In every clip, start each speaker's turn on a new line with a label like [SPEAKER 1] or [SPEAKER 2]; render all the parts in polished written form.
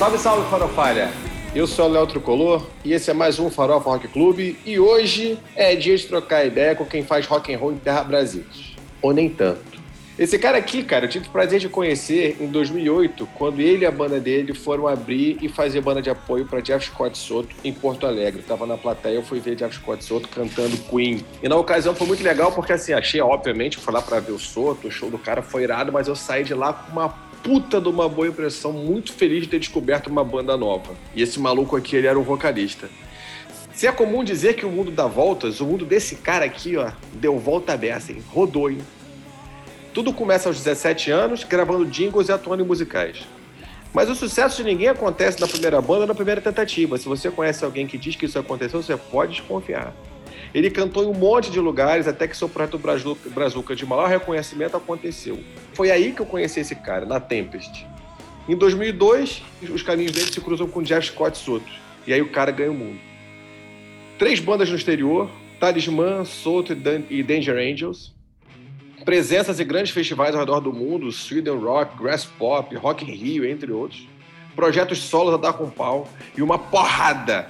[SPEAKER 1] Salve, salve, farofalha! Eu sou o Léo Tricolor e esse é mais um Farofa Rock Clube e hoje é dia de trocar ideia com quem faz rock and roll em terra brasileiros. Ou nem tanto. Esse cara aqui, eu tive o prazer de conhecer em 2008, quando ele e a banda dele foram abrir e fazer banda de apoio para Jeff Scott Soto em Porto Alegre. Eu tava na plateia, eu fui ver Jeff Scott Soto cantando Queen. E na ocasião foi muito legal porque, assim, achei, obviamente, fui lá para ver o Soto, o show do cara foi irado, mas eu saí de lá com uma puta de uma boa impressão, muito feliz de ter descoberto uma banda nova. E esse maluco aqui, ele era o vocalista. Se é comum dizer que o mundo dá voltas, o mundo desse cara aqui, ó, deu volta dessa, hein? Rodou, hein? Tudo começa aos 17 anos, gravando jingles e atuando em musicais. Mas o sucesso de ninguém acontece na primeira banda ou na primeira tentativa. Se você conhece alguém que diz que isso aconteceu, você pode desconfiar. Ele cantou em um monte de lugares até que seu projeto Brazuca de maior reconhecimento aconteceu. Foi aí que eu conheci esse cara, na Tempest. Em 2002, os caminhos dele se cruzam com Jeff Scott Soto. E aí o cara ganha o mundo. 3 bandas no exterior, Talismã, Soto e Danger Angels. Presenças em grandes festivais ao redor do mundo, Sweden Rock, Grass Pop, Rock in Rio, entre outros. Projetos solos a dar com pau e uma porrada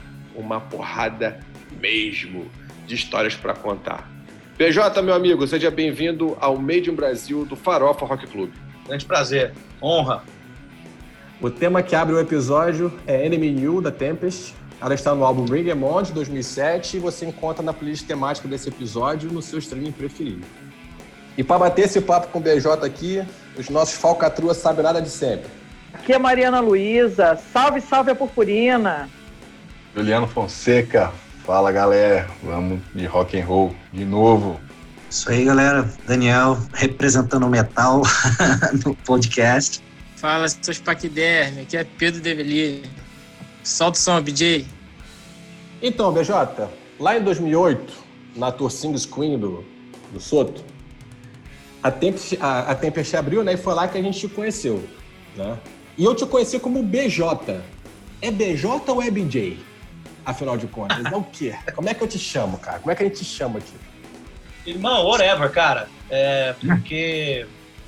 [SPEAKER 1] mesmo, de histórias para contar. PJ, meu amigo, seja bem-vindo ao Made in Brasil do Farofa Rock Clube.
[SPEAKER 2] Grande prazer, honra.
[SPEAKER 3] O tema que abre o episódio é Enemy New, da Tempest. Ela está no álbum Bring 'Em On, de 2007, e você encontra na playlist temática desse episódio no seu streaming preferido. E para bater esse papo com o BJ aqui, os nossos falcatruas sabem nada de sempre.
[SPEAKER 4] Aqui é Mariana Luísa. Salve, salve a purpurina.
[SPEAKER 5] Juliano Fonseca. Fala, galera. Vamos de rock and roll de novo.
[SPEAKER 6] Isso aí, galera. Daniel, representando o metal no podcast.
[SPEAKER 7] Fala, seus paquiderme. Aqui é Pedro Develi. Solta o som, BJ.
[SPEAKER 3] Então, BJ, lá em 2008, na tour Sing Queen do Soto, a Tempest abriu, né? E foi lá que a gente te conheceu, né? E eu te conheci como BJ. É BJ ou é BJ? Afinal de contas, é o quê? Como é que eu te chamo, cara? Como é que a gente te chama aqui?
[SPEAKER 2] Irmão, whatever, cara. Porque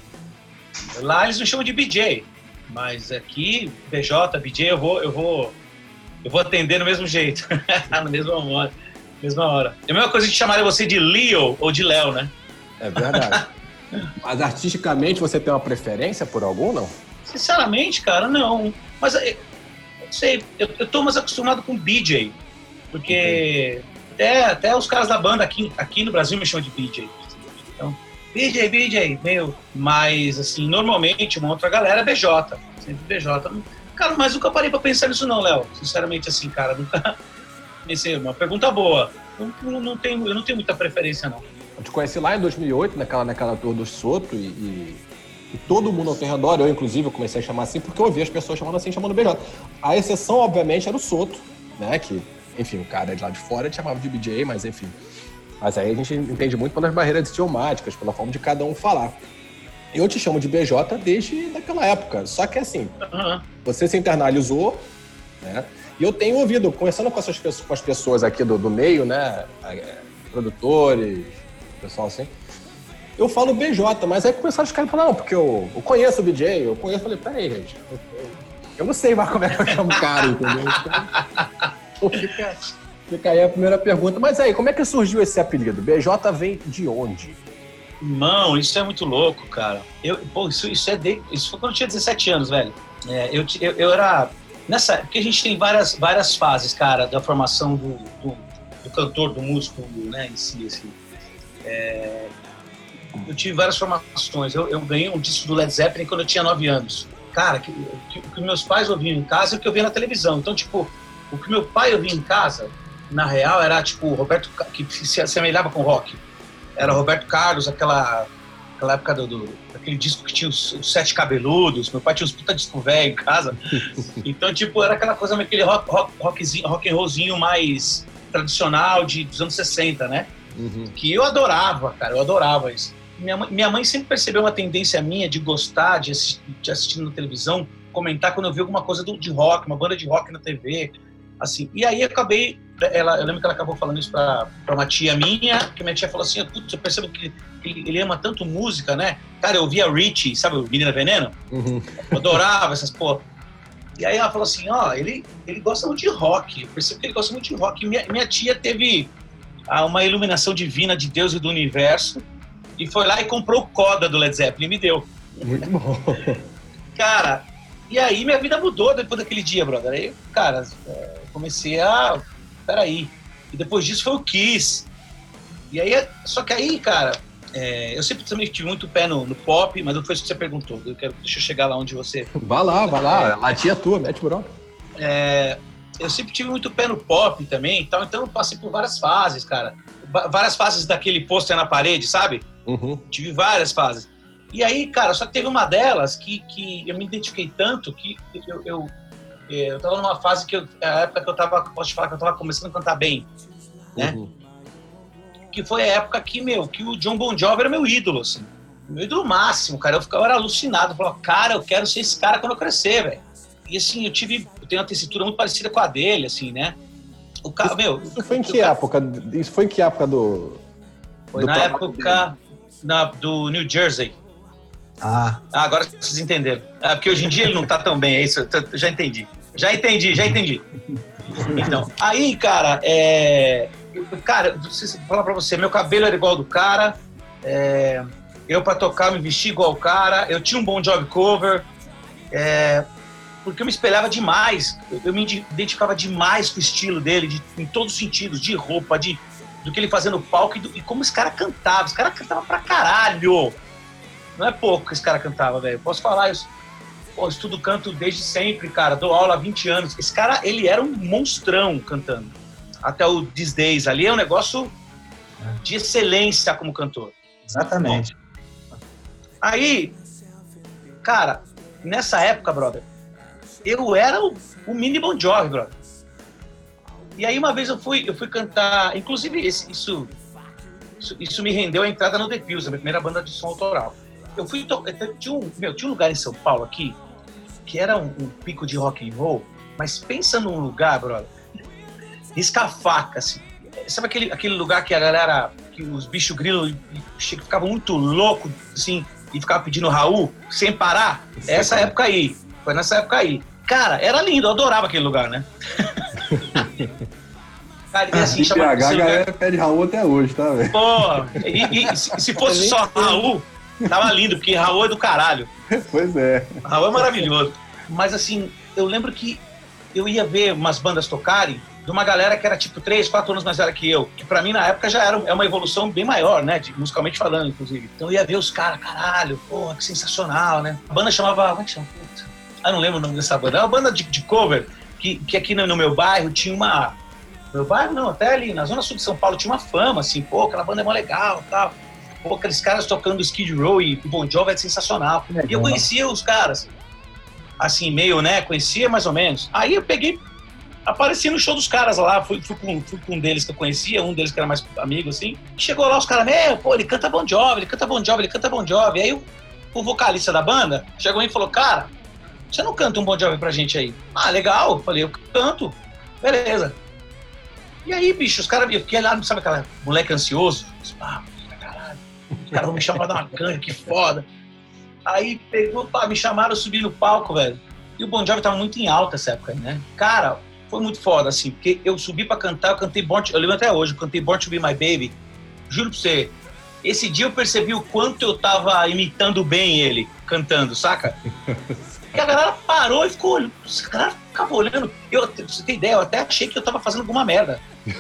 [SPEAKER 2] lá eles me chamam de BJ, mas aqui, BJ, BJ, eu vou atender no mesmo jeito, na mesma hora. É a mesma coisa de chamar você de Leo ou de Léo, né?
[SPEAKER 3] É verdade. Mas artisticamente você tem uma preferência por algum, não?
[SPEAKER 2] Sinceramente, cara, não. Mas eu não sei, eu tô mais acostumado com BJ, porque até os caras da banda aqui no Brasil me chamam de BJ. Então, BJ, meio. Mas, assim, normalmente uma outra galera é BJ, sempre BJ. Cara, mas nunca parei pra pensar nisso não, Léo. Sinceramente, assim, cara, nunca pensei. Uma pergunta boa. Eu não tenho muita preferência, não.
[SPEAKER 3] Eu te conheci lá em 2008, naquela tour do Soto, e todo mundo ao teu redor, eu inclusive, eu comecei a chamar assim, porque eu ouvi as pessoas chamando assim, chamando BJ. A exceção, obviamente, era o Soto, né, que, enfim, o cara de lá de fora te chamava de BJ, mas enfim. Mas aí a gente entende muito pelas barreiras idiomáticas, pela forma de cada um falar. Eu te chamo de BJ desde daquela época, só que assim, você se internalizou, né, e eu tenho ouvido, conversando com as pessoas aqui do meio, né, produtores, pessoal assim, eu falo BJ, mas aí começaram os caras a falar, não, porque eu conheço o BJ, eu falei, peraí, gente, eu não sei mais como é que eu chamo o cara, entendeu? Então, fica aí a primeira pergunta. Mas aí, como é que surgiu esse apelido? BJ vem de onde?
[SPEAKER 2] Irmão, isso é muito louco, cara. Isso foi quando eu tinha 17 anos, velho. Eu era... Porque a gente tem várias fases, cara, da formação do cantor, do músico, né, em si, assim. Eu tive várias formações. Eu ganhei um disco do Led Zeppelin quando eu tinha 9 anos. Cara, o que meus pais ouviam em casa e o que eu via na televisão. Então, tipo, o que meu pai ouvia em casa, na real, era, tipo, Roberto, que se assemelhava com rock. Era Roberto Carlos, aquela época daquele disco que tinha os 7 cabeludos. Meu pai tinha uns puta disco velho em casa. Então, tipo, era aquela coisa, aquele rock and rollzinho mais tradicional dos anos 60, né? Uhum. Que eu adorava, cara, eu adorava isso. Minha mãe sempre percebeu uma tendência minha de gostar de assistir na televisão, comentar quando eu vi alguma coisa de rock, uma banda de rock na TV, assim. E aí eu lembro que ela acabou falando isso pra uma tia minha, que minha tia falou assim, putz, eu percebo que ele ama tanto música, né? Cara, eu ouvia Richie, sabe o Menina Veneno? Uhum. Eu adorava essas porra. E aí ela falou assim, ele gosta muito de rock. Eu percebo que ele gosta muito de rock. Minha tia teve uma iluminação divina de Deus e do universo e foi lá e comprou o Coda do Led Zeppelin e me deu.
[SPEAKER 3] Muito bom.
[SPEAKER 2] Cara, e aí minha vida mudou depois daquele dia, brother. Aí, cara, comecei a... Peraí. E depois disso foi o Kiss. E aí, só que aí, cara, eu sempre também tive muito pé no pop, mas não foi isso que você perguntou. Deixa eu chegar lá onde você...
[SPEAKER 3] Vai lá. Latinha é tua, mete bronca.
[SPEAKER 2] Eu sempre tive muito pé no pop também e tal, então eu passei por várias fases, cara. Várias fases daquele pôster na parede, sabe?
[SPEAKER 3] Uhum.
[SPEAKER 2] Tive várias fases. E aí, cara, só que teve uma delas que eu me identifiquei tanto que eu tava numa fase a época que eu tava, posso te falar que eu tava começando a cantar bem, né?
[SPEAKER 3] Uhum.
[SPEAKER 2] Que foi a época que o John Bon Jovi era meu ídolo, assim. Meu ídolo máximo, cara. Eu era alucinado. Eu falava, cara, eu quero ser esse cara quando eu crescer, velho. E assim, eu tenho uma tecitura muito parecida com a dele, assim, né? O cara,
[SPEAKER 3] Isso foi em que época? Isso foi em que época do...
[SPEAKER 2] Foi na época do New Jersey. Agora vocês entenderam. Porque hoje em dia ele não tá tão bem, é isso? Eu já entendi. Então, aí, cara, cara, vou falar pra você, meu cabelo era igual ao do cara, eu pra tocar me vestia igual ao cara, eu tinha um Bon Jovi cover, porque eu me espelhava demais, eu me identificava demais com o estilo dele, em todos os sentidos, de roupa, do que ele fazia no palco e como esse cara cantava. Esse cara cantava pra caralho. Não é pouco que esse cara cantava, velho. Posso falar isso. Pô, estudo canto desde sempre, cara. Dou aula há 20 anos. Esse cara, ele era um monstrão cantando. Até o These Days ali é um negócio de excelência como cantor.
[SPEAKER 6] Exatamente.
[SPEAKER 2] Bom, aí, cara, nessa época, brother, eu era o mini Bon Jovi, brother. E aí uma vez eu fui cantar, inclusive isso me rendeu a entrada no The Pills, a minha primeira banda de som autoral. Tinha um lugar em São Paulo aqui, que era um pico de rock and roll, mas pensa num lugar, brother, risca-faca, assim. Sabe aquele lugar que a galera, que os bichos grilos ficavam muito loucos, assim, e ficavam pedindo Raul, sem parar? Essa época aí, foi nessa época aí. Cara, era lindo, eu adorava aquele lugar, né? Cara, e assim,
[SPEAKER 5] PH, a galera pede Raul até hoje, tá, velho?
[SPEAKER 2] Pô, e se fosse só Raul, tava lindo, porque Raul é do caralho.
[SPEAKER 5] Pois é.
[SPEAKER 2] Raul é maravilhoso. Mas assim, eu lembro que eu ia ver umas bandas tocarem de uma galera que era tipo 3, 4 anos mais velha que eu, que pra mim na época já era uma evolução bem maior, né, musicalmente falando, inclusive. Então eu ia ver os caras, caralho, pô, que sensacional, né? A banda chamava, como é que chama? Eu não lembro o nome dessa banda. É uma banda de cover que aqui no meu bairro tinha uma... Meu bairro não, até ali na zona sul de São Paulo tinha uma fama, assim, pô, aquela banda é mó legal e tal. Pô, aqueles caras tocando Skid Row e Bon Jovi é sensacional. E eu conhecia os caras, assim, meio, né, conhecia mais ou menos. Aí eu peguei, apareci no show dos caras lá, fui com um deles que eu conhecia, um deles que era mais amigo, assim. Chegou lá os caras, pô, ele canta Bon Jovi, ele canta Bon Jovi, ele canta Bon Jovi. Aí o vocalista da banda chegou e falou, cara, você não canta um Bon Jovi pra gente aí? Ah, legal. Falei, eu canto. Beleza. E aí, bicho, os caras, eu fiquei lá, sabe aquela moleque ansioso? Caralho, os caras vão me chamar pra dar uma canja, que foda. Aí pegou, me chamaram, eu subi no palco, velho. E o Bon Jovi tava muito em alta essa época, né? Cara, foi muito foda, assim, porque eu subi pra cantar, eu cantei eu lembro até hoje, eu cantei Born to Be My Baby. Juro pra você, esse dia eu percebi o quanto eu tava imitando bem ele, cantando, saca? E a galera parou e ficou olhando. A galera ficava olhando. Pra você ter ideia, eu até achei que eu tava fazendo alguma merda.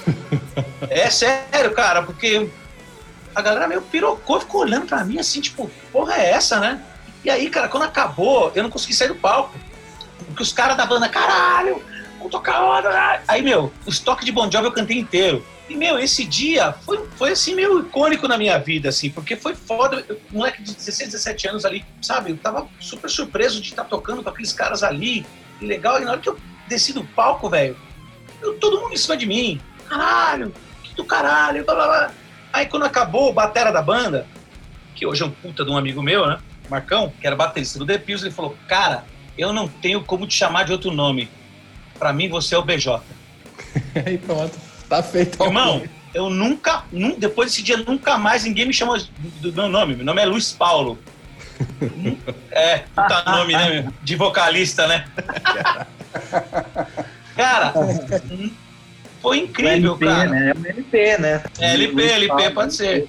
[SPEAKER 2] É sério, cara, porque a galera meio pirocou e ficou olhando pra mim assim, tipo, porra é essa, né? E aí, cara, quando acabou, eu não consegui sair do palco. Porque os caras da banda, caralho, vamos tocar hora. Aí, os toques de Bon Jovi eu cantei inteiro. E, esse dia foi assim, meio icônico na minha vida, assim, porque foi foda. Moleque de 16, 17 anos ali, sabe? Eu tava super surpreso de estar tocando com aqueles caras ali, e legal. E na hora que eu desci do palco, velho, todo mundo em cima de mim. Caralho, que do caralho, blá, blá, blá. Aí quando acabou o batera da banda, que hoje é um puta de um amigo meu, né? Marcão, que era baterista do The Pills, ele falou, cara, eu não tenho como te chamar de outro nome. Pra mim, você é o BJ.
[SPEAKER 3] Aí pronto. Tá feito.
[SPEAKER 2] Irmão, eu depois desse dia, nunca mais ninguém me chama do meu nome. Meu nome é Luiz Paulo. Puta nome, né? De vocalista, né? Cara, foi incrível,
[SPEAKER 6] LP,
[SPEAKER 2] cara.
[SPEAKER 6] né? É um LP, né?
[SPEAKER 2] LP, pode ser.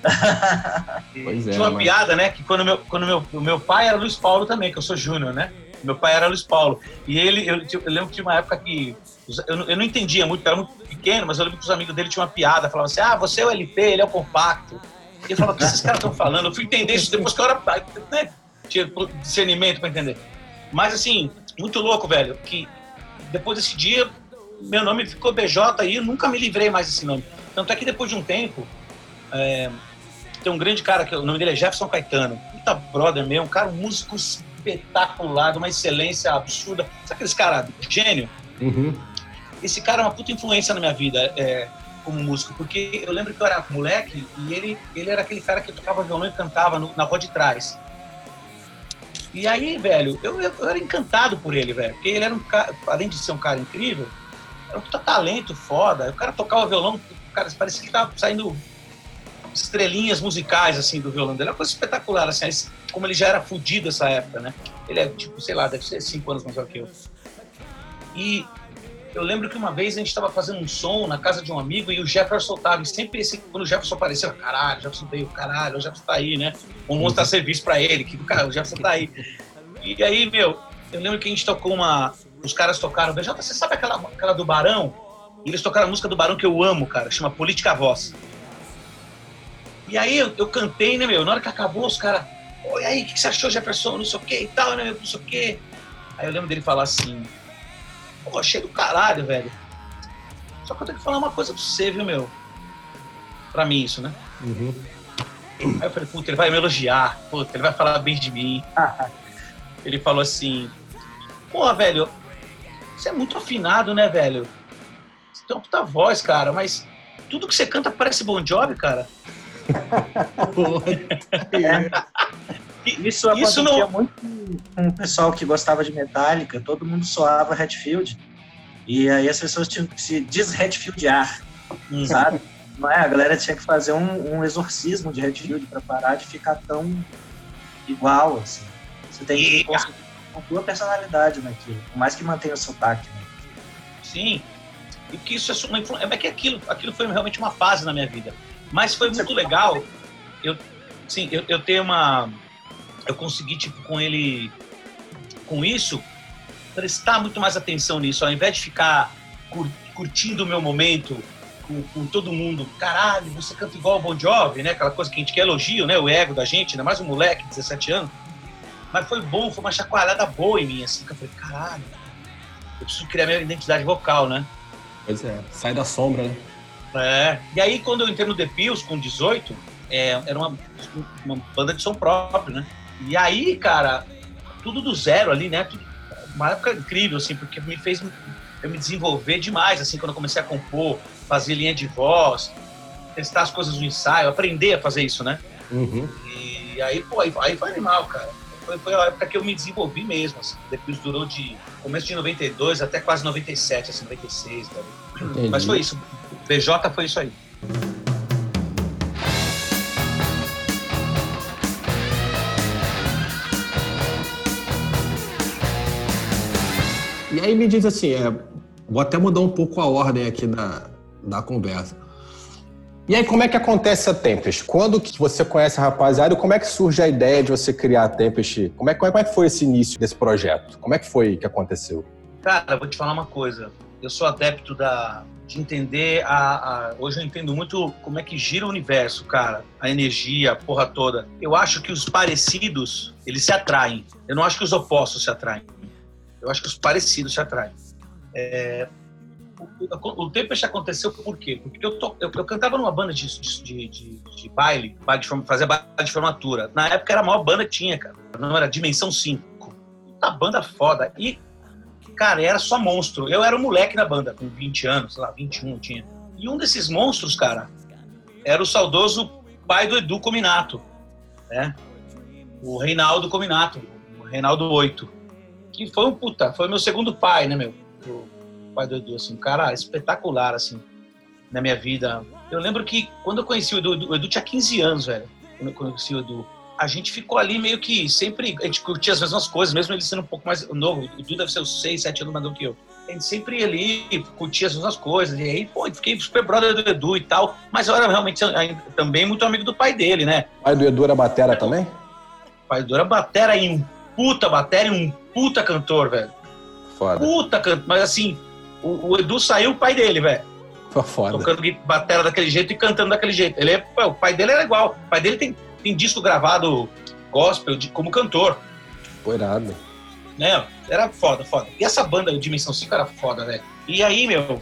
[SPEAKER 3] Pois é.
[SPEAKER 2] Tinha uma piada, né? Que quando o meu pai era Luiz Paulo também, que eu sou Júnior, né? Meu pai era Luiz Paulo. E eu lembro que tinha uma época que eu não entendia muito, porque eu era muito pequeno, mas eu lembro que os amigos dele tinham uma piada, falavam assim: você é o LP, ele é o compacto. E eu falava: o que esses caras estão falando? Eu fui entender isso depois que eu era, né, tinha discernimento para entender. Mas assim, muito louco, velho, que depois desse dia, meu nome ficou BJ e eu nunca me livrei mais desse nome. Tanto é que depois de um tempo, tem um grande cara, que o nome dele é Jefferson Caetano, puta brother meu, um músico espetacular, de uma excelência absurda. Sabe aqueles caras gênio?
[SPEAKER 3] Uhum.
[SPEAKER 2] Esse cara é uma puta influência na minha vida como músico, porque eu lembro que eu era moleque e ele era aquele cara que tocava violão e cantava na rua de trás. E aí, velho, eu era encantado por ele, velho, porque ele era um cara, além de ser um cara incrível, era um puta talento foda. O cara tocava violão, o cara parecia que tava saindo estrelinhas musicais, assim, do violão dele. É uma coisa espetacular, assim, como ele já era fudido nessa época, né? Ele é, tipo, sei lá, deve ser 5 anos mais velho que eu. E eu lembro que uma vez a gente estava fazendo um som na casa de um amigo e o Jefferson tava, e sempre quando o Jefferson apareceu, caralho, o Jefferson veio, caralho, o Jefferson tá aí, né? Vamos mostrar serviço pra ele, que o Jefferson tá aí. E aí, meu, eu lembro que a gente tocou os caras tocaram, BJ, você sabe aquela do Barão? E eles tocaram a música do Barão que eu amo, cara, chama Política Voz. E aí eu cantei, né, meu? Na hora que acabou, os caras, e aí, o que você achou, Jefferson? Não sei o que e tal, né, não sei o que. Aí eu lembro dele falar assim: pô, achei do caralho, velho. Só que eu tenho que falar uma coisa pra você, viu, meu? Pra mim, isso, né?
[SPEAKER 3] Uhum.
[SPEAKER 2] Aí eu falei: puta, ele vai me elogiar, puta, ele vai falar bem de mim. Ele falou assim: pô, velho, você é muito afinado, né, velho? Você tem uma puta voz, cara, mas tudo que você canta parece Bon Jovi, cara.
[SPEAKER 6] Isso acontecia muito com o pessoal que gostava de Metallica, todo mundo soava Hetfield, e aí as pessoas tinham que se des-Hetfieldar, sabe? Não é? A galera tinha que fazer um exorcismo de Hetfield para parar de ficar tão igual, assim. Você tem que conseguir a tua personalidade naquilo, por mais que mantenha o sotaque, né?
[SPEAKER 2] Sim, e que isso é uma influência, é que aquilo foi realmente uma fase na minha vida. Mas foi muito legal. Eu tenho eu consegui, tipo, com isso, prestar muito mais atenção nisso, ao invés de ficar curtindo o meu momento com todo mundo. Caralho, você canta igual o Bon Jovi, né? Aquela coisa que a gente quer elogio, né? O ego da gente, ainda mais um moleque de 17 anos. Mas foi bom, foi uma chacoalhada boa em mim, assim, que eu falei: caralho, eu preciso criar minha identidade vocal, né?
[SPEAKER 3] Pois é, sai da sombra, né?
[SPEAKER 2] E aí, quando eu entrei no The Pills, com 18, era uma banda de som próprio, né? E aí, cara, tudo do zero ali, né? Uma época incrível, assim, porque me fez eu me desenvolver demais, assim, quando eu comecei a compor, fazer linha de voz, testar as coisas no ensaio, aprender a fazer isso, né?
[SPEAKER 3] Uhum.
[SPEAKER 2] E aí, pô, aí foi animal, cara. Foi a época que eu me desenvolvi mesmo, assim. The Pills durou de começo de 92 até quase 97, assim, 96, tá? Mas foi isso. BJ foi isso aí.
[SPEAKER 3] E aí me diz assim, vou até mudar um pouco a ordem aqui da conversa. E aí, como é que acontece a Tempest? Quando que você conhece a rapaziada e como é que surge a ideia de você criar a Tempest? Como é que foi esse início desse projeto? Como é que foi que aconteceu?
[SPEAKER 2] Cara, eu vou te falar uma coisa. Eu sou adepto de entender hoje eu entendo muito como é que gira o universo, cara. A energia, a porra toda. Eu acho que os parecidos, eles se atraem. Eu não acho que os opostos se atraem. Eu acho que os parecidos se atraem. O Tempest aconteceu por quê? Porque eu cantava numa banda de baile, fazia baile de formatura. Na época era a maior banda que tinha, cara. Não era Dimensão 5. Uma banda foda. E, cara, era só monstro. Eu era um moleque na banda, com 20 anos, sei lá, 21 eu tinha. E um desses monstros, cara, era o saudoso pai do Edu Cominato, né? O Reinaldo Cominato, o Reinaldo 8. Que foi meu segundo pai, né, meu? O pai do Edu, assim, um cara espetacular, assim, na minha vida. Eu lembro que quando eu conheci o Edu tinha 15 anos, velho, quando eu conheci o Edu. a gente ficou ali meio que sempre, a gente curtia as mesmas coisas, mesmo ele sendo um pouco mais novo, o Edu deve ser uns 6, 7 anos mais novo que eu. A gente sempre ia ali, curtia as mesmas coisas, e aí, pô, fiquei super brother do Edu e tal, mas eu era realmente também muito amigo do pai dele, né?
[SPEAKER 3] O pai do Edu era batera também?
[SPEAKER 2] O pai do Edu era batera e um puta cantor, velho.
[SPEAKER 3] Foda.
[SPEAKER 2] Puta cantor, mas assim, o Edu saiu o pai dele, velho.
[SPEAKER 3] Foda.
[SPEAKER 2] Tocando batera daquele jeito e cantando daquele jeito. O pai dele era igual, o pai dele tem disco gravado gospel como cantor.
[SPEAKER 3] Pô, irado.
[SPEAKER 2] Né? Era foda. E essa banda, o Dimensão 5, era foda, velho. E aí, meu,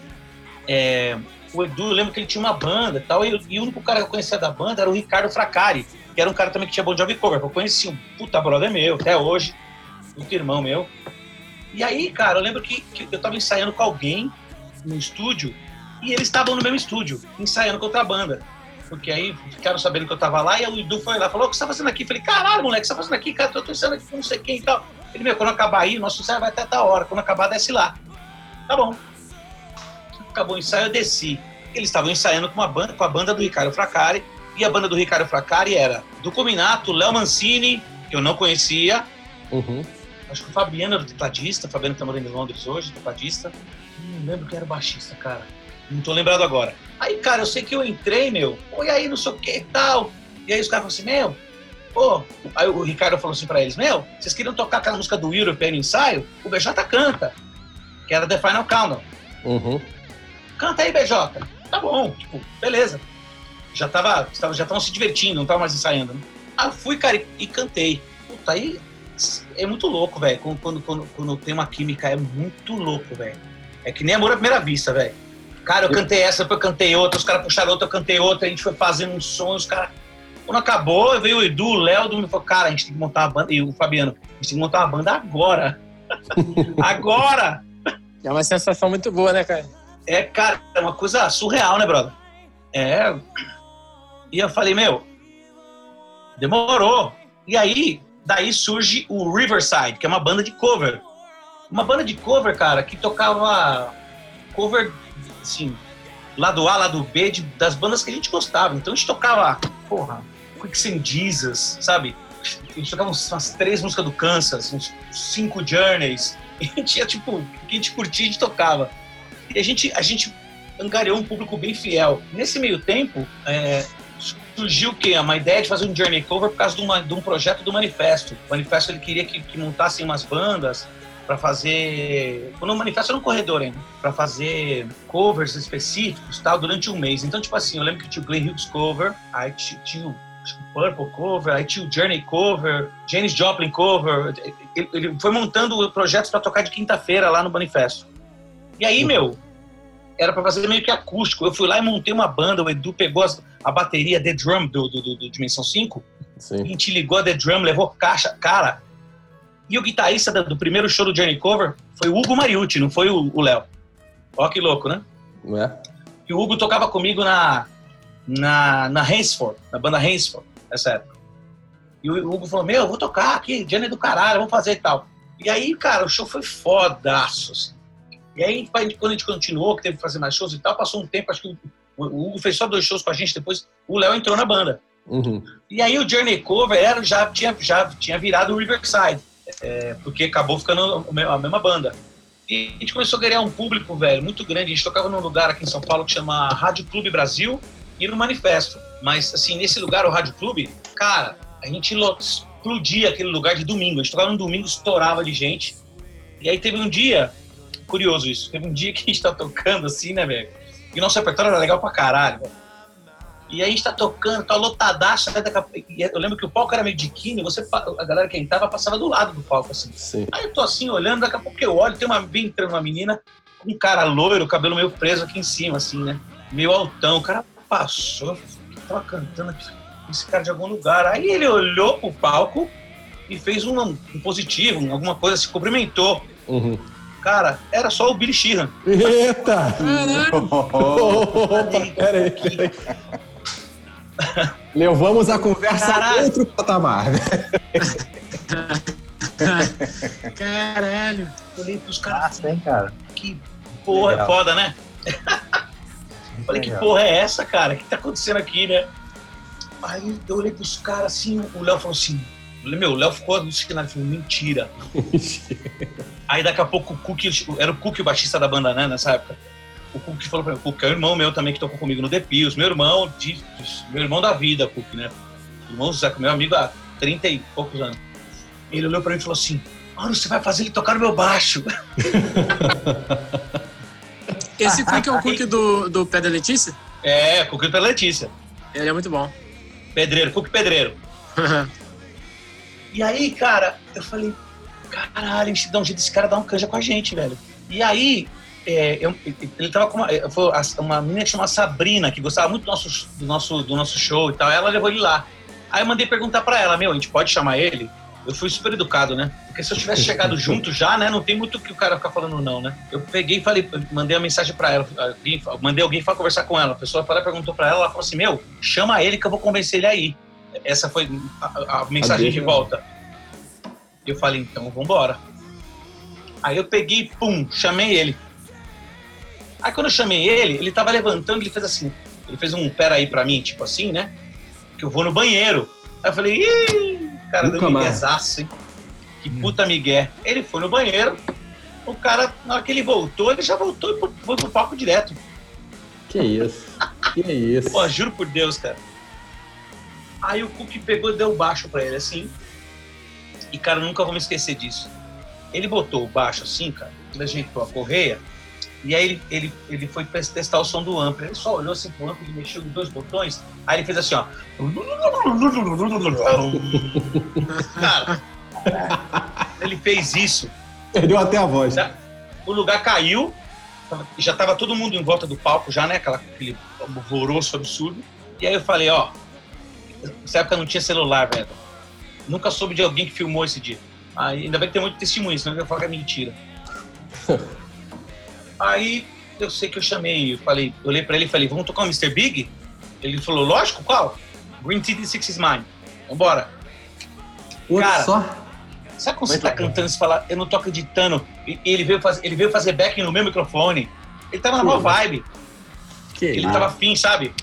[SPEAKER 2] o Edu, eu lembro que ele tinha uma banda e tal, e o único cara que eu conhecia da banda era o Ricardo Fracari, que era um cara também que tinha Bon Jovi cover, que eu conhecia, um puta brother meu, até hoje, muito irmão meu. E aí, cara, eu lembro que eu tava ensaiando com alguém no estúdio, e eles estavam no mesmo estúdio, ensaiando com outra banda. Porque aí ficaram sabendo que eu tava lá, e o Edu foi lá, falou, o que você tá fazendo aqui? Eu falei, caralho, moleque, o que você tá fazendo aqui? Cara, eu tô ensaiando aqui com não sei quem e tal. Ele, meu, quando acabar aí, nosso ensaio vai até tal hora, quando acabar, desce lá. Tá bom. Acabou o ensaio, eu desci. Eles estavam ensaiando com a banda do Ricardo Fracari, e a banda do Ricardo Fracari era do Cominato, Léo Mancini, que eu não conhecia, acho que o Fabiano era o tecladista, o Fabiano tá morando em Londres hoje, tecladista, não lembro quem era o baixista, cara, não tô lembrado agora. Aí, cara, eu sei que eu entrei, meu, e aí, não sei o que e tal, e aí os caras falaram assim, aí o Ricardo falou assim pra eles, vocês queriam tocar aquela música do Europe aí no ensaio? O BJ canta, que era The Final Countdown. Canta aí, BJ. Tá bom, tipo, beleza. Já estavam se divertindo, não estavam mais ensaiando, né? Aí eu fui, cara, e cantei. Puta, aí é muito louco, velho. Quando tem uma química, é muito louco, velho. É que nem amor à primeira vista, velho. Cara, eu cantei essa, depois eu cantei outra, os caras puxaram outra, eu cantei outra, a gente foi fazendo um som, os caras... Quando acabou, veio o Edu, o Léo, e falou, cara, a gente tem que montar uma banda, e o Fabiano, a gente tem que montar uma banda agora. Agora!
[SPEAKER 7] É uma sensação muito boa, né, cara?
[SPEAKER 2] Cara, é uma coisa surreal, né, brother? E eu falei, demorou. E aí, daí surge o Riverside, que é uma banda de cover. Uma banda de cover, cara, que tocava cover, assim, lado A, lado B, das bandas que a gente gostava. Então a gente tocava, Quicksand Jesus, sabe? A gente tocava umas 3 músicas do Kansas, uns 5 Journeys. E tinha, tipo, o que a gente curtia, a gente tocava. E a gente angariou um público bem fiel. Nesse meio tempo, surgiu o quê? Uma ideia de fazer um Journey Cover por causa de um projeto do Manifesto. O Manifesto, ele queria que montassem umas bandas para fazer... Quando o Manifesto era um corredor ainda, para fazer covers específicos, tal, durante um mês. Então, tipo assim, eu lembro que tinha o Glenn Hughes cover, aí tinha o Purple cover, aí tinha o Journey cover, Janis Joplin cover. Ele foi montando projetos para tocar de quinta-feira lá no Manifesto. E aí, era pra fazer meio que acústico. Eu fui lá e montei uma banda, o Edu pegou a bateria The Drum do Dimensão 5,
[SPEAKER 3] Sim.
[SPEAKER 2] A gente ligou a The Drum, levou caixa, cara. E o guitarrista do primeiro show do Journey Cover foi o Hugo Mariucci, não foi o Léo. Ó que louco, né?
[SPEAKER 3] Não é?
[SPEAKER 2] E o Hugo tocava comigo na Hansford, na banda Hansford, nessa época. E o Hugo falou, vou tocar aqui, Journey do caralho, vamos fazer e tal. E aí, cara, o show foi fodaço, assim. E aí, quando a gente continuou, que teve que fazer mais shows e tal, passou um tempo, acho que o Hugo fez só 2 shows com a gente, depois o Léo entrou na banda. E aí o Journey Cover já tinha virado o Riverside, porque acabou ficando a mesma banda. E a gente começou a ganhar um público, velho, muito grande. A gente tocava num lugar aqui em São Paulo que chama Rádio Clube Brasil e no Manifesto. Mas, assim, nesse lugar, o Rádio Clube, cara, a gente explodia aquele lugar de domingo. A gente tocava num domingo, estourava de gente. E aí teve um dia... Curioso isso. Teve um dia que a gente tá tocando assim, né, velho? E o nosso repertório era legal pra caralho, velho. E aí a gente tá tocando, tá lotadaço. Eu lembro que o palco era meio de quina, a galera que entrava passava do lado do palco, assim.
[SPEAKER 3] Sim.
[SPEAKER 2] Aí eu tô assim, olhando, daqui a pouco eu olho, vem entrando uma menina com um cara loiro, cabelo meio preso aqui em cima, assim, né? Meio altão. O cara passou, tava cantando aqui, esse cara de algum lugar. Aí ele olhou pro palco e fez um positivo, alguma coisa, se cumprimentou. Cara, era só o Billy Sheehan.
[SPEAKER 3] Eita! Peraí. Levamos a conversa a outro patamar.
[SPEAKER 7] Caralho.
[SPEAKER 2] Olhei pros caras.
[SPEAKER 6] cara.
[SPEAKER 2] Que porra
[SPEAKER 6] legal.
[SPEAKER 2] Foda, né? Falei, que porra é essa, cara? O que tá acontecendo aqui, né? Aí eu olhei pros caras assim, o Léo falou assim, o Léo ficou alucinado, falou, mentira. Aí daqui a pouco o Cook, era o Cook o baixista da banda, né, nessa época. O Cook falou pra mim, o Cook é o irmão meu também que tocou comigo no The Pills, meu irmão da vida, Cook, né? Irmão Zé, meu amigo há 30 e poucos anos. Ele olhou pra mim e falou assim, mano, você vai fazer ele tocar no meu baixo.
[SPEAKER 7] Esse Cook é o Cook do Pé da Letícia?
[SPEAKER 2] É, Cook do Pé da Letícia.
[SPEAKER 7] Ele é muito bom.
[SPEAKER 2] Pedreiro, Cook Pedreiro. E aí, cara, eu falei, caralho, a gente dá um jeito desse cara dar um canja com a gente, velho. E aí, ele tava com uma menina chamada Sabrina, que gostava muito do nosso show e tal, ela levou ele lá. Aí eu mandei perguntar pra ela, a gente pode chamar ele? Eu fui super educado, né? Porque se eu tivesse chegado junto já, né, não tem muito que o cara ficar falando não, né? Eu peguei e falei, mandei uma mensagem pra ela, mandei alguém para conversar com ela. A pessoa perguntou pra ela falou assim, chama ele que eu vou convencer ele aí. Essa foi a mensagem de volta. Eu falei, então, vambora. Aí eu peguei, chamei ele. Aí quando eu chamei ele, ele tava levantando, ele fez assim, ele fez um pera aí pra mim, tipo assim, né? Que eu vou no banheiro. Aí eu falei, cara, deu miguezaço, hein? Que puta migué. Ele foi no banheiro, o cara, na hora que ele voltou, ele já voltou e foi pro palco direto.
[SPEAKER 3] Que isso?
[SPEAKER 2] Pô, juro por Deus, cara. Aí o Cook pegou e deu baixo pra ele, assim. E, cara, eu nunca vou me esquecer disso. Ele botou o baixo assim, cara, ele ajeitou a correia, e aí ele foi testar o som do amplo. Ele só olhou assim pro amplo, ele mexeu os 2 botões, aí ele fez assim, ó. Cara, ele fez isso.
[SPEAKER 3] Perdeu até a voz.
[SPEAKER 2] O lugar caiu, já tava todo mundo em volta do palco, já, né? Aquele alvoroço absurdo. E aí eu falei, nessa época não tinha celular, velho. Nunca soube de alguém que filmou esse dia. Ainda bem que tem muito testemunho, senão eu ia falar que é mentira. Aí eu sei que eu chamei, eu olhei pra ele e falei, vamos tocar um Mr. Big? Ele falou, lógico, qual? Green Tea and Six is Mine. Vambora. Cara, sabe quando você tá cantando e você fala, eu não tô acreditando? Ele veio fazer backing no meu microfone. Ele tava na maior vibe. Ele tava afim, sabe?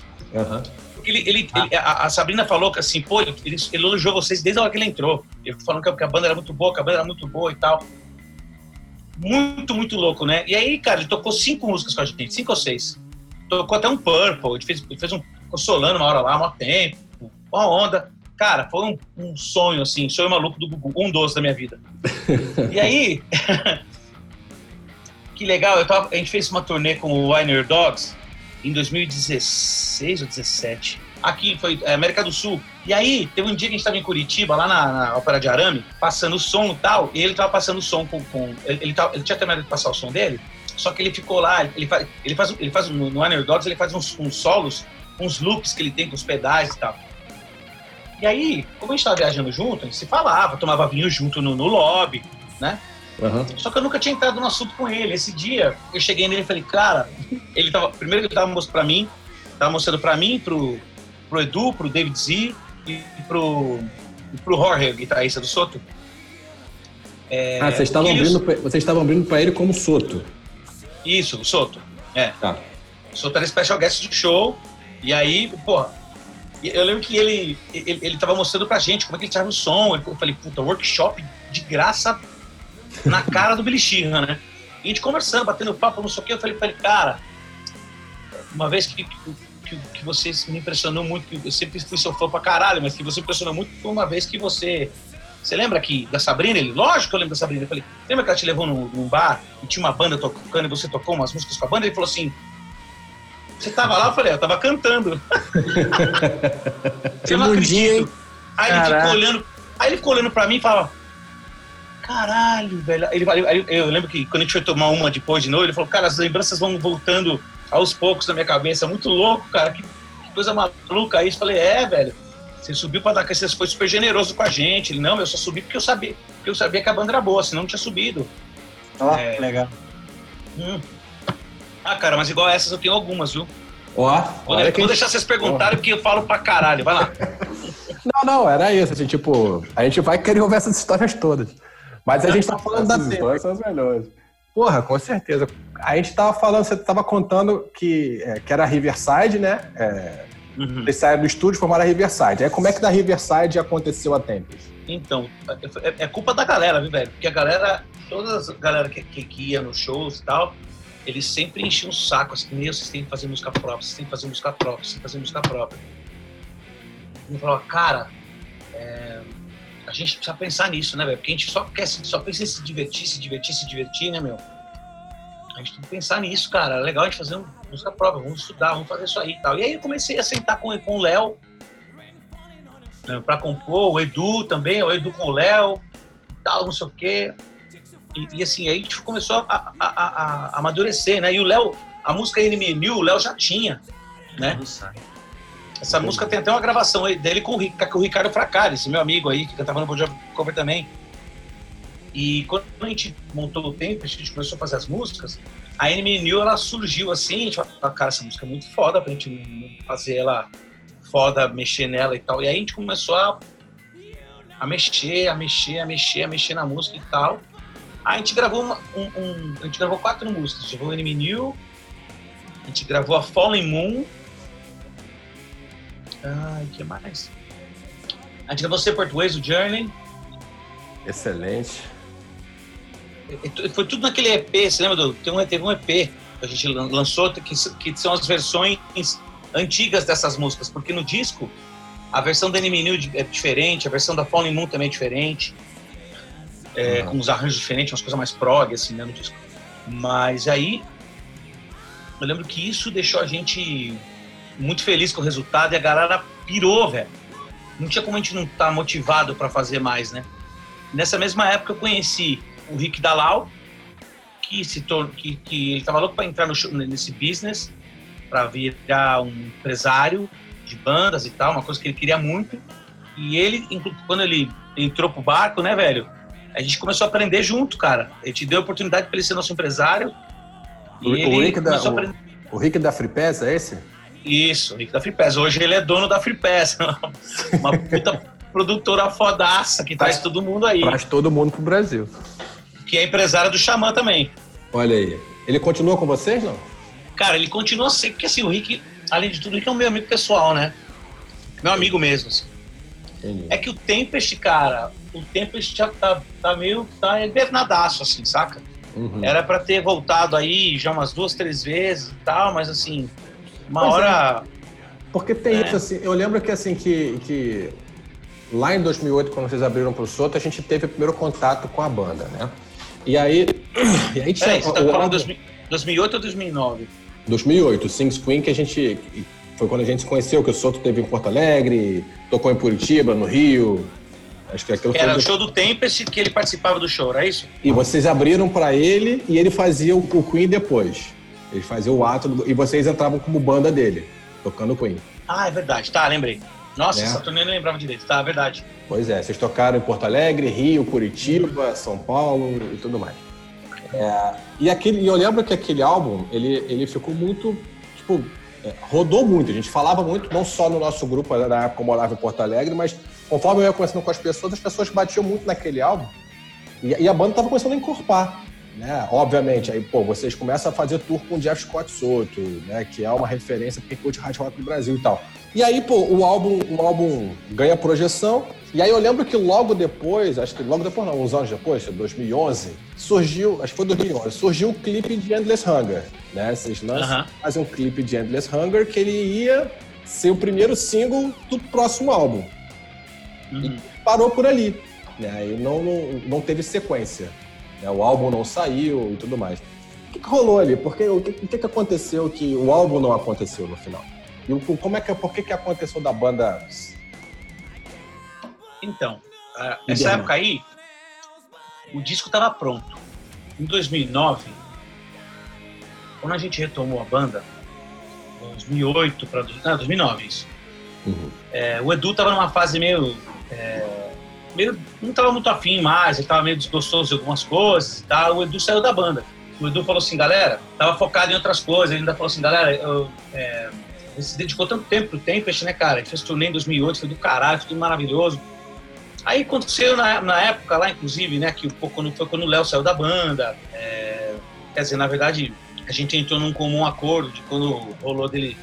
[SPEAKER 2] A Sabrina falou que assim, ele elogiou vocês desde a hora que ele entrou. Ele falou que a banda era muito boa, e tal. Muito, muito louco, né? E aí, cara, ele tocou 5 músicas com a gente, 5 ou 6. Tocou até um Purple, ele fez ficou solando uma hora lá, um tempo, uma onda. Cara, foi um sonho, assim, sonho maluco do Gugu, um doce da minha vida. E aí, que legal, a gente fez uma turnê com o Winer Dogs em 2016 ou 2017. Aqui foi América do Sul. E aí, teve um dia que a gente estava em Curitiba, lá na Ópera de Arame, passando o som e tal, e ele tava passando o som ele tinha terminado de passar o som dele, só que ele ficou lá, ele faz no Winer Dogs, ele faz uns solos, uns loops que ele tem com os pedais e tal. E aí, como a gente tava viajando junto, a gente se falava, tomava vinho junto no lobby, né? Só que eu nunca tinha entrado no assunto com ele. Esse dia, eu cheguei nele e falei, cara, primeiro ele tava mostrando pra mim, pro Edu, pro David Z e pro Jorge, guitarrista do Soto.
[SPEAKER 3] Vocês estavam abrindo pra ele como Soto.
[SPEAKER 2] Isso, o Soto.
[SPEAKER 3] Tá.
[SPEAKER 2] O Soto era special guest do show, e aí, eu lembro que ele tava mostrando pra gente como é que ele tirava o som. Eu falei, workshop de graça na cara do Billy Sheehan, né? E a gente conversando, batendo papo, não sei o que. Eu falei pra ele, cara, uma vez que você me impressionou muito, eu sempre fui seu fã pra caralho, mas que você impressionou muito foi uma vez que você lembra da Sabrina? Ele, lógico que eu lembro da Sabrina. Eu falei, lembra que ela te levou num bar e tinha uma banda tocando e você tocou umas músicas com a banda? Ele falou assim, você tava lá? Eu falei, eu tava cantando.
[SPEAKER 7] Que mundinho, hein?
[SPEAKER 2] Aí ele ficou olhando pra mim e falava, caralho, velho. Eu lembro que quando a gente foi tomar uma depois de novo, ele falou, cara, as lembranças vão voltando aos poucos na minha cabeça. Muito louco, cara. Que coisa maluca. Aí eu falei, velho, você subiu pra dar, você foi super generoso com a gente. Ele, não, eu só subi porque eu sabia que a banda era boa, senão não tinha subido.
[SPEAKER 6] Legal.
[SPEAKER 2] Cara, mas igual essas eu tenho algumas, viu? Vou deixar vocês perguntarem porque eu falo pra caralho. Vai lá.
[SPEAKER 3] Não, era isso, assim, tipo, a gente vai querer ouvir essas histórias todas. Mas a gente tá falando da
[SPEAKER 5] Essas histórias são as melhores.
[SPEAKER 3] Porra, com certeza. A gente tava falando, você tava contando que era Riverside, né? Eles saíram do estúdio e formaram a Riverside. Aí como é que da Riverside aconteceu a Tempest?
[SPEAKER 2] Então, é culpa da galera, viu, velho? Porque a galera, toda a galera que ia nos shows e tal, eles sempre enchiam o saco, assim, vocês têm que fazer música própria, vocês têm que fazer música própria, vocês têm que fazer música própria. E eu falava, cara, a gente precisa pensar nisso, né, velho? Porque a gente só pensa em se divertir, né, meu? A gente tem que pensar nisso, cara. É legal a gente fazer uma música própria, vamos estudar, vamos fazer isso aí e tal. E aí eu comecei a sentar com o Léo, né, pra compor, o Edu também, o Edu com o Léo, tal, não sei o quê. E assim, aí a gente começou a amadurecer, né? E o Léo, a música Enemy New, o Léo já tinha, né? Essa música tem até uma gravação dele com o Ricardo Fracari, esse meu amigo aí, que cantava no Bon Jovi Cover também. E quando a gente montou o tempo, a gente começou a fazer as músicas, a Enemy New, ela surgiu assim, a gente falou, cara, essa música é muito foda pra gente fazer ela foda, mexer nela e tal. E aí a gente começou a mexer na música e tal. Aí a gente gravou a gente gravou 4 músicas. A gente gravou Enemy New, a gente gravou a Fallen Moon. O que mais? A gente gravou Separate Ways, o Journey.
[SPEAKER 3] Excelente.
[SPEAKER 2] Foi tudo naquele EP, você lembra? Teve um EP que a gente lançou, que são as versões antigas dessas músicas, porque no disco a versão da Enemy New é diferente, a versão da Fallen Moon também é diferente, com uns arranjos diferentes, umas coisas mais prog, assim, né, no disco. Mas aí, eu lembro que isso deixou a gente muito feliz com o resultado e a galera pirou, velho. Não tinha como a gente não estar motivado pra fazer mais, né? Nessa mesma época eu conheci o Rick Dalal, que ele estava louco para entrar nesse business, para virar um empresário de bandas e tal, uma coisa que ele queria muito. E ele, quando ele entrou pro barco, né, velho, a gente começou a aprender junto, cara. A gente deu a oportunidade para ele ser nosso empresário.
[SPEAKER 3] O Rick da Free Pass, é esse?
[SPEAKER 2] Isso, o Rick da Free Pass. Hoje ele é dono da Free Pass, uma puta produtora fodaça que traz todo mundo aí.
[SPEAKER 3] Traz todo mundo pro Brasil.
[SPEAKER 2] Que é empresária do Xamã também.
[SPEAKER 3] Olha aí. Ele continua com vocês, não?
[SPEAKER 2] Cara, ele continua sempre, porque assim, o Rick, além de tudo, o Rick é um meu amigo pessoal, né? Meu amigo mesmo, assim.
[SPEAKER 3] Entendi.
[SPEAKER 2] É que o Tempest, cara, já tá meio hibernadaço, assim, saca?
[SPEAKER 3] Uhum.
[SPEAKER 2] Era pra ter voltado aí já umas 2, 3 vezes e tal, mas assim, uma
[SPEAKER 3] Pois
[SPEAKER 2] hora...
[SPEAKER 3] Porque tem isso, assim, eu lembro que assim, que lá em 2008, quando vocês abriram pro Soto, a gente teve o primeiro contato com a banda, né? E aí tinha...
[SPEAKER 2] você tá falando 2008 ou 2009?
[SPEAKER 3] 2008, o Sings Queen, foi quando a gente se conheceu, que o Soto teve em Porto Alegre, tocou em Curitiba, no Rio. Acho que aquilo
[SPEAKER 2] Era o show do Tempest que ele participava do show, era isso?
[SPEAKER 3] E vocês abriram pra ele e ele fazia o Queen depois. Ele fazia o ato e vocês entravam como banda dele, tocando Queen.
[SPEAKER 2] Ah, é verdade, tá, lembrei. Nossa, essa turnê eu não lembrava direito, tá, é verdade.
[SPEAKER 3] Pois é, vocês tocaram em Porto Alegre, Rio, Curitiba, São Paulo e tudo mais. E eu lembro que aquele álbum, ele ficou muito, tipo, rodou muito. A gente falava muito, não só no nosso grupo, na época eu morava em Porto Alegre, mas conforme eu ia conversando com as pessoas batiam muito naquele álbum. E a banda tava começando a encorpar, né? Obviamente, aí, vocês começam a fazer tour com o Jeff Scott Soto, né? Que é uma referência porque curte hard rock do Brasil e tal. E aí, o álbum ganha projeção. E aí eu lembro que logo depois, uns anos depois, 2011, surgiu o clipe de Endless Hunger, né? Vocês fazem um clipe de Endless Hunger que ele ia ser o primeiro single do próximo álbum. E parou por ali, né? E não teve sequência. Né? O álbum não saiu e tudo mais. O que rolou ali? O que aconteceu que o álbum não aconteceu no final? E por que aconteceu da banda?
[SPEAKER 2] Então, nessa época aí, o disco estava pronto. Em 2009, quando a gente retomou a banda, 2008 para 2009, isso. O Edu estava numa fase meio não estava muito afim mais, ele estava meio desgostoso de algumas coisas e tal. O Edu saiu da banda. O Edu falou assim, galera, estava focado em outras coisas. Ele ainda falou assim, galera, ele se dedicou tanto tempo pro Tempest, né, cara? Ele fez turnê em 2008, foi do caralho, foi tudo maravilhoso. Aí aconteceu na época lá, inclusive, né, que foi quando o Léo saiu da banda. Quer dizer, na verdade, a gente entrou num comum acordo de quando rolou dele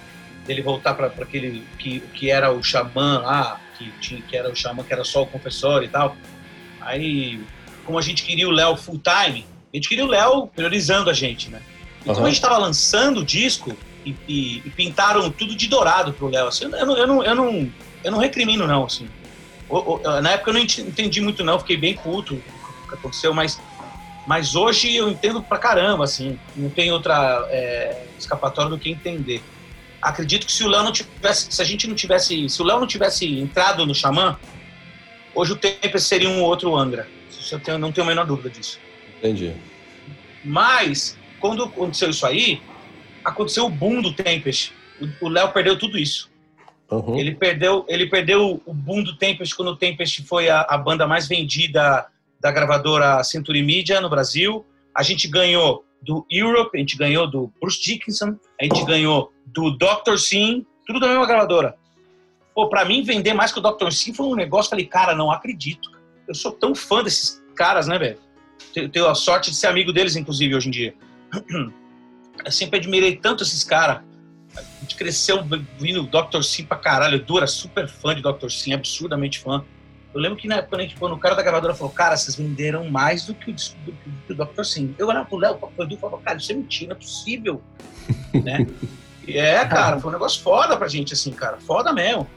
[SPEAKER 2] dele voltar para aquele que era o xamã lá, que era o xamã, que era só o confessor e tal. Aí, como a gente queria o Léo full time, a gente queria o Léo priorizando a gente, né? Então a gente tava lançando o disco e pintaram tudo de dourado pro Léo. Assim, eu não recrimino, não, assim. Na época eu não entendi muito, não. Fiquei bem puto o que aconteceu, mas hoje eu entendo pra caramba, assim. Não tem outra escapatória do que entender. Acredito que se o Léo não tivesse... Se o Léo não tivesse entrado no Xamã, hoje o Tempest seria um outro Angra. Eu não tenho a menor dúvida disso.
[SPEAKER 3] Entendi.
[SPEAKER 2] Mas, quando aconteceu isso aí, aconteceu o boom do Tempest. O Léo perdeu tudo isso.
[SPEAKER 3] Uhum.
[SPEAKER 2] Ele perdeu o boom do Tempest quando o Tempest foi a banda mais vendida da gravadora Century Media no Brasil. A gente ganhou do Europe, a gente ganhou do Bruce Dickinson, a gente ganhou do Dr. Sim, tudo da mesma gravadora. Pô, pra mim, vender mais que o Dr. Sim foi um negócio, falei, cara, não acredito. Eu sou tão fã desses caras, né, velho? Tenho a sorte de ser amigo deles, inclusive, hoje em dia. Eu sempre admirei tanto esses caras. A gente cresceu vindo Dr. Sim pra caralho. O Edu era super fã de Dr. Sim, absurdamente fã. Eu lembro que na época, quando o cara da gravadora falou, cara, vocês venderam mais do que o Dr. Sim. Eu olhava pro Léo, pro Edu e falava, cara, isso é mentira, não é possível. Né? Cara, foi um negócio foda pra gente, assim, cara. Foda mesmo.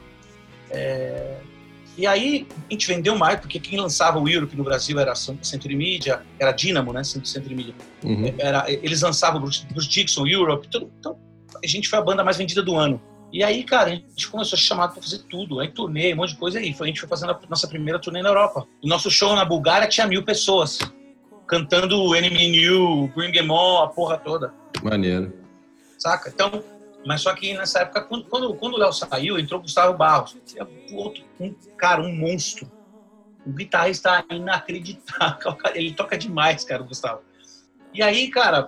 [SPEAKER 2] E aí, a gente vendeu mais, porque quem lançava o Europe no Brasil era a Century Media, era a Dynamo, né? Century Media.
[SPEAKER 3] Uhum.
[SPEAKER 2] Eles lançavam o Bruce Dickinson, Europe, tudo. Então, a gente foi a banda mais vendida do ano. E aí, cara, a gente começou a ser chamado pra fazer tudo. Aí turnê, um monte de coisa aí. A gente foi fazendo a nossa primeira turnê na Europa. O nosso show na Bulgária tinha 1.000 pessoas. Cantando Enemy New, Bring Em On, a porra toda.
[SPEAKER 3] Maneiro.
[SPEAKER 2] Saca? Então, mas só que nessa época, quando o Léo saiu, entrou o Gustavo Barros. Um monstro. O guitarrista inacreditável. Ele toca demais, cara, o Gustavo. E aí, cara,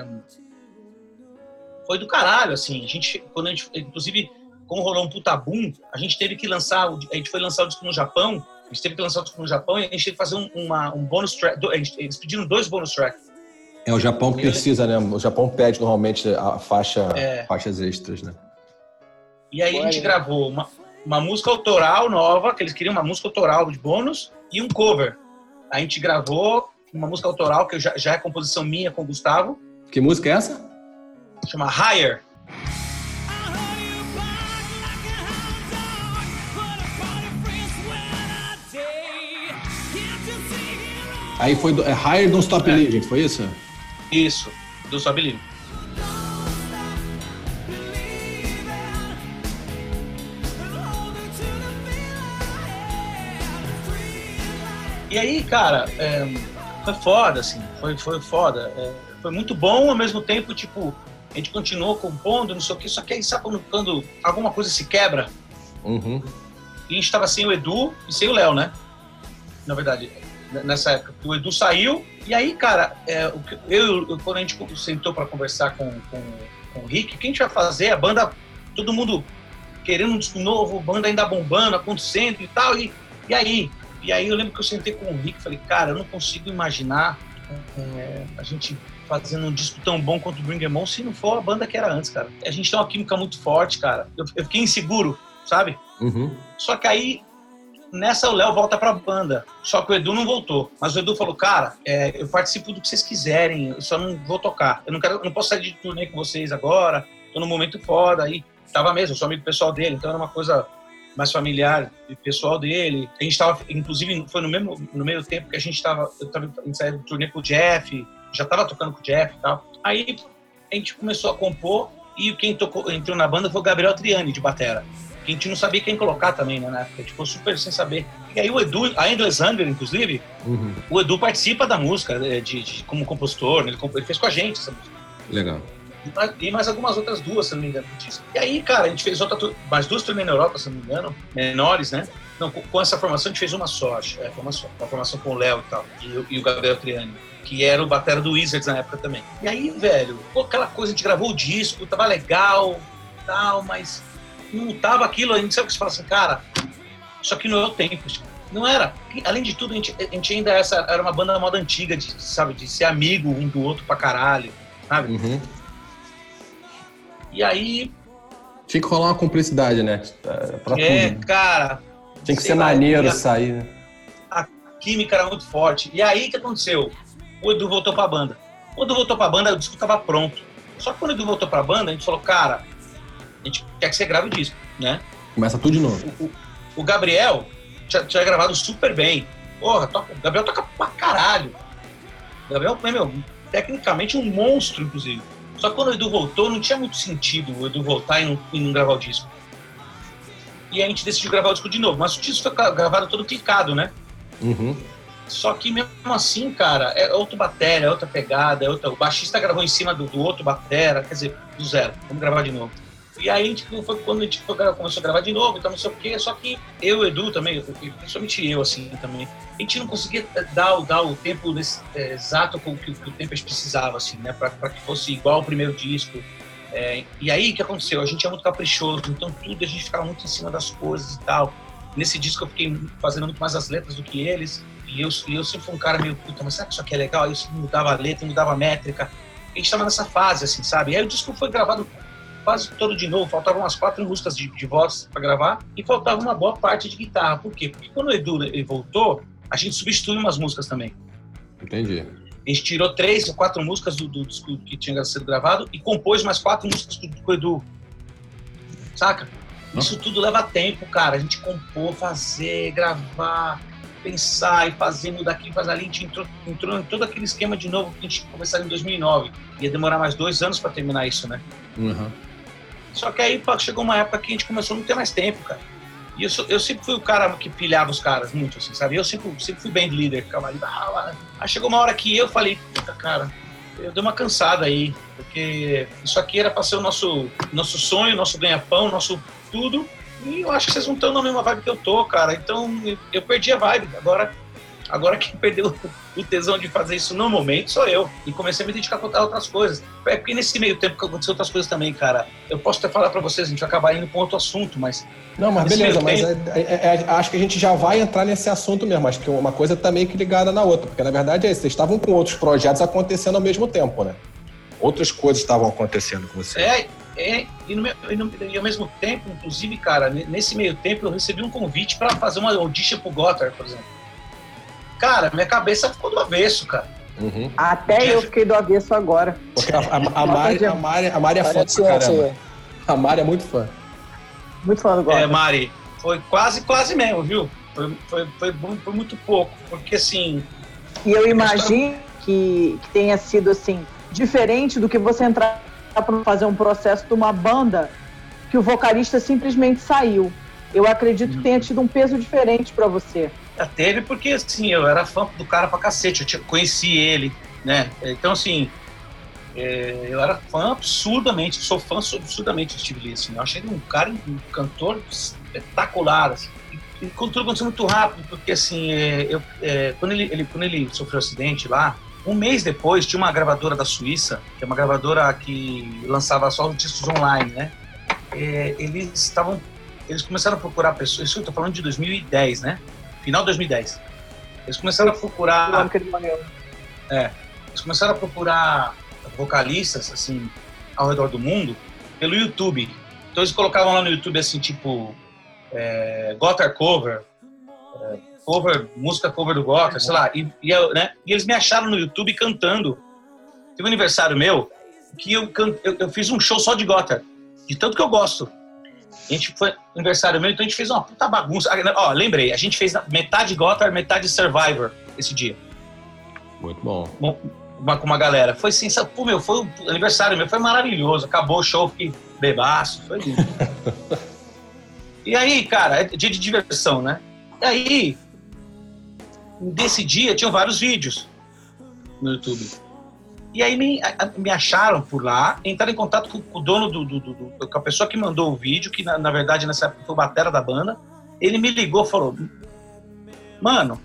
[SPEAKER 2] foi do caralho, assim. Inclusive, como rolou um puta boom, a gente teve que lançar, a gente foi lançar o disco no Japão, e a gente teve que fazer um bonus track, eles pediram 2 bonus tracks.
[SPEAKER 3] É o Japão que precisa, né? O Japão pede normalmente faixas extras, né?
[SPEAKER 2] E aí a gente gravou uma música autoral nova, que eles queriam uma música autoral de bônus, e um cover. A gente gravou uma música autoral, que já é composição minha com o Gustavo.
[SPEAKER 3] Que música é essa?
[SPEAKER 2] Chama Higher.
[SPEAKER 3] Aí foi Higher Don't Stop Believing, foi isso?
[SPEAKER 2] Isso, do Stop Believing. E aí, cara, foi foda, assim, foi foda. Foi muito bom, ao mesmo tempo, tipo, a gente continuou compondo, não sei o que, só que aí sabe quando alguma coisa se quebra?
[SPEAKER 3] Uhum.
[SPEAKER 2] E a gente tava sem o Edu e sem o Léo, né? Na verdade, nessa época. O Edu saiu, e aí, cara, quando a gente sentou pra conversar com o Rick, o que a gente vai fazer? A banda, todo mundo querendo um disco novo, banda ainda bombando, acontecendo e tal, e aí? E aí eu lembro que eu sentei com o Rick e falei, cara, eu não consigo imaginar a gente fazendo um disco tão bom quanto o Bring Em On se não for a banda que era antes, cara. A gente tem uma química muito forte, cara. Eu fiquei inseguro, sabe?
[SPEAKER 3] Uhum.
[SPEAKER 2] Só que aí, nessa o Léo volta pra banda. Só que o Edu não voltou. Mas o Edu falou, cara, eu participo do que vocês quiserem, eu só não vou tocar. Eu não posso sair de turnê com vocês agora, tô num momento foda. Aí tava mesmo, eu sou amigo pessoal dele, então era uma coisa mais familiar e pessoal dele. A gente tava, inclusive, foi no meio tempo que a gente saiu do turnê com o Jeff, já tava tocando com o Jeff e tal. Aí a gente começou a compor e quem entrou na banda foi o Gabriel Triani, de batera. Que a gente não sabia quem colocar também, né? Na época. A gente ficou super sem saber. E aí o Edu, a Endless Hunger, inclusive, o Edu participa da música como compositor, né? Ele fez com a gente essa música.
[SPEAKER 3] Legal.
[SPEAKER 2] E mais algumas outras 2, se não me engano, disso. E aí, cara, a gente fez mais 2 turnês na Europa, se não me engano, menores, né? Não, com essa formação a gente fez uma só, acho. Uma formação com o Léo e tal, e o Gabriel Triani, que era o batera do Wizards na época também. E aí, velho, aquela coisa, a gente gravou o disco, tava legal, tal, mas não tava aquilo, a gente sabe o que você fala assim, cara, isso aqui não é o tempo, não era. Além de tudo, a gente ainda era uma banda da moda antiga, de ser amigo um do outro pra caralho, sabe?
[SPEAKER 3] Uhum.
[SPEAKER 2] E aí
[SPEAKER 3] Tinha que rolar uma cumplicidade, né? Pra tudo.
[SPEAKER 2] Cara...
[SPEAKER 3] Tinha que ser maneiro sair, né?
[SPEAKER 2] A química era muito forte. E aí, o que aconteceu? O Edu voltou pra banda. O Edu voltou pra banda, o disco tava pronto. Só que quando o Edu voltou pra banda, a gente falou, cara, a gente quer que você grave o disco, né?
[SPEAKER 3] Começa tudo de novo.
[SPEAKER 2] O Gabriel tinha gravado super bem. Porra, o Gabriel toca pra caralho. O Gabriel, tecnicamente um monstro, inclusive. Só que quando o Edu voltou, não tinha muito sentido o Edu voltar e não gravar o disco. E a gente decidiu gravar o disco de novo. Mas o disco foi gravado todo clicado, né?
[SPEAKER 3] Uhum.
[SPEAKER 2] Só que mesmo assim, cara, é outra bateria, é outra pegada, o baixista gravou em cima do outro batera, quer dizer, do zero. Vamos gravar de novo. E aí foi quando a gente começou a gravar de novo, então não sei o quê. Só que eu e o Edu também, principalmente eu, assim, também, a gente não conseguia dar o tempo exato com que o tempo a gente precisava, assim, né? Pra que fosse igual ao primeiro disco. E aí, o que aconteceu? A gente é muito caprichoso, então tudo a gente ficava muito em cima das coisas e tal. Nesse disco eu fiquei fazendo muito mais as letras do que eles, e eu sempre fui um cara meio, puta, mas será que isso aqui é legal? Aí eu sempre mudava a letra, mudava a métrica. A gente tava nessa fase, assim, sabe? E aí o disco foi gravado quase todo de novo, faltavam umas 4 músicas de voz pra gravar, e faltava uma boa parte de guitarra. Por quê? Porque quando o Edu ele voltou, a gente substituiu umas músicas também.
[SPEAKER 3] Entendi.
[SPEAKER 2] A gente tirou 3 ou 4 músicas do disco que tinha sido gravado e compôs mais 4 músicas com o Edu. Saca? Isso tudo leva tempo, cara. A gente compor, fazer, gravar, pensar e fazer, mudar aqui, fazer ali. A gente entrou em todo aquele esquema de novo que a gente começou em 2009. Ia demorar mais 2 anos pra terminar isso, né?
[SPEAKER 3] Uhum.
[SPEAKER 2] Só que aí chegou uma época que a gente começou a não ter mais tempo, cara. E eu sempre fui o cara que pilhava os caras muito, assim, sabe? Eu sempre fui band leader, ficava ali. Aí chegou uma hora que eu falei, puta, cara, eu dei uma cansada aí, porque isso aqui era pra ser o nosso sonho, nosso ganha-pão, nosso tudo, e eu acho que vocês não estão na mesma vibe que eu tô, cara. Então eu perdi a vibe. Agora quem perdeu o tesão de fazer isso no momento sou eu. E comecei a me dedicar a outras coisas. É porque nesse meio tempo que aconteceu outras coisas também, cara. Eu posso até falar pra vocês, a gente vai acabar indo com outro assunto, mas...
[SPEAKER 3] Não, mas beleza, mas acho que a gente já vai entrar nesse assunto mesmo. Acho que uma coisa tá meio que ligada na outra. Porque na verdade vocês estavam com outros projetos acontecendo ao mesmo tempo, né? Outras coisas estavam acontecendo com você.
[SPEAKER 2] E ao mesmo tempo, inclusive, cara, nesse meio tempo eu recebi um convite pra fazer uma audition pro Gotthard, por exemplo. Cara, minha cabeça ficou do avesso, cara.
[SPEAKER 3] Uhum.
[SPEAKER 4] Até eu fiquei do avesso agora.
[SPEAKER 3] Porque a Mari é fã pra caramba. A Mari é muito fã.
[SPEAKER 4] Muito fã do Gotthard.
[SPEAKER 2] Mari, foi quase mesmo, viu? Foi muito pouco, porque assim...
[SPEAKER 4] E eu imagino que tenha sido, assim, diferente do que você entrar para fazer um processo de uma banda que o vocalista simplesmente saiu. Eu acredito que tenha tido um peso diferente para você.
[SPEAKER 2] Teve porque, assim, eu era fã do cara pra cacete, eu conheci ele, né? Então, assim, eu era fã absurdamente, sou fã absurdamente do Steve Lee, assim. Eu achei ele um cantor espetacular, assim. E tudo aconteceu muito rápido, porque, assim, quando ele sofreu um acidente lá, um mês depois, tinha uma gravadora da Suíça, que é uma gravadora que lançava só os discos online, né? Eles começaram a procurar pessoas, isso eu tô falando de 2010, né? Final de 2010. Eles começaram a procurar... Eles começaram a procurar vocalistas, assim, ao redor do mundo, pelo YouTube. Então eles colocavam lá no YouTube, assim, tipo... Gotthard cover, música cover do Gotthard, sei lá. E eles me acharam no YouTube cantando. Teve um aniversário meu, que eu fiz um show só de Gotthard. De tanto que eu gosto. A gente foi aniversário meu, então a gente fez uma puta bagunça. Lembrei, a gente fez metade Gotthard, metade Survivor esse dia.
[SPEAKER 3] Muito bom.
[SPEAKER 2] Com uma galera. Foi sensacional. Foi o aniversário meu, foi maravilhoso. Acabou o show, fiquei bebaço, foi lindo. E aí, cara, é dia de diversão, né? E aí, desse dia, tinham vários vídeos no YouTube. E aí me acharam por lá, entraram em contato com o dono com a pessoa que mandou o vídeo, que na verdade nessa época foi o batera da banda. Ele me ligou e falou, mano,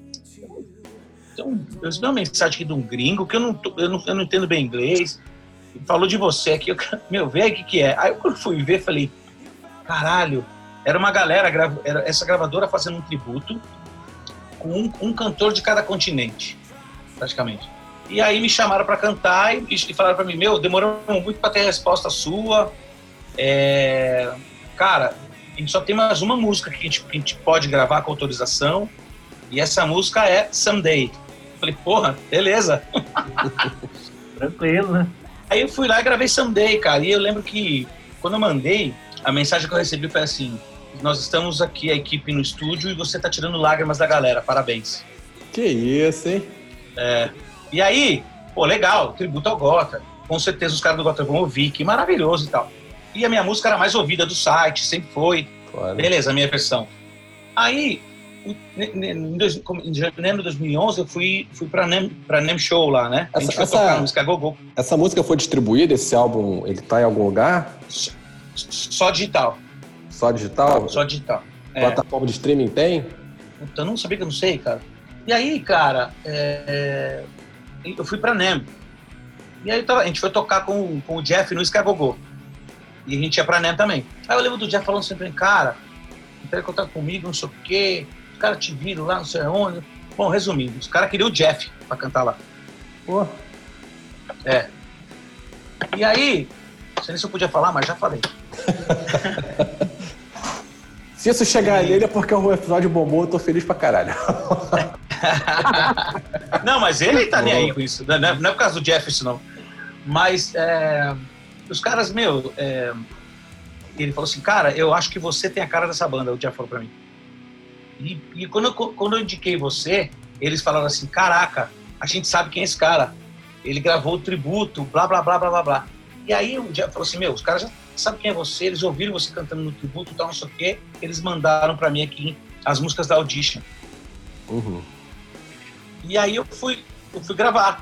[SPEAKER 2] eu recebi uma mensagem aqui de um gringo que eu não entendo bem inglês, ele falou de você aqui, vê aí o que é. Aí eu quando fui ver, falei, caralho, era uma galera, essa gravadora fazendo um tributo com um cantor de cada continente, praticamente. E aí me chamaram pra cantar e falaram pra mim, demorou muito pra ter a resposta sua, Cara, a gente só tem mais uma música que a gente pode gravar com autorização, e essa música é Someday. Falei, porra, beleza.
[SPEAKER 6] Tranquilo, né?
[SPEAKER 2] Aí eu fui lá e gravei Someday, cara. E eu lembro que quando eu mandei, a mensagem que eu recebi foi assim: nós estamos aqui, a equipe no estúdio, e você tá tirando lágrimas da galera, parabéns.
[SPEAKER 3] Que isso, hein?
[SPEAKER 2] E aí, pô, legal, tributo ao Gota. Com certeza os caras do Gota vão ouvir, que maravilhoso e tal. E a minha música era a mais ouvida do site, sempre foi.
[SPEAKER 3] Claro.
[SPEAKER 2] Beleza, a minha versão. Aí, em janeiro de 2011, eu fui pra NEM Show lá, né? A gente foi tocar a música Go-Go.
[SPEAKER 3] Essa música foi distribuída, esse álbum, ele tá em algum lugar?
[SPEAKER 2] Só digital.
[SPEAKER 3] Só digital?
[SPEAKER 2] Só digital.
[SPEAKER 3] Plataforma de streaming tem?
[SPEAKER 2] Puta, eu não sabia que eu não sei, cara. E aí, cara, eu fui pra NEM. E aí a gente foi tocar com o Jeff no Skagogô. E a gente ia pra NEM também. Aí eu lembro do Jeff falando sempre, cara, entra em contato comigo, não sei o quê, os caras te viram lá, não sei onde. Bom, resumindo, os caras queriam o Jeff pra cantar lá.
[SPEAKER 3] Pô.
[SPEAKER 2] E aí, não sei nem se eu podia falar, mas já falei.
[SPEAKER 3] Se isso chegar nele é porque o episódio bombou, eu tô feliz pra caralho.
[SPEAKER 2] Não, mas ele tá nem aí com isso. Não é por causa do Jeff isso, não. Mas os caras, ele falou assim, cara, eu acho que você tem a cara dessa banda, o Jeff falou pra mim. E quando eu indiquei você, eles falaram assim, caraca, a gente sabe quem é esse cara. Ele gravou o tributo, blá, blá, blá, blá, blá, blá. E aí o Jeff falou assim, os caras já sabem quem é você, eles ouviram você cantando no tributo e tal, não sei o quê. Eles mandaram pra mim aqui as músicas da Audition.
[SPEAKER 3] Uhum.
[SPEAKER 2] E aí eu fui gravar.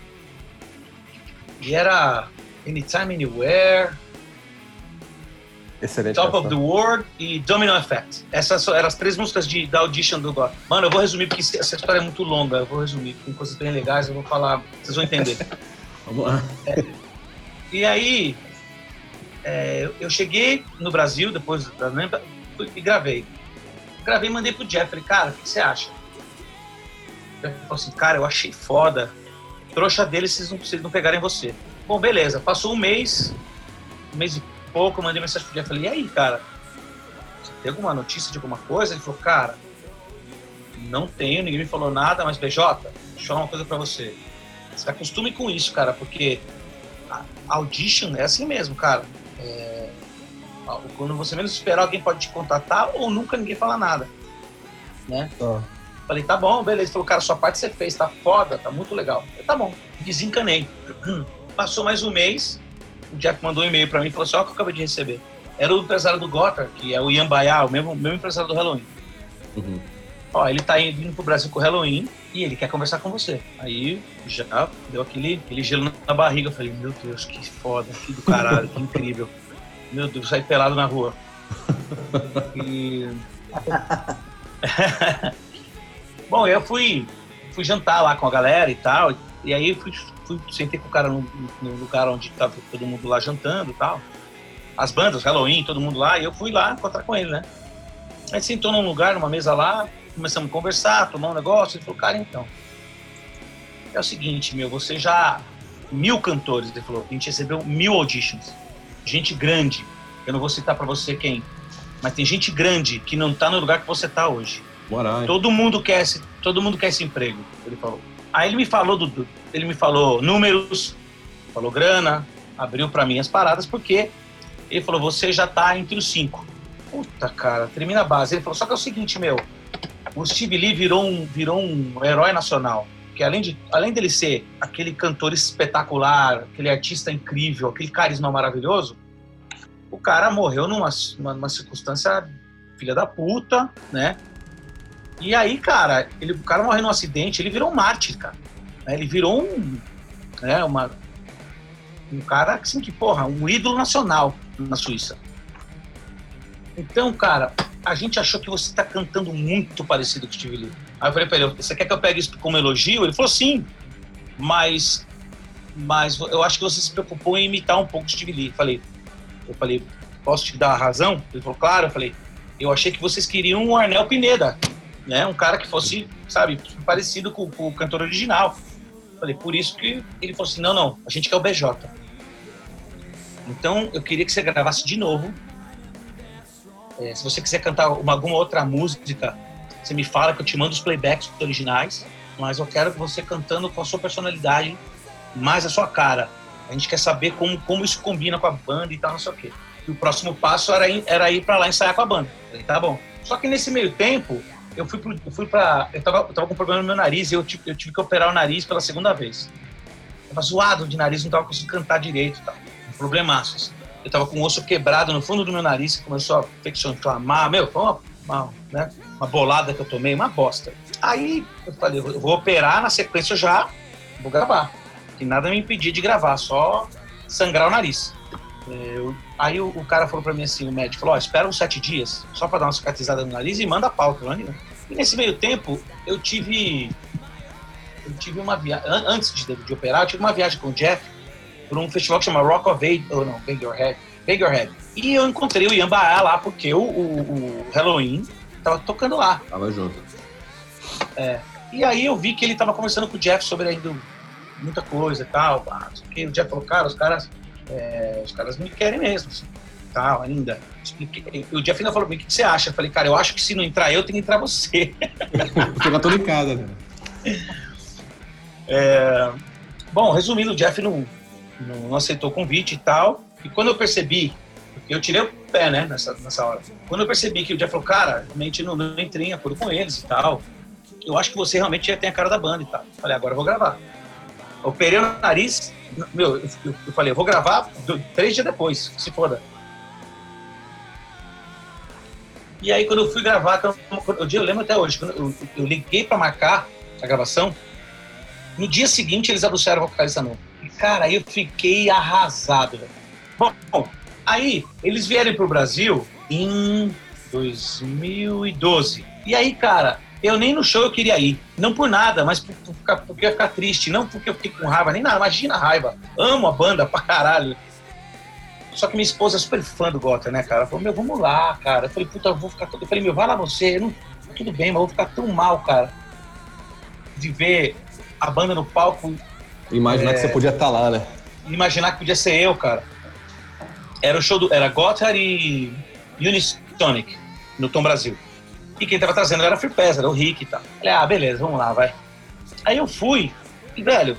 [SPEAKER 2] E era Anytime, Anywhere,
[SPEAKER 3] Excelente.
[SPEAKER 2] Top of the World e Domino Effect. Essas eram as 3 músicas da Audition do God. Mano, eu vou resumir porque essa história é muito longa. Eu vou resumir, tem coisas bem legais, eu vou falar, vocês vão entender.
[SPEAKER 3] Vamos lá.
[SPEAKER 2] E aí, eu cheguei no Brasil, depois da NEM, e gravei. Gravei e mandei pro Jeff. Falei, cara, o que você acha? Ele falou assim, cara, eu achei foda. Trouxa dele se eles não pegarem você. Bom, beleza. Passou um mês e pouco, eu mandei mensagem pro Jeff. Falei, e aí, cara? Você tem alguma notícia de alguma coisa? Ele falou, cara, não tenho, ninguém me falou nada, mas BJ, deixa eu falar uma coisa pra você. Se acostume com isso, cara, porque a Audition é assim mesmo, cara. Quando você menos esperar, alguém pode te contatar ou nunca ninguém fala nada, né? Falei, tá bom, beleza. Ele falou, cara, sua parte você fez, tá foda, tá muito legal. Falei, tá bom, desencanei. Passou mais um mês, o Jeff mandou um e-mail pra mim e falou assim, ó, que eu acabei de receber. Era o empresário do Gotthard, que é o Ian Baiá, o mesmo empresário do Halloween.
[SPEAKER 3] Uhum.
[SPEAKER 2] Ó, ele tá vindo pro Brasil com o Halloween e ele quer conversar com você. Aí já deu aquele gelo na barriga. Eu falei, meu Deus, que foda, que do caralho, que incrível. Meu Deus, saí pelado na rua. E... Bom, eu fui jantar lá com a galera e tal. E aí sentei com o cara no lugar onde tava todo mundo lá jantando e tal. As bandas, Halloween, todo mundo lá. E eu fui lá encontrar com ele, né? Aí sentou num lugar, numa mesa lá. Começamos a conversar, tomar um negócio. Ele falou, cara, então, é o seguinte, você já... 1000 cantores, ele falou, a gente recebeu 1000 auditions. Gente grande, eu não vou citar pra você quem, mas tem gente grande que não tá no lugar que você tá hoje.
[SPEAKER 3] Bora.
[SPEAKER 2] Todo mundo quer esse emprego, ele falou. Aí ele me falou números, falou grana, abriu pra mim as paradas, porque ele falou, você já tá entre os 5. Puta, cara, termina a base. Ele falou, só que é o seguinte, o Steve Lee virou um herói nacional. Porque além dele ser aquele cantor espetacular, aquele artista incrível, aquele carisma maravilhoso, o cara morreu numa circunstância filha da puta, né? E aí, cara, o cara morreu num acidente, ele virou um mártir, cara. Ele virou um cara assim, que, porra, um ídolo nacional na Suíça. Então, cara, a gente achou que você tá cantando muito parecido com o Steve Lee. Aí eu falei pra ele, você quer que eu pegue isso como elogio? Ele falou, sim, mas eu acho que você se preocupou em imitar um pouco o Steve Lee. Eu falei, posso te dar a razão? Ele falou, claro. Eu falei, eu achei que vocês queriam um Arnel Pineda, né? Um cara que fosse, sabe, parecido com o cantor original. Eu falei, por isso que ele falou assim, não, a gente quer o BJ. Então, eu queria que você gravasse de novo. Se você quiser cantar alguma outra música, você me fala que eu te mando os playbacks originais, mas eu quero que você cantando com a sua personalidade, mais a sua cara. A gente quer saber como isso combina com a banda e tal, não sei o quê. E o próximo passo era ir pra lá ensaiar com a banda. Eu falei, tá bom. Só que nesse meio tempo, eu tava com problema no meu nariz e eu tive que operar o nariz pela segunda vez. Tava zoado de nariz, não tava conseguindo cantar direito e tal. Um problemaço, assim. Eu tava com o osso quebrado no fundo do meu nariz, que começou a inflamar. Foi uma bolada que eu tomei, uma bosta. Aí eu falei, eu vou operar, na sequência eu já vou gravar. Que nada me impedia de gravar, só sangrar o nariz. Aí o cara falou pra mim assim, o médico falou, espera uns 7 dias, só pra dar uma cicatrizada no nariz e manda a pau. E nesse meio tempo, eu tive uma viagem, antes de operar, eu tive uma viagem com o Jeff por um festival que chama Rock of Ages, Baggerhead. E eu encontrei o Iambaá lá, porque o Halloween tava tocando lá.
[SPEAKER 3] Tava junto.
[SPEAKER 2] E aí eu vi que ele tava conversando com o Jeff sobre ainda muita coisa e tal. O Jeff falou, cara, os caras me querem mesmo, assim, tal, ainda. O Jeff ainda falou pra mim, o que você acha? Eu falei, cara, eu acho que se não entrar eu, tem que entrar você.
[SPEAKER 3] Fica todo em casa, né?
[SPEAKER 2] Bom, resumindo, o Jeff não aceitou o convite e tal. E quando eu percebi, eu tirei o pé, né, nessa hora. Quando eu percebi que o Jeff falou, cara, realmente não entrei em acordo com eles e tal. Eu acho que você realmente já tem a cara da banda e tal. Eu falei, agora eu vou gravar. Eu operei o nariz, eu falei, eu vou gravar 3 dias depois, se foda. E aí quando eu fui gravar, eu lembro até hoje, quando eu liguei pra marcar a gravação, no dia seguinte eles anunciaram o vocalista novo. E cara, aí eu fiquei arrasado, velho. Bom, aí eles vieram pro Brasil em 2012. E aí, cara, eu nem no show eu queria ir. Não por nada, mas porque eu ia ficar triste. Não porque eu fiquei com raiva, nem nada. Imagina a raiva. Amo a banda pra caralho. Só que minha esposa é super fã do Gotthard, né, cara? Ela falou, vamos lá, cara. Eu falei, puta, eu vou ficar... Eu falei, vai lá você. Tudo bem, mas eu vou ficar tão mal, cara. De ver a banda no palco...
[SPEAKER 3] Imaginar que você podia estar lá, né?
[SPEAKER 2] Imaginar que podia ser eu, cara. Era o show era Gotthard e Unisonic, no Tom Brasil. E quem tava trazendo era a Free Pass, era o Rick e tal. Falei, beleza, vamos lá, vai. Aí eu fui, e velho,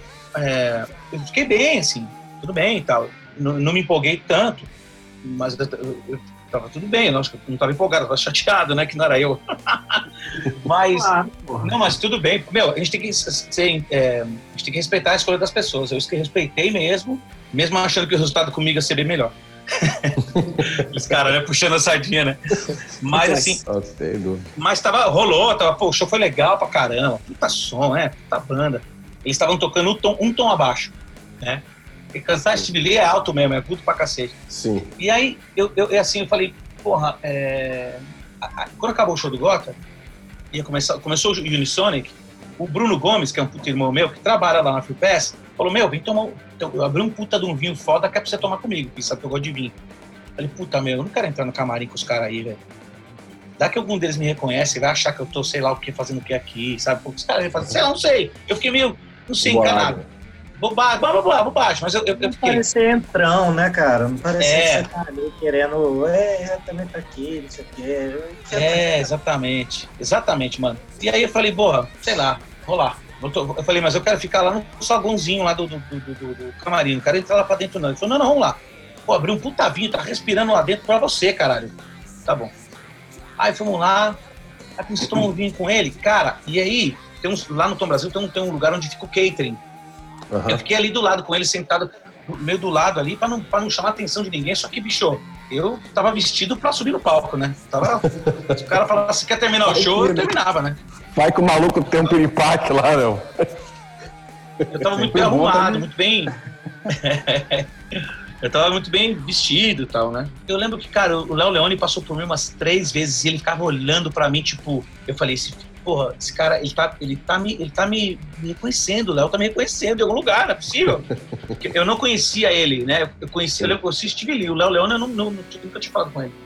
[SPEAKER 2] eu fiquei bem, assim, tudo bem e tal. Não me empolguei tanto, mas eu tava tudo bem, eu não tava empolgado, eu tava chateado, né, que não era eu. Mas, mas tudo bem. Meu, a gente tem que respeitar a escolha das pessoas. Eu respeitei mesmo achando que o resultado comigo ia ser bem melhor. Os caras, né, puxando a sardinha, né? Mas assim, mas o show foi legal pra caramba, puta som, puta banda. Eles estavam tocando um tom abaixo, né? E cantar Steve Lee é alto mesmo, é agudo pra cacete.
[SPEAKER 3] Sim.
[SPEAKER 2] E aí, eu falei, porra, quando acabou o show do Gotthard, começou o Unisonic, o Bruno Gomes, que é um puta irmão meu, que trabalha lá na Free Pass, falou, vem tomar... Eu abri um puta de um vinho foda que é pra você tomar comigo, porque sabe que eu gosto de vinho. Falei, puta, eu não quero entrar no camarim com os caras aí, velho. Dá que algum deles me reconhece, vai achar que eu tô, sei lá o que, fazendo o que aqui, sabe? Porque os caras vão fazer, sei lá, não sei. Eu fiquei meio, não sei, encanado. Bobagem, mas eu fiquei...
[SPEAKER 6] Não parecia entrão, né, cara? Não parecia que você tá ali querendo... eu também tô aqui, não sei o quê.
[SPEAKER 2] Exatamente, mano. E aí eu falei, sei lá, vou lá. Eu falei, mas eu quero ficar lá no saguãozinho lá do camarim, não quero entrar lá pra dentro não. Ele falou, não, vamos lá. Pô, abri um puta vinho, tá respirando lá dentro pra você, caralho. Tá bom. Aí fomos lá, aí comecei a tomar um vinho com ele, cara, e aí, lá no Tom Brasil tem um lugar onde fica o catering. Uhum. Eu fiquei ali do lado com ele, sentado meio do lado ali, pra não chamar a atenção de ninguém, só que, bicho, eu tava vestido pra subir no palco, né? Se o cara falasse que quer terminar o show, eu terminava, né?
[SPEAKER 5] Vai que o maluco tem um piripaque lá, meu.
[SPEAKER 2] Eu tava muito bem arrumado, muito bem... Eu tava muito bem vestido e tal, né? Eu lembro que, cara, o Léo Leone passou por mim umas 3 vezes e ele ficava olhando pra mim, tipo... Eu falei, esse cara, ele tá me reconhecendo, o Léo tá me reconhecendo em algum lugar, não é possível. Eu não conhecia ele, né? Eu conheci Steve Lee, o Léo Leone eu nunca tinha falado com ele.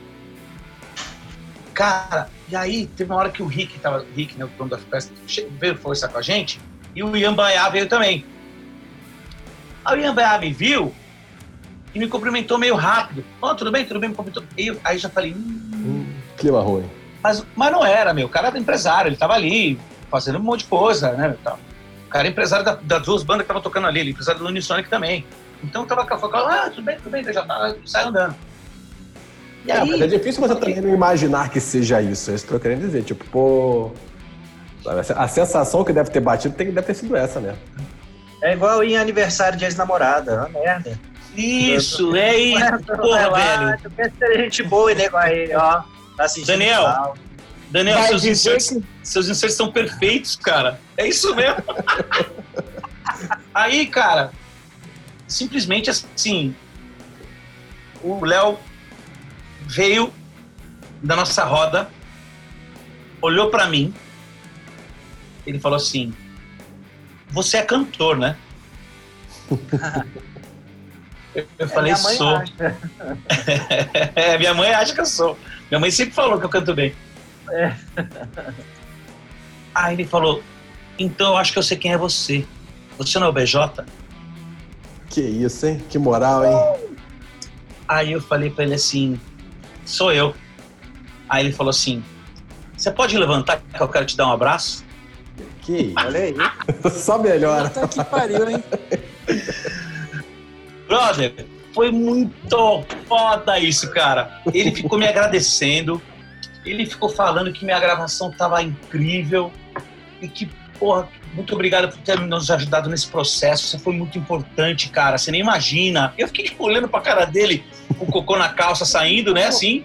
[SPEAKER 2] Cara, e aí teve uma hora que o Rick, né, o dono da festa, veio conversar com a gente e o Iambaá veio também. Aí o Iambaá me viu e me cumprimentou meio rápido. Tudo bem? Me cumprimentou. Aí já falei...
[SPEAKER 3] Clima ruim.
[SPEAKER 2] Mas não era, meu. O cara era empresário, ele tava ali fazendo um monte de coisa, né? Tal. O cara é empresário das duas bandas que estavam tocando ali, ele é empresário do Unisonic também. Então tava com a foca, tudo bem, já tava, sai andando. E aí,
[SPEAKER 3] mas é difícil você também não imaginar que seja isso. É isso que eu tô querendo dizer. Tipo, pô... A sensação que deve ter batido deve ter sido essa, né?
[SPEAKER 6] É igual em aniversário de ex-namorada, é uma merda.
[SPEAKER 2] Isso, é isso, porra, velho.
[SPEAKER 6] Tu pensa que é gente boa e nego aí, ó. Tá assistindo
[SPEAKER 2] Daniel, seus inserts são perfeitos, cara. É isso mesmo. Aí, cara, simplesmente assim, o Léo veio da nossa roda, olhou pra mim, ele falou assim, você é cantor, né? Eu falei, sou. Minha mãe acha que eu sou. Minha mãe sempre falou que eu canto bem. Aí ele falou, então eu acho que eu sei quem é você. Você não é o BJ?
[SPEAKER 3] Que isso, hein? Que moral, hein?
[SPEAKER 2] Aí eu falei pra ele assim, sou eu. Aí ele falou assim, você pode levantar que eu quero te dar um abraço?
[SPEAKER 3] Que isso?
[SPEAKER 6] Olha aí.
[SPEAKER 3] Só melhora.
[SPEAKER 7] Puta que pariu, hein?
[SPEAKER 2] Brother, foi muito foda isso, cara. Ele ficou me agradecendo, ele ficou falando que minha gravação tava incrível e que, porra, muito obrigado por ter nos ajudado nesse processo, você foi muito importante, cara, você nem imagina. Eu fiquei tipo, olhando pra cara dele, com o cocô na calça saindo, né, assim.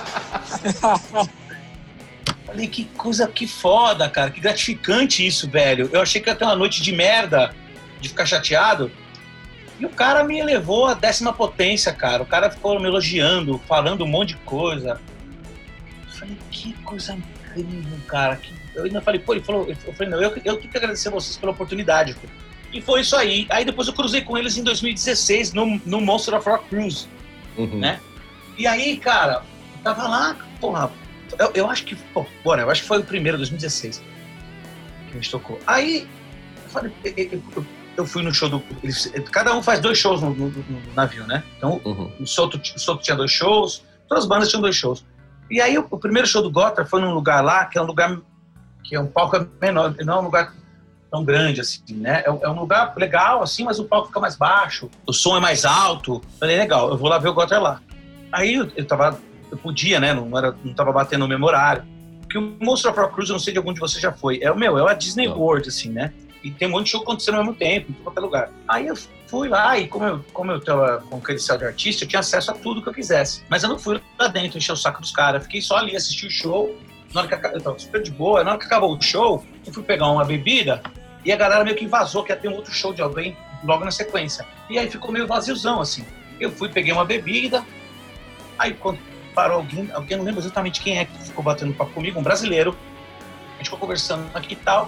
[SPEAKER 2] Falei, que coisa, que foda, cara, que gratificante isso, velho. Eu achei que ia ter uma noite de merda, de ficar chateado. E o cara me elevou à 10ª potência, cara. O cara ficou me elogiando, falando um monte de coisa. Eu falei, que coisa incrível, cara. Eu ainda falei, pô, ele falou, eu falei, não, eu tenho que agradecer a vocês pela oportunidade. E foi isso aí. Aí depois eu cruzei com eles em 2016, no Monster of Rock Cruise, né? E aí, cara, eu tava lá, porra, eu acho que, eu acho que foi o primeiro, 2016, que a gente tocou. Aí, eu falei, eu fui no show cada um faz 2 shows no navio, né? Então, o Soto tinha 2 shows, todas as bandas tinham 2 shows. E aí, o primeiro show do Gotthard foi num lugar lá, que é um lugar que é um palco menor, não é um lugar tão grande, assim, né? É um lugar legal, assim, mas o palco fica mais baixo, o som é mais alto. Falei, legal, eu vou lá ver o Gotthard lá. Aí, eu podia, né? Não tava batendo o mesmo horário. Porque o Monster of Rock Cruise, eu não sei de algum de vocês já foi, é a Disney World, assim, né? E tem um monte de show acontecendo ao mesmo tempo, em qualquer lugar. Aí eu fui lá e como eu tava com credencial de artista, eu tinha acesso a tudo que eu quisesse. Mas eu não fui lá dentro, encher o saco dos caras. Fiquei só ali, assisti o show. Na hora que eu tava super de boa. Na hora que acabou o show, eu fui pegar uma bebida e a galera meio que vazou, que ia ter um outro show de alguém logo na sequência. E aí ficou meio vaziozão, assim. Eu fui, peguei uma bebida. Aí quando parou alguém, eu não lembro exatamente quem é que ficou batendo papo comigo, um brasileiro. A gente ficou conversando aqui e tal.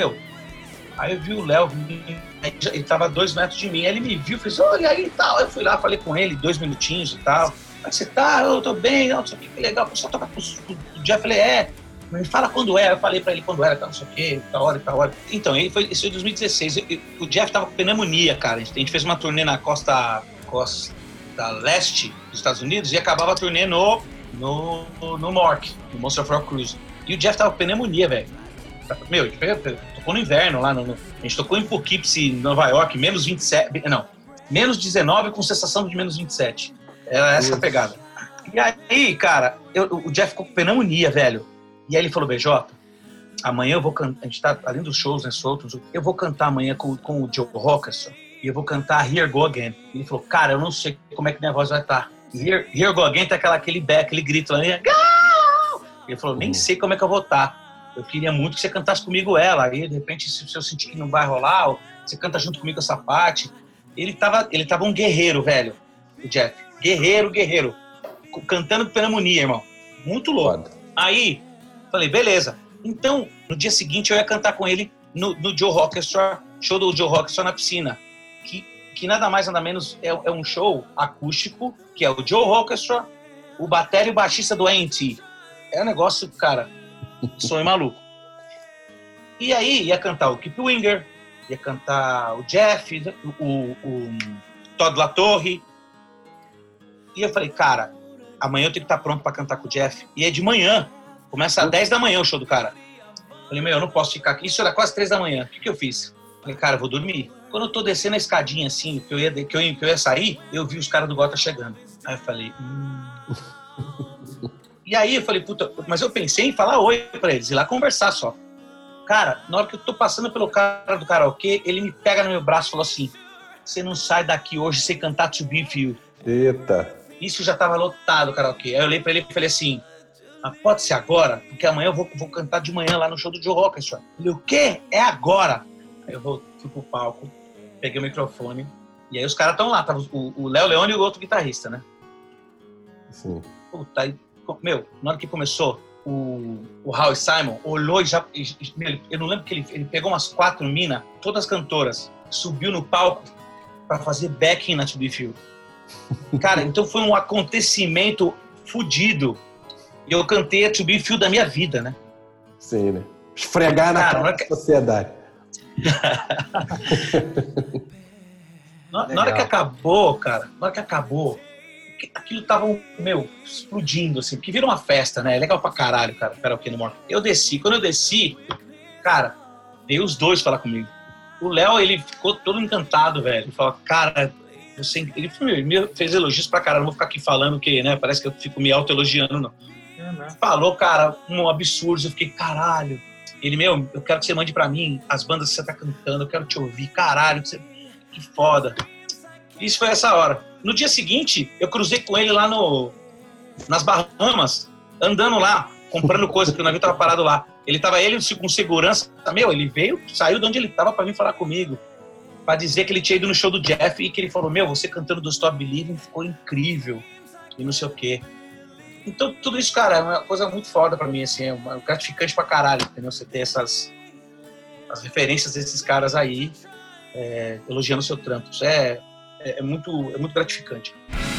[SPEAKER 2] Aí eu vi o Léo, ele tava a 2 metros de mim, aí ele me viu, fez, olha aí e tal. Eu fui lá, falei com ele, 2 minutinhos e tal. Aí você tá, eu tô bem, não sei o que legal, o pessoal toca com o Jeff, eu falei, me fala quando era, eu falei pra ele quando era, tá, não sei o que, tal hora. Então, isso foi em 2016, o Jeff tava com pneumonia, cara, a gente fez uma turnê na costa leste dos Estados Unidos e acabava a turnê no Nork, no Monster of Rock Cruise. E o Jeff tava com pneumonia, velho. A gente tocou no inverno lá, a gente tocou em Poughkeepsie, Nova York, menos 19 com sensação de menos 27. Era essa a pegada. E aí, cara, o Jeff ficou com pneumonia, velho. E aí ele falou, BJ, amanhã eu vou cantar, a gente tá, além dos shows, né, soltos, eu vou cantar amanhã com o Joe Rockerson, e eu vou cantar Here Go Again. E ele falou, cara, eu não sei como é que minha voz vai estar. Here Go Again tem aquele grito lá, né? Go! Ele falou, nem sei como é que eu vou estar. Eu queria muito que você cantasse comigo ela. Aí, de repente, se eu sentir que não vai rolar, você canta junto comigo essa parte. Ele tava um guerreiro, velho, o Jeff. Guerreiro. Cantando com pneumonia, irmão. Muito louco. Aí, falei, beleza. Então, no dia seguinte, eu ia cantar com ele no Joe Orchestra, show do Joe Orchestra na piscina. Que nada mais, nada menos é um show acústico, que é o Joe Orchestra, o batera e o baixista do A&T. É um negócio, cara, sonho maluco. E aí ia cantar o Kip Winger, ia cantar o Jeff, o Todd LaTorre, E eu falei, cara, amanhã eu tenho que estar pronto pra cantar com o Jeff. E é de manhã. Começa às 10 da manhã o show do cara. Falei, eu não posso ficar aqui. Isso era quase 3 da manhã. O que eu fiz? Falei, cara, eu vou dormir. Quando eu tô descendo a escadinha, assim, que eu ia sair, eu vi os caras do Gota chegando. Aí eu falei, E aí eu falei, puta, mas eu pensei em falar oi pra eles, ir lá conversar só. Cara, na hora que eu tô passando pelo cara do karaokê, ele me pega no meu braço e falou assim, você não sai daqui hoje sem cantar To Be With You.
[SPEAKER 3] Eita.
[SPEAKER 2] Isso já tava lotado o karaokê. Aí eu olhei pra ele e falei assim, pode ser agora? Porque amanhã eu vou cantar de manhã lá no show do Joe Orchestra. Ele, o quê? É agora. Aí eu fui pro palco, peguei o microfone, e aí os caras estão lá, tava o Léo Leone e o outro guitarrista, né?
[SPEAKER 3] Sim.
[SPEAKER 2] Puta, aí, na hora que começou, o Howie Simon olhou e já... Eu não lembro que ele pegou umas 4 minas, todas cantoras, subiu no palco pra fazer backing na To Be With You. Cara, então foi um acontecimento fudido. E eu cantei a To Be With You da minha vida, né?
[SPEAKER 3] Sim, né? Esfregar na cara da sociedade.
[SPEAKER 2] Na hora que acabou, cara, aquilo tava, explodindo, assim, porque vira uma festa, né? É legal pra caralho, cara, o karaokê no Morro. Quando eu desci, cara, veio os dois falar comigo. O Léo, ele ficou todo encantado, velho. Ele falou, cara, ele me fez elogios pra caralho, não vou ficar aqui falando que, né, parece que eu fico me auto-elogiando, não. Falou, cara, um absurdo, eu fiquei, caralho. Ele, eu quero que você mande pra mim as bandas que você tá cantando, eu quero te ouvir, caralho, que foda. Isso foi essa hora. No dia seguinte, eu cruzei com ele lá nas Bahamas, andando lá, comprando coisa, porque o navio tava parado lá. Ele com segurança, ele veio, saiu de onde ele tava pra vir falar comigo, pra dizer que ele tinha ido no show do Jeff e que ele falou, você cantando do Stop Believing ficou incrível, e não sei o quê. Então, tudo isso, cara, é uma coisa muito foda pra mim, assim, é gratificante pra caralho, entendeu? Você ter as referências desses caras aí, elogiando o seu trampo. Isso é muito gratificante.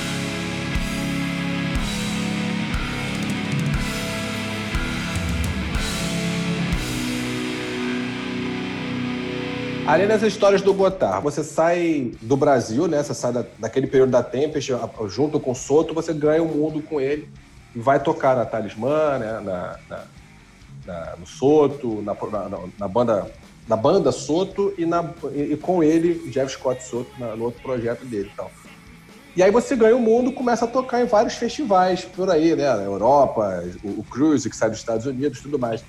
[SPEAKER 3] Além das histórias do Gotthard, você sai do Brasil, né? Você sai daquele período da Tempest, junto com o Soto, você ganha o mundo com ele e vai tocar na Talismã, né? No Soto, na banda Soto e com ele, Jeff Scott Soto, no outro projeto dele e tal. E aí você ganha o mundo, começa a tocar em vários festivais por aí, né? Na Europa, o Cruise, que sai dos Estados Unidos e tudo mais.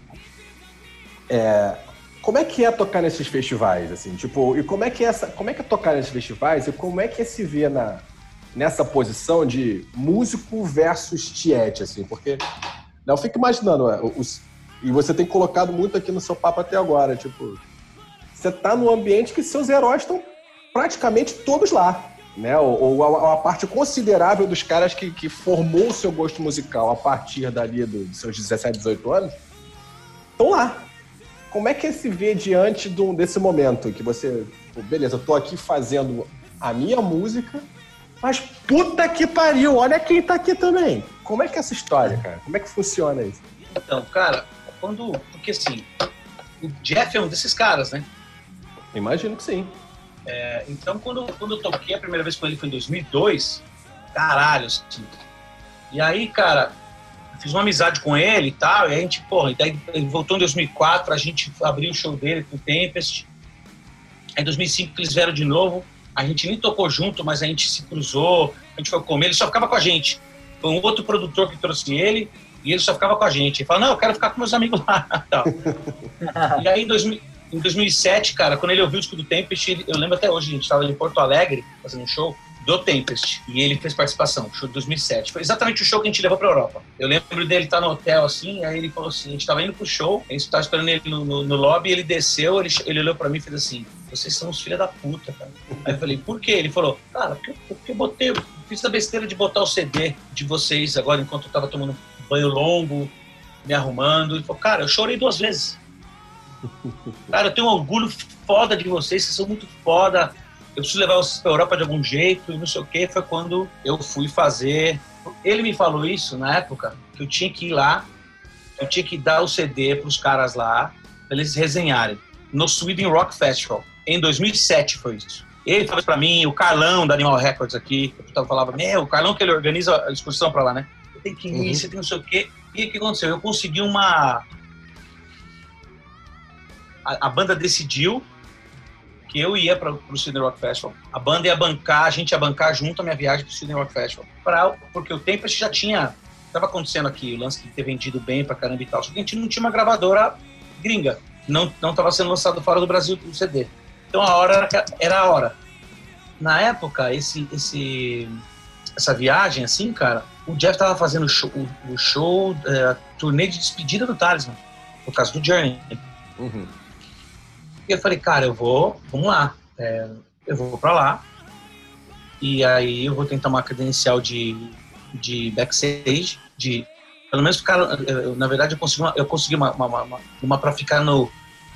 [SPEAKER 3] Como é que é tocar nesses festivais, assim? Tipo, e como é que é tocar nesses festivais e como é que se vê nessa posição de músico versus tiete, assim? Porque eu fico imaginando, e você tem colocado muito aqui no seu papo até agora, tipo, você tá num ambiente que seus heróis estão praticamente todos lá, né? Ou a parte considerável dos caras que formou o seu gosto musical a partir dali dos seus 17, 18 anos, estão lá. Como é que se vê diante desse momento que você... Beleza, eu tô aqui fazendo a minha música, mas puta que pariu, olha quem tá aqui também. Como é que é essa história, cara? Como é que funciona isso?
[SPEAKER 2] Então, cara, porque assim, o Jeff é um desses caras, né?
[SPEAKER 3] Imagino que sim.
[SPEAKER 2] Então, quando eu toquei a primeira vez com ele foi em 2002, caralho, assim. E aí, cara... Fiz uma amizade com ele e tal, e a gente, daí ele voltou em 2004, a gente abriu o show dele com o Tempest. Aí em 2005 eles vieram de novo, a gente nem tocou junto, mas a gente se cruzou, a gente foi comer, ele só ficava com a gente. Foi um outro produtor que trouxe ele, e ele só ficava com a gente. Ele falou, não, eu quero ficar com meus amigos lá. Tal. E aí em 2007, cara, quando ele ouviu o disco do Tempest, eu lembro até hoje, a gente estava em Porto Alegre, fazendo um show, do Tempest, e ele fez participação, show de 2007. Foi exatamente o show que a gente levou pra Europa. Eu lembro dele estar no hotel, assim, aí ele falou assim, a gente tava indo pro show, a gente tava esperando ele no lobby, ele desceu, ele olhou pra mim e fez assim, vocês são os filha da puta, cara. Aí eu falei, por quê? Ele falou, cara, porque eu fiz a besteira de botar o CD de vocês agora, enquanto eu tava tomando banho longo, me arrumando. Ele falou, cara, eu chorei 2 vezes. Cara, eu tenho um orgulho foda de vocês são muito foda. Eu preciso levar vocês pra Europa de algum jeito, e não sei o que. Foi quando eu fui fazer... Ele me falou isso na época, que eu tinha que ir lá, eu tinha que dar o CD pros caras lá, pra eles resenharem, no Sweden Rock Festival. Em 2007 foi isso. Ele falava pra mim, o Carlão da Animal Records aqui, eu falava, o Carlão que ele organiza a excursão pra lá, né? Você tem que ir, você tem não sei o quê. E o que aconteceu? Eu consegui a banda decidiu que eu ia para o Sydney Rock Festival. A banda ia bancar, a gente ia bancar junto a minha viagem para o Sydney Rock Festival. Porque o Tempest já tinha... Estava acontecendo aqui, o lance de ter vendido bem pra caramba e tal. Só que a gente não tinha uma gravadora gringa. Não estava sendo lançado fora do Brasil o CD. Então a hora era a hora. Na época, essa viagem, assim, cara, o Jeff tava fazendo o show, a turnê de despedida do Talisman, por causa do Journey.
[SPEAKER 3] Uhum.
[SPEAKER 2] E eu falei, cara, vamos lá, eu vou pra lá, e aí eu vou tentar uma credencial de backstage, pelo menos ficar, na verdade eu consegui uma pra ficar no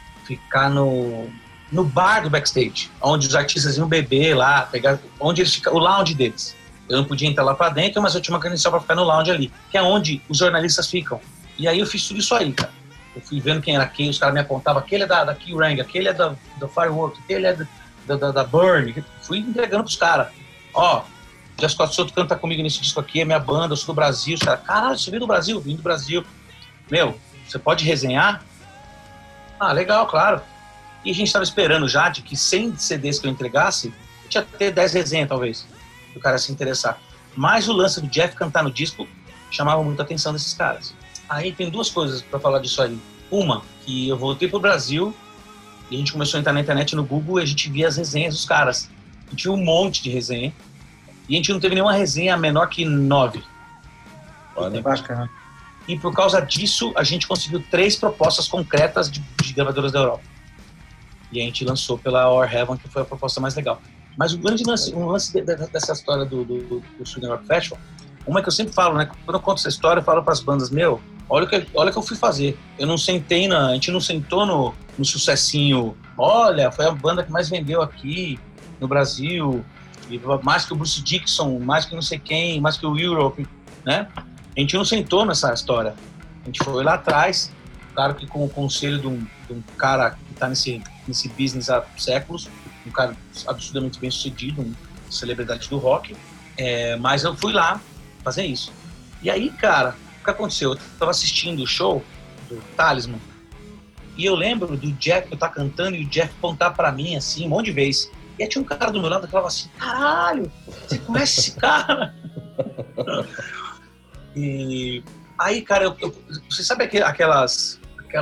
[SPEAKER 2] bar do backstage, onde os artistas iam beber lá, pegar, onde eles ficam, o lounge deles. Eu não podia entrar lá pra dentro, mas eu tinha uma credencial pra ficar no lounge ali, que é onde os jornalistas ficam. E aí eu fiz tudo isso aí, cara. Eu fui vendo quem era quem, os caras me apontavam, aquele é da Kerrang, aquele é da Fireworks, aquele é da Burn. Fui entregando pros caras. Ó, Jeff Scott Soto canta comigo nesse disco aqui, é minha banda, eu sou do Brasil. Os caras, caralho, você veio do Brasil? Vim do Brasil. Meu, você pode resenhar? Ah, legal, claro. E a gente estava esperando já de que 100 CDs que eu entregasse, eu tinha que ter 10 resenhas, talvez, o cara se interessar. Mas o lance do Jeff cantar no disco chamava muita atenção desses caras. Aí tem duas coisas para falar disso aí. Uma, que eu voltei pro Brasil e a gente começou a entrar na internet, no Google, e a gente via as resenhas dos caras. A gente tinha um monte de resenha e a gente não teve nenhuma resenha menor que 9.
[SPEAKER 6] Olha, bacana.
[SPEAKER 2] E por causa disso, a gente conseguiu 3 propostas concretas de gravadoras da Europa. E a gente lançou pela Our Heaven, que foi a proposta mais legal. Mas o grande lance, dessa história do Sydney Rock Festival, uma que eu sempre falo, né? Quando eu conto essa história, eu falo para as bandas, olha o que eu fui fazer. Eu não sentei a gente não sentou no sucessinho. Olha, foi a banda que mais vendeu aqui no Brasil, e mais que o Bruce Dickinson, mais que não sei quem, mais que o Europe, né? A gente não sentou nessa história. A gente foi lá atrás, claro que com o conselho de um cara que está nesse business há séculos, um cara absurdamente bem sucedido, uma celebridade do rock, mas eu fui lá fazer isso. E aí, cara, o que aconteceu? Eu estava assistindo o show do Talisman e eu lembro do Jeff que eu tava cantando e o Jeff apontar pra mim assim, um monte de vezes. E aí tinha um cara do meu lado que falava assim, caralho, você conhece esse cara? E aí, cara, você sabe aquelas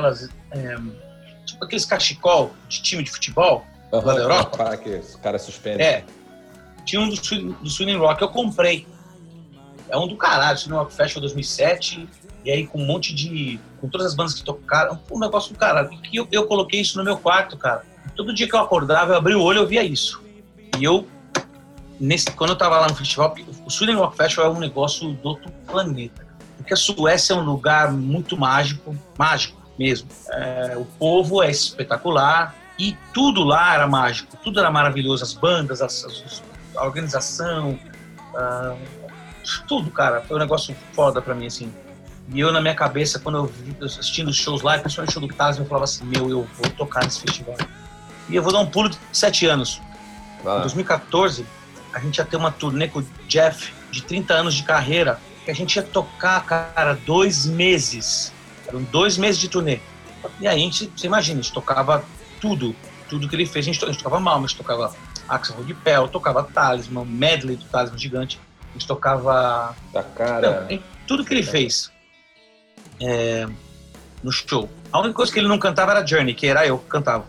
[SPEAKER 2] tipo aqueles cachecol de time de futebol lá da Europa?
[SPEAKER 3] Para que os caras suspendem.
[SPEAKER 2] Tinha um do Sweden Rock, eu comprei. É um do caralho, Sweden Rock Festival 2007, e aí com um monte com todas as bandas que tocaram, um negócio do caralho. E eu coloquei isso no meu quarto, cara. Todo dia que eu acordava, eu abria o olho, eu via isso. E quando eu tava lá no festival, o Sweden Rock Festival é um negócio do outro planeta. Porque a Suécia é um lugar muito mágico mesmo. O povo é espetacular e tudo lá era mágico, tudo era maravilhoso. As bandas, a organização, tudo, cara. Foi um negócio foda pra mim, assim. E eu, na minha cabeça, quando eu vi assistindo os shows lá, principalmente o show do Talisman, eu falava assim, eu vou tocar nesse festival. E eu vou dar um pulo de 7 anos. Em 2014, a gente ia ter uma turnê com o Jeff, de 30 anos de carreira, que a gente ia tocar, cara, 2 meses. Eram 2 meses de turnê. E aí, você imagina, a gente tocava tudo que ele fez. A gente tocava Malma, a gente tocava Axel Rod Pell, tocava Talisman, medley do Talisman gigante. A gente tocava...
[SPEAKER 3] Da cara...
[SPEAKER 2] tudo que ele fez no show. A única coisa que ele não cantava era Journey, que era eu que cantava.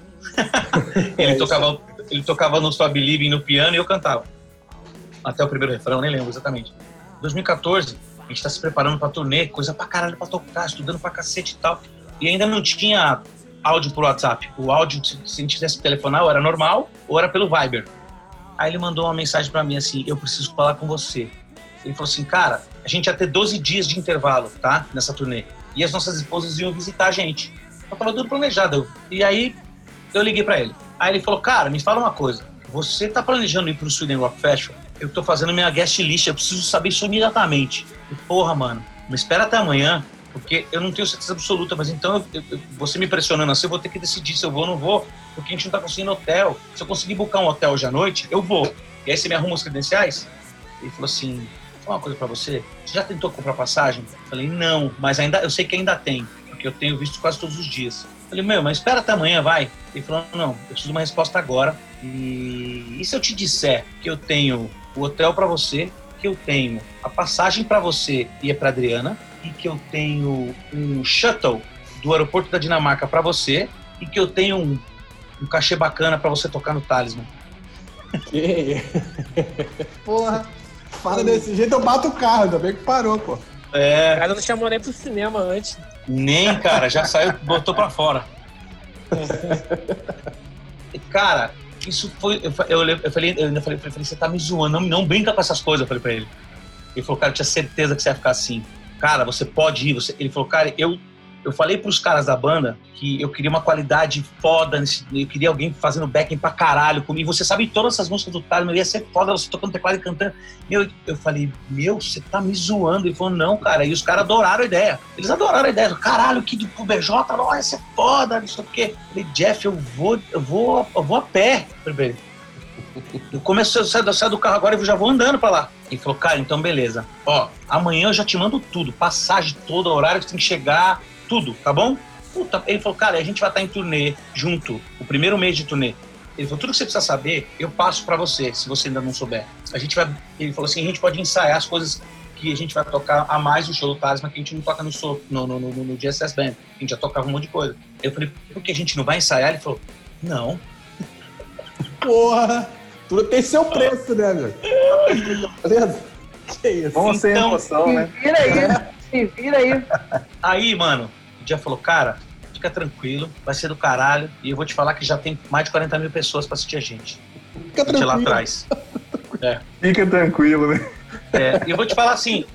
[SPEAKER 2] Ele tocava no Stop Believing no piano e eu cantava. Até o primeiro refrão, nem lembro exatamente. Em 2014, a gente tá se preparando pra turnê, coisa pra caralho pra tocar, estudando pra cacete e tal. E ainda não tinha áudio por WhatsApp. O áudio, se a gente quisesse telefonar, ou era normal, ou era pelo Viber. Aí ele mandou uma mensagem pra mim assim, eu preciso falar com você. Ele falou assim, cara, a gente ia ter 12 dias de intervalo, tá? Nessa turnê. E as nossas esposas iam visitar a gente. Eu tava tudo planejado. E aí, eu liguei pra ele. Aí ele falou, cara, me fala uma coisa. Você tá planejando ir pro Sweden Rock Festival? Eu tô fazendo minha guest list, eu preciso saber isso imediatamente. E, porra, mano, me espera até amanhã, porque eu não tenho certeza absoluta, mas então você me pressionando assim, eu vou ter que decidir se eu vou ou não vou. porque a gente não tá conseguindo hotel. Se eu conseguir buscar um hotel hoje à noite, eu vou. E aí você me arruma os credenciais? Ele falou assim, vou falar uma coisa pra você. Você já tentou comprar passagem? Eu falei, não, mas eu sei que ainda tem, porque eu tenho visto quase todos os dias. Eu falei, mas espera até amanhã, vai. Ele falou, não, eu preciso de uma resposta agora. E se eu te disser que eu tenho o hotel pra você, que eu tenho a passagem pra você e pra Adriana, e que eu tenho um shuttle do aeroporto da Dinamarca pra você, e que eu tenho um cachê bacana pra você tocar no Talisman.
[SPEAKER 3] Que? Porra, fala desse jeito, eu bato o carro, ainda bem que parou, pô.
[SPEAKER 7] O cara não chamou nem pro cinema antes.
[SPEAKER 2] Nem, cara, já saiu, botou pra fora. Cara, isso foi. Eu falei, você tá me zoando, não brinca com essas coisas, eu falei pra ele. Ele falou, cara, eu tinha certeza que você ia ficar assim. Cara, você pode ir. Ele falou, cara, eu falei pros caras da banda que eu queria uma qualidade foda, eu queria alguém fazendo backing pra caralho comigo. Você sabe todas essas músicas do Talisman, ia ser foda você tocando teclado e cantando. Eu falei, você tá me zoando. Ele falou, não, cara. E os caras adoraram a ideia. Eles adoraram a ideia. Caralho, que pro BJ, não, ia ser foda, não sei o quê. Eu falei, Jeff, eu vou a pé. Eu falei, eu começo a sair do carro agora e eu já vou andando pra lá. Ele falou, cara, então beleza. Ó, amanhã eu já te mando tudo. Passagem toda, horário que você tem que chegar, tudo, tá bom? Puta, ele falou, cara, a gente vai estar em turnê junto, o primeiro mês de turnê. Ele falou, tudo que você precisa saber, eu passo pra você, se você ainda não souber. Ele falou assim, a gente pode ensaiar as coisas que a gente vai tocar a mais no show do Talisman, que a gente não toca no GSS Band. A gente já tocava um monte de coisa. Eu falei, por que a gente não vai ensaiar? Ele falou, não.
[SPEAKER 3] Porra, tudo tem seu preço, né, meu? Beleza? Que isso?
[SPEAKER 5] Vamos sem emoção, né?
[SPEAKER 4] Se vira aí.
[SPEAKER 2] Aí, mano, o dia falou, cara, fica tranquilo, vai ser do caralho, e eu vou te falar que já tem mais de 40 mil pessoas pra assistir a gente.
[SPEAKER 3] Fica tranquilo.
[SPEAKER 2] Lá atrás.
[SPEAKER 5] Fica tranquilo, né?
[SPEAKER 2] E eu vou te falar assim,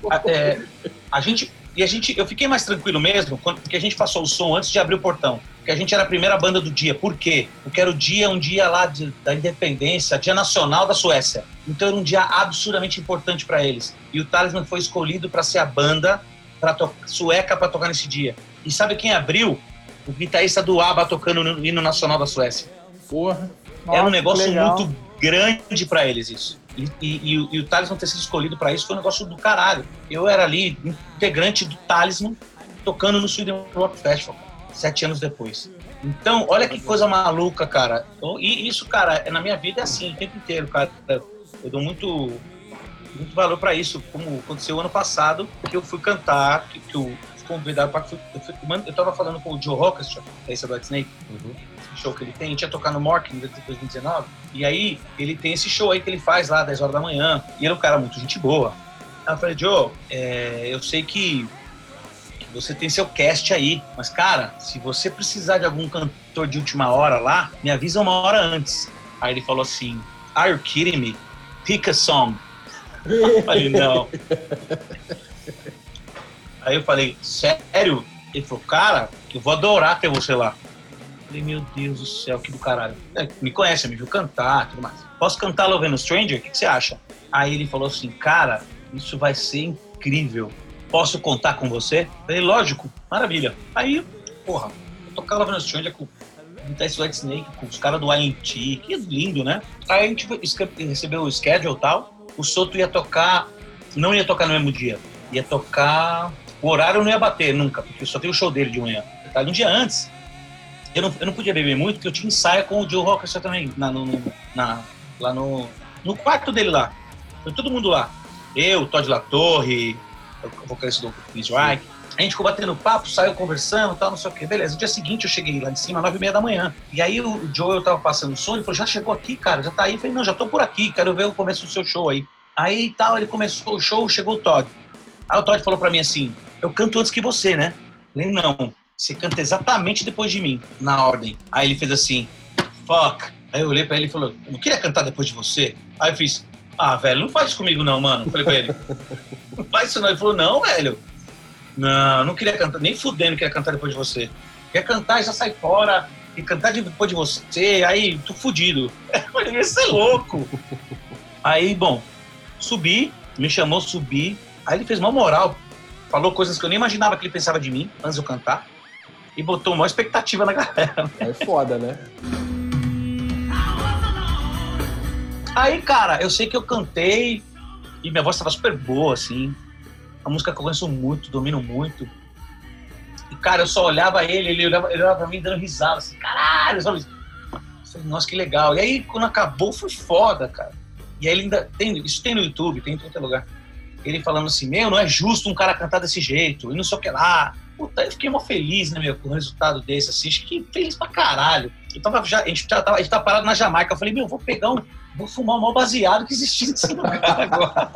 [SPEAKER 2] eu fiquei mais tranquilo mesmo, porque a gente passou o som antes de abrir o portão. Porque a gente era a primeira banda do dia. Por quê? Porque era um dia lá da independência, dia nacional da Suécia. Então era um dia absurdamente importante para eles. E o Talisman foi escolhido para ser a banda sueca para tocar nesse dia. E sabe quem abriu? O guitarrista do ABBA tocando no hino nacional da Suécia.
[SPEAKER 3] Porra.
[SPEAKER 2] Era um negócio muito grande para eles isso. E o Talisman ter sido escolhido para isso foi um negócio do caralho. Eu era ali, integrante do Talisman, tocando no Sweden Rock Festival, 7 anos depois. Então, olha que coisa maluca, cara. E isso, cara, na minha vida é assim, o tempo inteiro, cara. Eu dou muito valor para isso, como aconteceu ano passado, que eu fui cantar, que eu fui convidado para... Eu tava falando com o Joe Rockestro, esse do Whitesnake, esse show que ele tem, a gente ia tocar no Mork em 2019, e aí ele tem esse show aí que ele faz lá, 10 horas da manhã, e ele é um cara muito gente boa. Aí eu falei, Joe, eu sei que você tem seu cast aí, mas cara, se você precisar de algum cantor de última hora lá, me avisa uma hora antes. Aí ele falou assim, are you kidding me? Pick a song. Eu falei, não. Aí eu falei, sério? Ele falou, cara, eu vou adorar ter você lá. Eu falei, meu Deus do céu, que do caralho. Me conhece, me viu cantar, tudo mais. Posso cantar Love and Stranger? O que você acha? Aí ele falou assim, cara, isso vai ser incrível. Posso contar com você? Eu falei, lógico, maravilha. Aí, porra, eu tocava Love and Stranger com o Whitesnake, com os caras do INT, que lindo, né? Aí a gente recebeu o schedule e tal. O Soto ia tocar, não ia tocar no mesmo dia, ia tocar, o horário não ia bater nunca, porque só tem o show dele de manhã. Tá? Um dia antes, eu não podia beber muito, porque eu tinha ensaio com o Joe Rockestro também, lá no quarto dele lá. Foi todo mundo lá. Eu, Todd LaTorre, o vocalista do Chris Reich. A gente ficou batendo papo, saiu conversando e tal, não sei o quê. Beleza, no dia seguinte eu cheguei lá de cima, 9h30 da manhã. E aí o Joe, eu tava passando o som, ele falou, já chegou aqui, cara? Já tá aí? Eu falei, não, já tô por aqui, quero ver o começo do seu show aí. Aí tal, ele começou o show, chegou o Todd. Aí o Todd falou pra mim assim, eu canto antes que você, né? Eu falei, não, você canta exatamente depois de mim, na ordem. Aí ele fez assim, fuck. Aí eu olhei pra ele e falou, eu não queria cantar depois de você? Aí eu fiz, velho, não faz isso comigo não, mano. Eu falei pra ele, não faz isso não. Ele falou, não, velho. Não queria cantar, nem fudendo queria cantar depois de você. Quer cantar e já sai fora, e cantar depois de você, aí tô fudido. Eu falei, você é louco. Aí, bom, subi, me chamou, subi. Aí ele fez uma moral, falou coisas que eu nem imaginava que ele pensava de mim, antes de eu cantar, e botou uma expectativa na galera.
[SPEAKER 3] É foda, né?
[SPEAKER 2] Aí, cara, eu sei que eu cantei e minha voz tava super boa, assim. A música que eu conheço muito, domino muito. E, cara, eu só olhava ele olhava pra mim dando risada, assim, caralho, sabe? Eu falei, nossa, que legal. E aí, quando acabou, foi foda, cara. E aí ele ainda isso tem no YouTube, tem em todo lugar. Ele falando assim, não é justo um cara cantar desse jeito, e não sei o que lá. Puta, eu fiquei mó feliz, né, com o resultado desse, assim, acho que feliz pra caralho. A gente tava parado na Jamaica, eu falei, vou fumar o maior baseado que existia nesse lugar agora.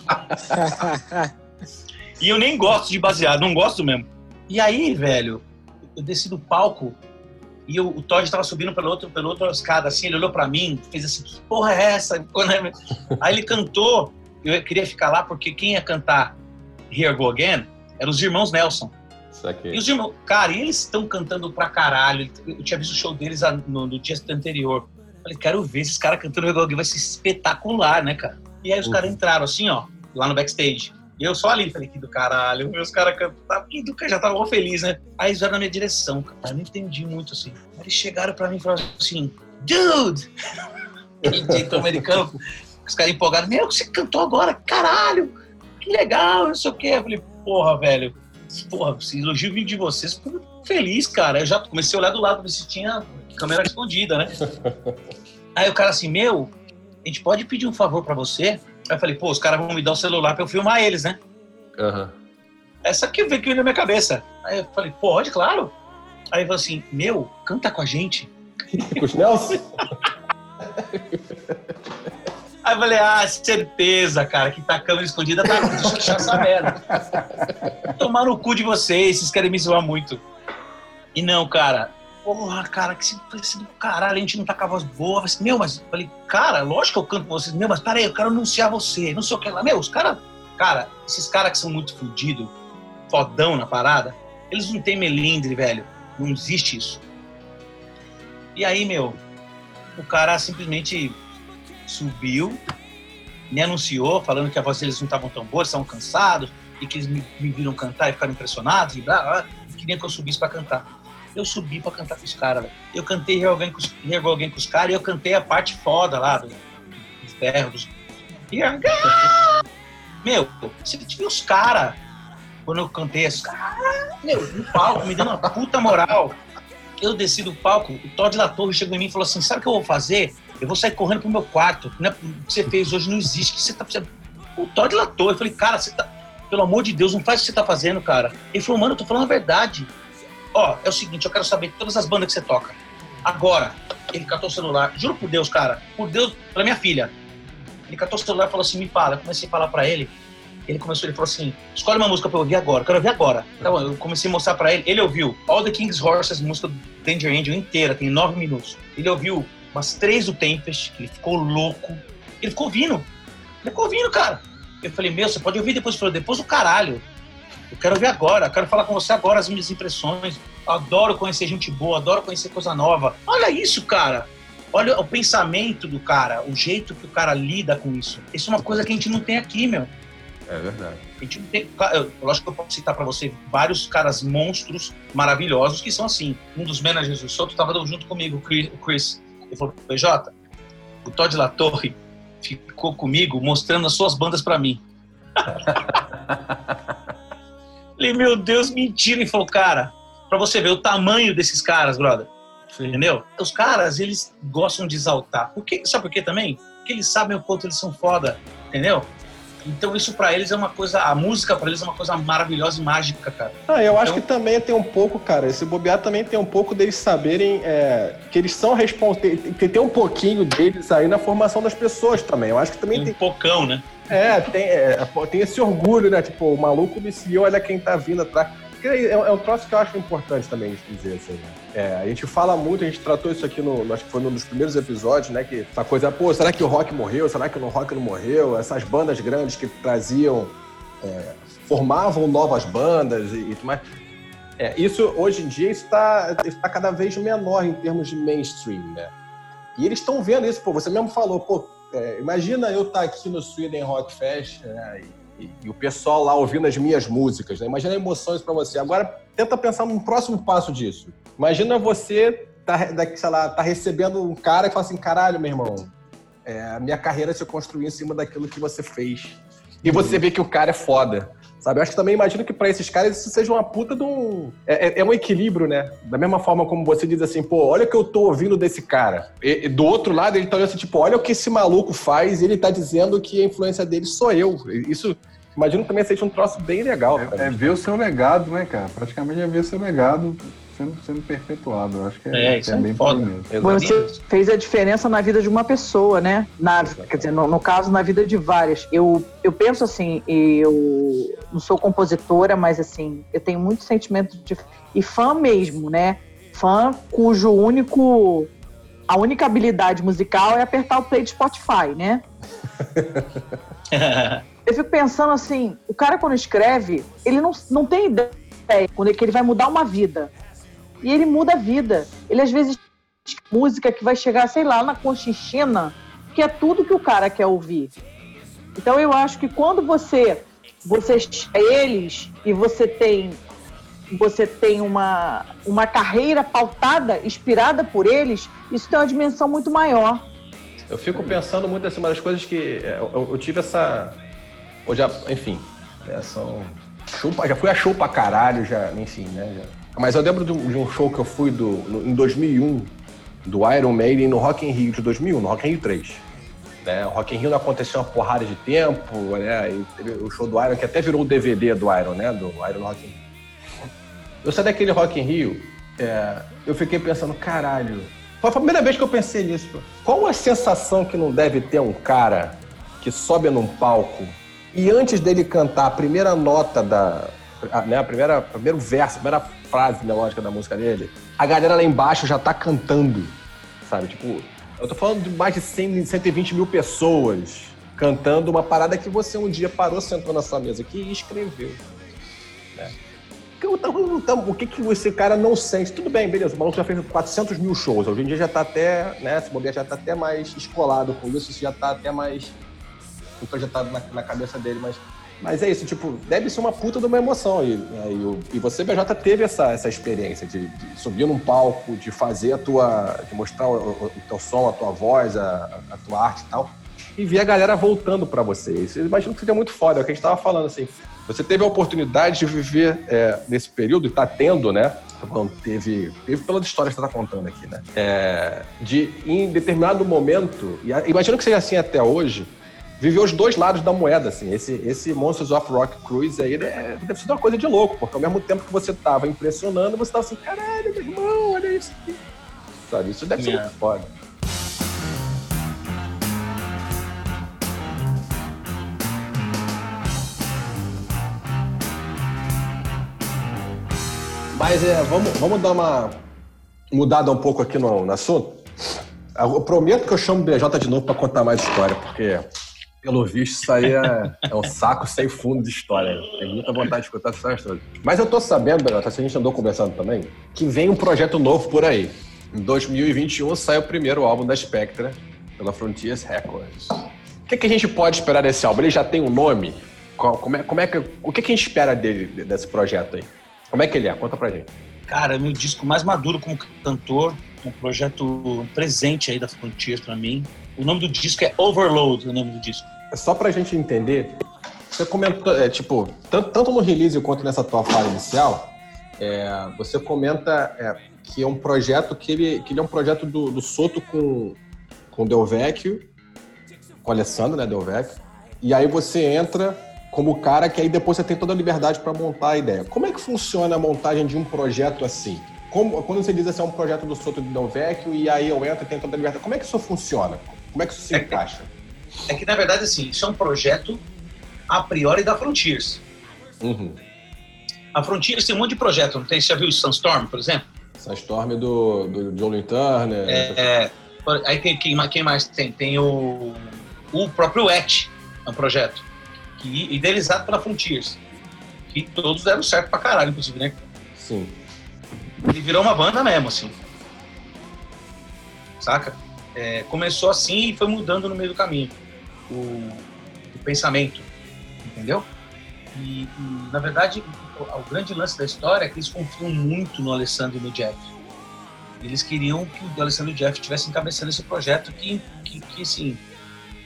[SPEAKER 2] E eu nem gosto de baseado, não gosto mesmo. E aí, velho, eu desci do palco e o Todd tava subindo pela outra escada, assim, ele olhou pra mim, fez assim, que porra é essa? Aí ele cantou, eu queria ficar lá porque quem ia cantar Here Go Again eram os irmãos Nelson. E os irmãos, cara, e eles estão cantando pra caralho. Eu tinha visto o show deles no dia anterior. Falei, quero ver esses caras cantando Here Go Again, vai ser espetacular, né, cara? E aí os caras entraram assim, ó, lá no backstage. E eu só ali, falei, que do caralho, os caras cantavam, já tava mó feliz, né? Aí eles vieram na minha direção, cara, eu não entendi muito, assim. Aí eles chegaram pra mim e falaram assim, dude! Aquele jeito americano, os caras empolgados, você cantou agora, caralho, que legal, não sei o quê. Eu falei, porra, velho, esse elogio vindo de vocês, fico feliz, cara. Eu já comecei a olhar do lado, ver se tinha câmera escondida, né? Aí o cara assim, a gente pode pedir um favor pra você? Aí eu falei, os caras vão me dar o celular pra eu filmar eles, né?
[SPEAKER 3] Uhum.
[SPEAKER 2] Essa que veio na minha cabeça. Aí eu falei, pode, claro. Aí ele falou assim, canta com a gente.
[SPEAKER 3] Com os Nelson?
[SPEAKER 2] Aí eu falei, certeza, cara, que tá a câmera escondida, tá, deixa eu deixar essa merda. Tomar no cu de vocês querem me zoar muito. E não, cara, porra, cara, que se do caralho, a gente não tá com a voz boa. Mas, falei, cara, lógico que eu canto com vocês, mas peraí, eu quero anunciar você, não sei o que lá. Os caras, cara, esses caras que são muito fudidos, fodão na parada, eles não têm melindre, velho, não existe isso. E aí, o cara simplesmente subiu, me anunciou, falando que a voz deles não estavam tão boa, estavam cansados, e que eles me viram cantar e ficaram impressionados, e blá, blá, e queriam que eu subisse pra cantar. Eu subi pra cantar com os caras, velho. Eu cantei Here Go Again com os caras e eu cantei a parte foda lá, dos berros. Here Go! Você viu os caras, quando eu cantei esses caras, no palco, me dando uma puta moral. Eu desci do palco, o Todd LaTorre chegou em mim e falou assim, sabe o que eu vou fazer? Eu vou sair correndo pro meu quarto. Né? O que você fez hoje não existe. O que você tá fazendo? O Todd LaTorre, eu falei, cara, você tá... Pelo amor de Deus, não faz o que você tá fazendo, cara. Ele falou, mano, eu tô falando a verdade. É o seguinte, eu quero saber todas as bandas que você toca. Agora, ele catou o celular, juro por Deus, cara, por Deus, pra minha filha. Ele catou o celular e falou assim, me fala. Eu comecei a falar pra ele, ele falou assim, escolhe uma música pra eu ouvir agora, eu quero ouvir agora. Então, eu comecei a mostrar pra ele ouviu All the King's Horses, música do Danger Angel inteira, tem 9 minutos. Ele ouviu umas 3 do Tempest, ele ficou louco, ele ficou ouvindo, cara. Eu falei, você pode ouvir depois. Ele falou, depois do caralho. Eu quero ouvir agora, eu quero falar com você agora as minhas impressões. Eu adoro conhecer gente boa, adoro conhecer coisa nova. Olha isso, cara. Olha o pensamento do cara, o jeito que o cara lida com isso. Isso é uma coisa que a gente não tem aqui,
[SPEAKER 3] É verdade.
[SPEAKER 2] A gente não tem... Lógico que eu posso citar pra você vários caras monstros maravilhosos que são assim. Um dos managers do Soto estava junto comigo, o Chris. Ele falou, PJ, o Todd LaTorre ficou comigo mostrando as suas bandas pra mim. Falei, meu Deus, mentira. Ele falou, cara, pra você ver o tamanho desses caras, brother. Sim. Entendeu? Os caras, eles gostam de exaltar. Sabe por quê também? Porque eles sabem o quanto eles são foda, entendeu? Então isso pra eles é uma coisa, a música pra eles é uma coisa maravilhosa e mágica, cara.
[SPEAKER 3] Eu acho que também tem um pouco, cara, esse bobear também tem um pouco deles saberem que eles são responsáveis, que tem um pouquinho deles aí na formação das pessoas também. Eu acho que também tem...
[SPEAKER 2] Um pocão, né?
[SPEAKER 3] Tem esse orgulho, né? Tipo, o maluco me seguiu, olha quem tá vindo atrás. É um troço que eu acho importante também de dizer, assim, né? A gente fala muito, a gente tratou isso aqui, acho que foi num dos primeiros episódios, né? Que essa coisa, será que o rock morreu? Será que o rock não morreu? Essas bandas grandes que traziam, formavam novas bandas e tudo mais. Isso, hoje em dia, isso tá cada vez menor em termos de mainstream, né? E eles estão vendo isso, você mesmo falou, imagina eu estar aqui no Sweden Rock Fest, né? E o pessoal lá ouvindo as minhas músicas, né? Imagina a emoção isso pra você. Agora, tenta pensar num próximo passo disso. Imagina você tá recebendo um cara que fala assim, caralho, meu irmão, a minha carreira se construiu em cima daquilo que você fez. E você vê que o cara é foda. Sabe? Eu acho que também imagino que pra esses caras isso seja uma puta de um... É um equilíbrio, né? Da mesma forma como você diz assim, pô, olha o que eu tô ouvindo desse cara. E do outro lado, ele tá olhando assim, tipo, olha o que esse maluco faz e ele tá dizendo que a influência dele sou eu. Isso, imagino que também seja um troço bem legal.
[SPEAKER 5] É ver o seu legado, né, cara? Praticamente é ver o seu legado sendo perpetuado. Eu acho que
[SPEAKER 2] isso
[SPEAKER 5] é bem
[SPEAKER 2] foda.
[SPEAKER 5] mesmo.
[SPEAKER 4] Você fez a diferença na vida de uma pessoa, né? Quer dizer, no caso, na vida de várias. Eu penso assim, eu não sou compositora, mas assim, eu tenho muito sentimento de... E fã mesmo, né? Fã cujo a única habilidade musical é apertar o play de Spotify, né? Eu fico pensando assim, o cara quando escreve, ele não tem ideia que ele vai mudar uma vida. E ele muda a vida. Ele, às vezes, música que vai chegar, sei lá, na Conchinchina, que é tudo que o cara quer ouvir. Então, eu acho que quando você eles e você tem uma carreira pautada, inspirada por eles, isso tem uma dimensão muito maior.
[SPEAKER 3] Eu fico pensando muito assim, uma das coisas que eu tive essa... Enfim, já fui a show pra caralho, enfim, né? Mas eu lembro de um show que eu fui em 2001, do Iron Maiden no Rock in Rio de 2001, no Rock in Rio 3. Né? O Rock in Rio não aconteceu uma porrada de tempo, né? E teve o show do Iron, que até virou o DVD do Iron, né? Do Iron no Rock in Rio. Eu saí daquele Rock in Rio, eu fiquei pensando, caralho, foi a primeira vez que eu pensei nisso. Qual a sensação que não deve ter um cara que sobe num palco e antes dele cantar a primeira nota primeiro verso, a primeira frase melódica da música dele, a galera lá embaixo já tá cantando, sabe? Tipo, eu tô falando de mais de 120 mil pessoas cantando uma parada que você um dia parou, sentou na sua mesa aqui e escreveu. Né? Então, o que esse cara não sente? Tudo bem, beleza, o maluco já fez 400 mil shows, hoje em dia já tá até, né, esse bobear já tá até mais escolado com isso já tá até mais projetado na cabeça dele, mas é isso, tipo, deve ser uma puta de uma emoção. E você, BJ, teve essa experiência de subir num palco, de fazer de mostrar o teu som, a tua voz, a tua arte e tal, e ver a galera voltando pra você. Isso, eu imagino que seria muito foda, é o que a gente tava falando, assim. Você teve a oportunidade de viver nesse período, e tá tendo, né? Teve pelas histórias que você tá contando aqui, né? Em determinado momento, e imagino que seja assim até hoje, viver os dois lados da moeda, assim. Esse Monsters of Rock Cruise aí deve ser uma coisa de louco, porque ao mesmo tempo que você tava impressionando, você tava assim, caralho, meu irmão, olha isso aqui. Sabe, isso deve ser muito foda. Mas vamos dar uma mudada um pouco aqui no assunto. Eu prometo que eu chamo o BJ de novo pra contar mais história, porque... Pelo visto, isso aí é um saco sem fundo de história. Tenho muita vontade de escutar essa história toda. Mas eu tô sabendo, Beto, se a gente andou conversando também, que vem um projeto novo por aí. Em 2021 sai o primeiro álbum da Spectra, pela Frontiers Records. O que a gente pode esperar desse álbum? Ele já tem um nome? O que a gente espera desse projeto aí? Como é que ele é? Conta pra gente.
[SPEAKER 2] Cara, meu disco mais maduro como cantor, um projeto presente aí da Frontiers pra mim. O nome do disco é Overload, o nome do disco.
[SPEAKER 3] Só pra gente entender, você comentou, tanto no release quanto nessa tua fala inicial, você comenta que é um projeto que ele é um projeto do Soto com o Del Vecchio, com o Alessandro, né, Del Vecchio, e aí você entra como cara que aí depois você tem toda a liberdade para montar a ideia. Como é que funciona a montagem de um projeto assim? Quando você diz assim, é um projeto do Soto e do Del Vecchio, e aí eu entro e tenho toda a liberdade, como é que isso funciona? Como é que isso se encaixa?
[SPEAKER 2] É que, na verdade, assim, isso é um projeto a priori da Frontiers.
[SPEAKER 3] Uhum.
[SPEAKER 2] A Frontiers tem um monte de projeto, não tem? Você já viu o Sunstorm, por exemplo?
[SPEAKER 3] Sunstorm do John Lee Turner.
[SPEAKER 2] Aí tem quem mais tem? Tem o próprio Wet, é um projeto idealizado pela Frontiers. Que todos deram certo pra caralho, inclusive, né?
[SPEAKER 3] Sim.
[SPEAKER 2] Ele virou uma banda mesmo, assim. Saca? Começou assim e foi mudando no meio do caminho o pensamento, entendeu? E na verdade, o grande lance da história é que eles confiam muito no Alessandro e no Jeff. Eles queriam que o Alessandro e o Jeff estivessem encabeçando esse projeto que assim,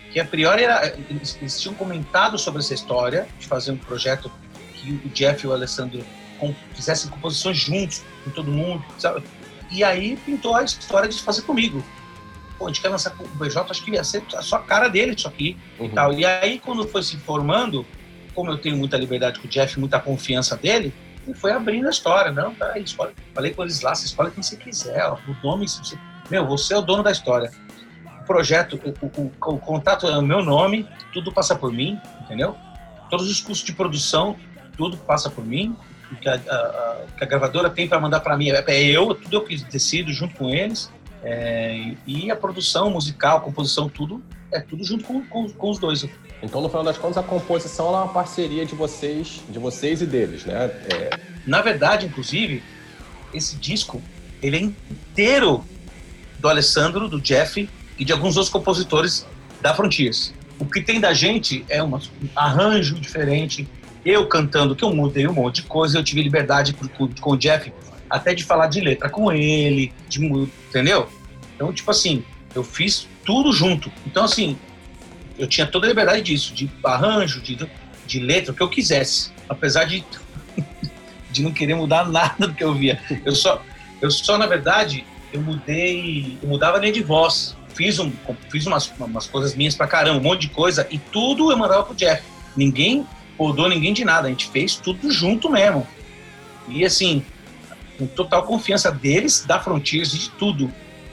[SPEAKER 2] que a priori eles tinham comentado sobre essa história, de fazer um projeto que o Jeff e o Alessandro fizessem composições juntos, com todo mundo, sabe? E aí pintou a história de fazer comigo. Pô, a gente quer lançar com o BJ, acho que ia ser só a cara dele isso aqui e tal. E aí, quando foi se formando, como eu tenho muita liberdade com o Jeff, muita confiança dele, ele foi abrindo a história. Não, tá aí, falei com eles lá, você escolhe quem você quiser, ó, o nome, você é o dono da história. O projeto, o contato é o meu nome, tudo passa por mim, entendeu? Todos os custos de produção, tudo passa por mim. O que a gravadora tem para mandar para mim tudo eu que decido junto com eles. E a produção musical, a composição, tudo junto com os dois.
[SPEAKER 3] Então, no final das contas, a composição é uma parceria de vocês e deles, né?
[SPEAKER 2] Na verdade, inclusive, esse disco, ele é inteiro do Alessandro, do Jeff e de alguns outros compositores da Frontiers. O que tem da gente é um arranjo diferente, eu cantando, que eu mudei um monte de coisa, eu tive liberdade com o Jeff até de falar de letra com ele, entendeu? Então, tipo assim, eu fiz tudo junto. Então, assim, eu tinha toda a liberdade disso, de arranjo, de letra, o que eu quisesse. Apesar de não querer mudar nada do que eu via. Eu só na verdade, eu mudava a linha de voz. Fiz umas coisas minhas pra caramba, um monte de coisa, e tudo eu mandava pro Jeff. Ninguém podou ninguém de nada, a gente fez tudo junto mesmo. E assim, com total confiança deles, da Frontiers, de tudo.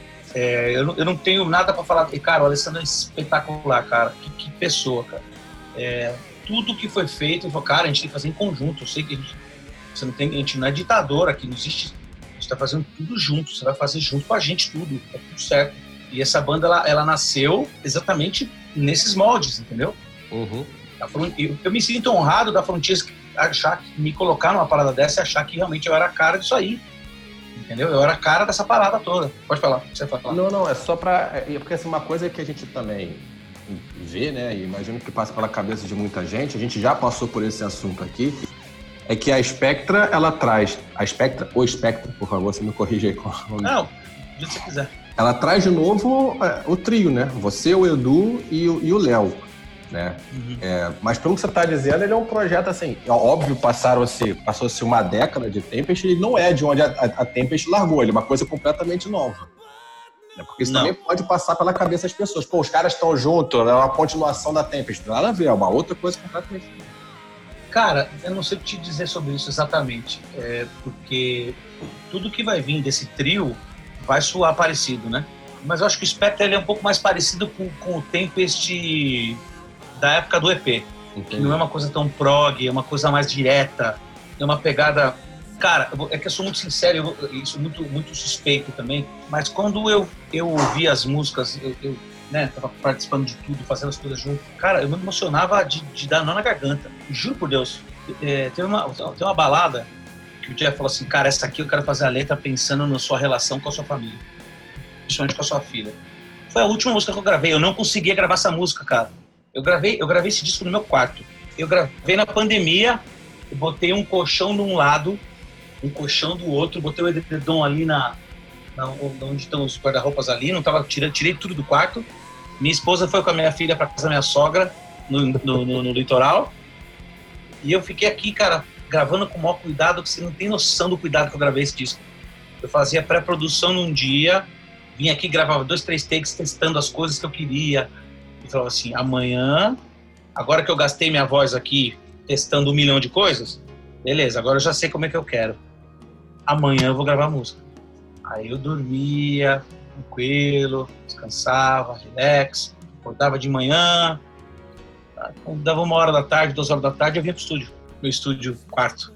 [SPEAKER 2] Eu não tenho nada pra falar. Cara, o Alessandro é espetacular, cara. Que pessoa, cara. Tudo que foi feito, eu falei, cara, a gente tem que fazer em conjunto. Eu sei que a gente não é ditador aqui, não existe. A gente tá fazendo tudo junto, você vai fazer junto com a gente tudo, tá tudo certo. E essa banda, ela nasceu exatamente nesses moldes, entendeu?
[SPEAKER 3] Uhum.
[SPEAKER 2] Eu me sinto honrado da Frontiers achar que me colocar numa parada dessa e achar que realmente eu era a cara disso aí. Entendeu? Eu era a cara dessa parada toda. Pode falar, você vai falar.
[SPEAKER 3] Não, é só pra... Porque assim, uma coisa que a gente também vê, né, e imagino que passa pela cabeça de muita gente, a gente já passou por esse assunto aqui, é que a Spectra, ela traz... A Spectra, ou Spectra, por favor, você me corrige aí.
[SPEAKER 2] Não, do jeito que você quiser.
[SPEAKER 3] Ela traz de novo o trio, né? Você, o Edu e o Léo. Né?
[SPEAKER 2] Uhum.
[SPEAKER 3] Mas pelo que você está dizendo, ele é um projeto assim, óbvio, passou-se uma década de Tempest, ele não é de onde a Tempest largou, ele é uma coisa completamente nova. Né? Porque isso também pode passar pela cabeça das pessoas. Pô, os caras estão juntos, é uma continuação da Tempest, nada a ver, é uma outra coisa completamente diferente.
[SPEAKER 2] Cara, eu não sei o que te dizer sobre isso exatamente, porque tudo que vai vir desse trio vai soar parecido, né? Mas eu acho que o Spectre ele é um pouco mais parecido com o Tempest da época do EP. Que não é uma coisa tão prog, é uma coisa mais direta, é uma pegada... Cara, é que eu sou muito sincero, isso é muito suspeito também, mas quando eu ouvi as músicas, eu né, tava participando de tudo, fazendo as coisas junto, cara, eu me emocionava de dar nó na garganta. Juro por Deus. Tem uma balada que o Jeff falou assim, cara, essa aqui eu quero fazer a letra pensando na sua relação com a sua família, principalmente com a sua filha. Foi a última música que eu gravei, eu não conseguia gravar essa música, cara. Eu gravei esse disco no meu quarto. Eu gravei na pandemia, eu botei um colchão de um lado, um colchão do outro, botei o edredom ali onde estão os guarda-roupas ali, tirei tudo do quarto. Minha esposa foi com a minha filha para casa da minha sogra, no litoral. E eu fiquei aqui, cara, gravando com o maior cuidado, que você não tem noção do cuidado que eu gravei esse disco. Eu fazia pré-produção num dia, vinha aqui, gravava 2, 3 takes, testando as coisas que eu queria. E falava assim, amanhã, agora que eu gastei minha voz aqui testando 1 milhão de coisas, beleza, agora eu já sei como é que eu quero. Amanhã eu vou gravar música. Aí eu dormia, tranquilo, descansava, relax, acordava de manhã, dava 1h da tarde, 2h da tarde, eu vinha pro estúdio, meu estúdio quarto.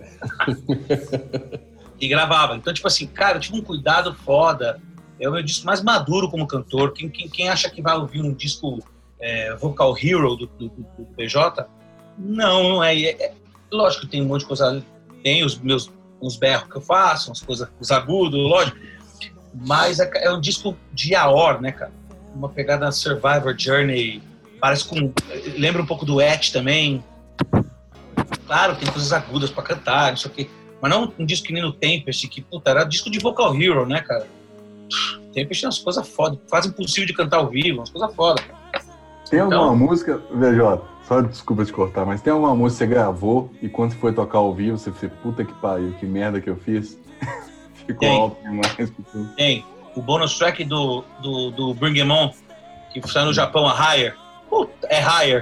[SPEAKER 2] E gravava. Então, tipo assim, cara, eu tive um cuidado foda. É o meu disco mais maduro como cantor. Quem acha que vai ouvir um disco Vocal Hero do PJ, não é. Lógico que tem um monte de coisa, tem uns berros que eu faço, umas coisas, os agudos, lógico, mas é um disco de Aor, né, cara? Uma pegada Survivor Journey, lembra um pouco do Et também. Claro, tem coisas agudas pra cantar, não sei o quê, mas não um disco que nem no Tempest, que, puta, era disco de Vocal Hero, né, cara? Tempest é umas coisas foda, quase impossível de cantar ao vivo, umas coisas foda.
[SPEAKER 5] Tem
[SPEAKER 2] Então-
[SPEAKER 5] alguma música, VJ, só desculpa te cortar, mas tem alguma música que você gravou e quando você foi tocar ao vivo, você fez, puta que pariu, que merda que eu fiz? Ficou
[SPEAKER 2] Tem.
[SPEAKER 5] alto demais.
[SPEAKER 2] Tem o bonus track do Bring 'Em On, que saiu no Japão, a Higher. Puta, é Higher.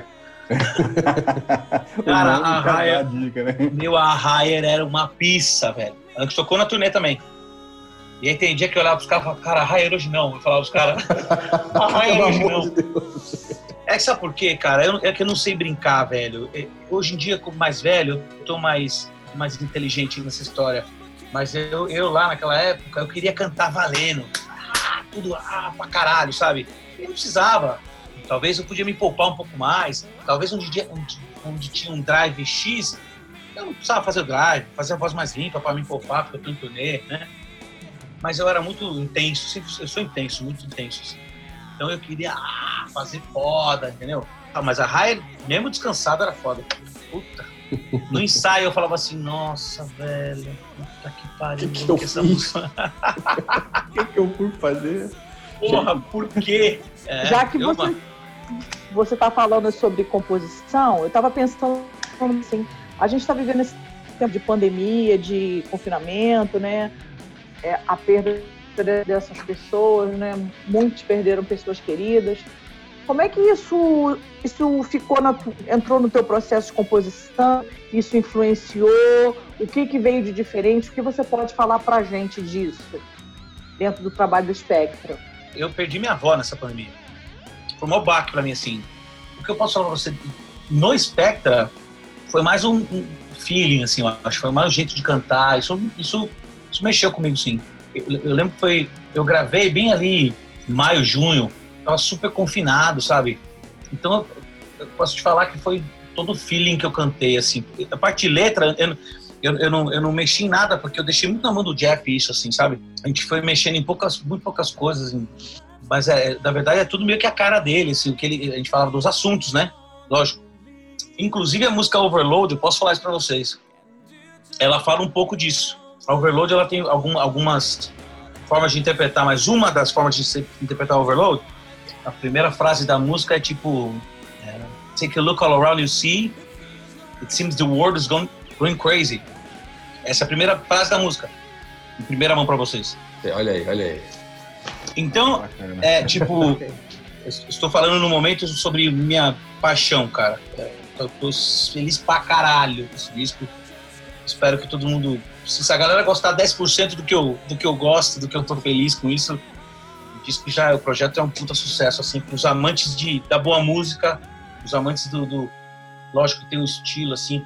[SPEAKER 2] Cara, a Higher,
[SPEAKER 5] dica, né?
[SPEAKER 2] a Higher era uma pizza, velho. Ela que tocou na turnê também. E aí tem dia que eu olhava pros caras e falava, cara, a Higher hoje não. Eu falava pros caras, a Higher
[SPEAKER 3] Pelo
[SPEAKER 2] hoje
[SPEAKER 3] amor
[SPEAKER 2] não.
[SPEAKER 3] de Deus.
[SPEAKER 2] É que sabe por quê, cara? É que eu não sei brincar, velho. Hoje em dia, como mais velho, eu tô mais inteligente nessa história. Mas eu lá naquela época, eu queria cantar valendo. Tudo pra caralho, sabe? E não precisava. Talvez eu podia me poupar um pouco mais. Talvez onde tinha um drive X, eu não precisava fazer o drive, fazer a voz mais limpa pra me poupar, porque eu tô em turnê, né? Mas eu era muito intenso, eu sou intenso, muito intenso, assim. Então eu queria fazer foda, entendeu? Mas a Higher, mesmo descansado, era foda. Puta. No ensaio eu falava assim, nossa, velho, puta que pariu.
[SPEAKER 3] Que eu
[SPEAKER 2] essa
[SPEAKER 3] fiz?
[SPEAKER 2] música.
[SPEAKER 3] O que eu fui fazer?
[SPEAKER 2] Porra, por quê?
[SPEAKER 4] Já que você está falando sobre composição, eu estava pensando assim, a gente está vivendo esse tempo de pandemia, de confinamento, né? A perda dessas pessoas, né? Muitos perderam pessoas queridas. Como é que isso entrou no teu processo de composição? Isso influenciou? O que veio de diferente? O que você pode falar pra gente disso dentro do trabalho do Spectra?
[SPEAKER 2] Eu perdi minha avó nessa pandemia. Foi um maior baque pra mim, assim. O que eu posso falar pra você? No Spectra, foi mais um feeling, assim, eu acho. Foi mais um jeito de cantar. Isso mexeu comigo, sim. Eu lembro que eu gravei bem ali, em maio, junho. Tava super confinado, sabe? Então, eu posso te falar que foi todo o feeling que eu cantei, assim. A parte de letra, eu não mexi em nada, porque eu deixei muito na mão do Jeff isso, assim, sabe? A gente foi mexendo em muito poucas coisas, mas na verdade é tudo meio que a cara dele, assim, a gente falava dos assuntos, né? Lógico. Inclusive a música Overload, eu posso falar isso pra vocês. Ela fala um pouco disso. A Overload, ela tem algumas formas de interpretar, mas uma das formas de interpretar Overload, a primeira frase da música é tipo, take a look all around you see, it seems the world is going crazy. Essa é a primeira frase da música. Em primeira mão pra vocês.
[SPEAKER 3] Olha aí.
[SPEAKER 2] Então, tipo, estou falando no momento sobre minha paixão, cara. Eu tô feliz pra caralho com esse disco. Espero que todo mundo... Se a galera gostar 10% do que eu gosto, do que eu tô feliz com isso, o projeto é um puta sucesso, assim, para os amantes da boa música, os amantes lógico que tem um estilo, assim.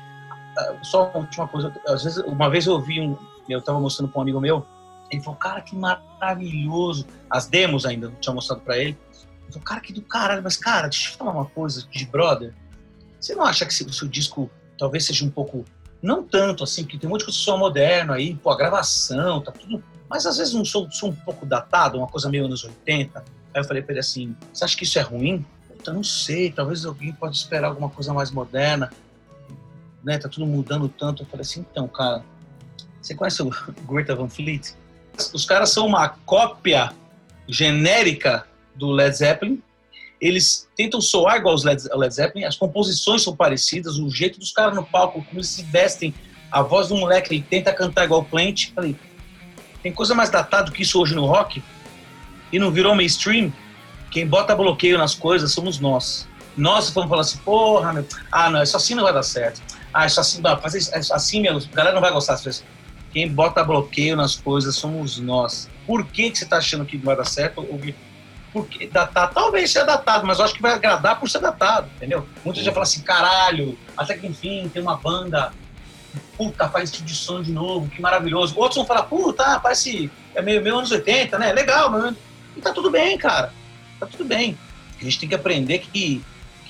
[SPEAKER 2] Só uma última coisa, às vezes, uma vez eu tava mostrando para um amigo meu, ele falou, cara, que maravilhoso, as demos ainda, não tinha mostrado para ele, ele falou, cara, que do caralho, mas cara, deixa eu falar uma coisa de brother, você não acha que o seu disco talvez seja um pouco, não tanto assim, porque tem um monte de coisa som moderno aí, pô, a gravação, tá tudo, mas às vezes um som um pouco datado, uma coisa meio anos 80, aí eu falei pra ele assim, você acha que isso é ruim? Eu não sei, talvez alguém pode esperar alguma coisa mais moderna, né, tá tudo mudando tanto. Eu falei assim, então, cara, você conhece o Greta Van Fleet? Os caras são uma cópia genérica do Led Zeppelin, eles tentam soar igual ao Led Zeppelin, as composições são parecidas, o jeito dos caras no palco, como eles se vestem, a voz do moleque, ele tenta cantar igual o Plant. Falei, tem coisa mais datada do que isso hoje no rock? E não virou mainstream? Quem bota bloqueio nas coisas somos nós. Nós vamos falar assim, porra, não, isso assim não vai dar certo. Isso assim, fazer isso assim, a galera não vai gostar. Quem bota bloqueio nas coisas somos nós. Por que você tá achando que não vai dar certo? Porque datado, talvez seja datado, mas eu acho que vai agradar por ser datado, entendeu? Muita gente fala assim, caralho, até que enfim tem uma banda, puta, faz tipo de som de novo, que maravilhoso. Outros vão falar, puta, parece, é meio anos 80, né? Legal, mas... E tá tudo bem, cara. Tá tudo bem. A gente tem que aprender que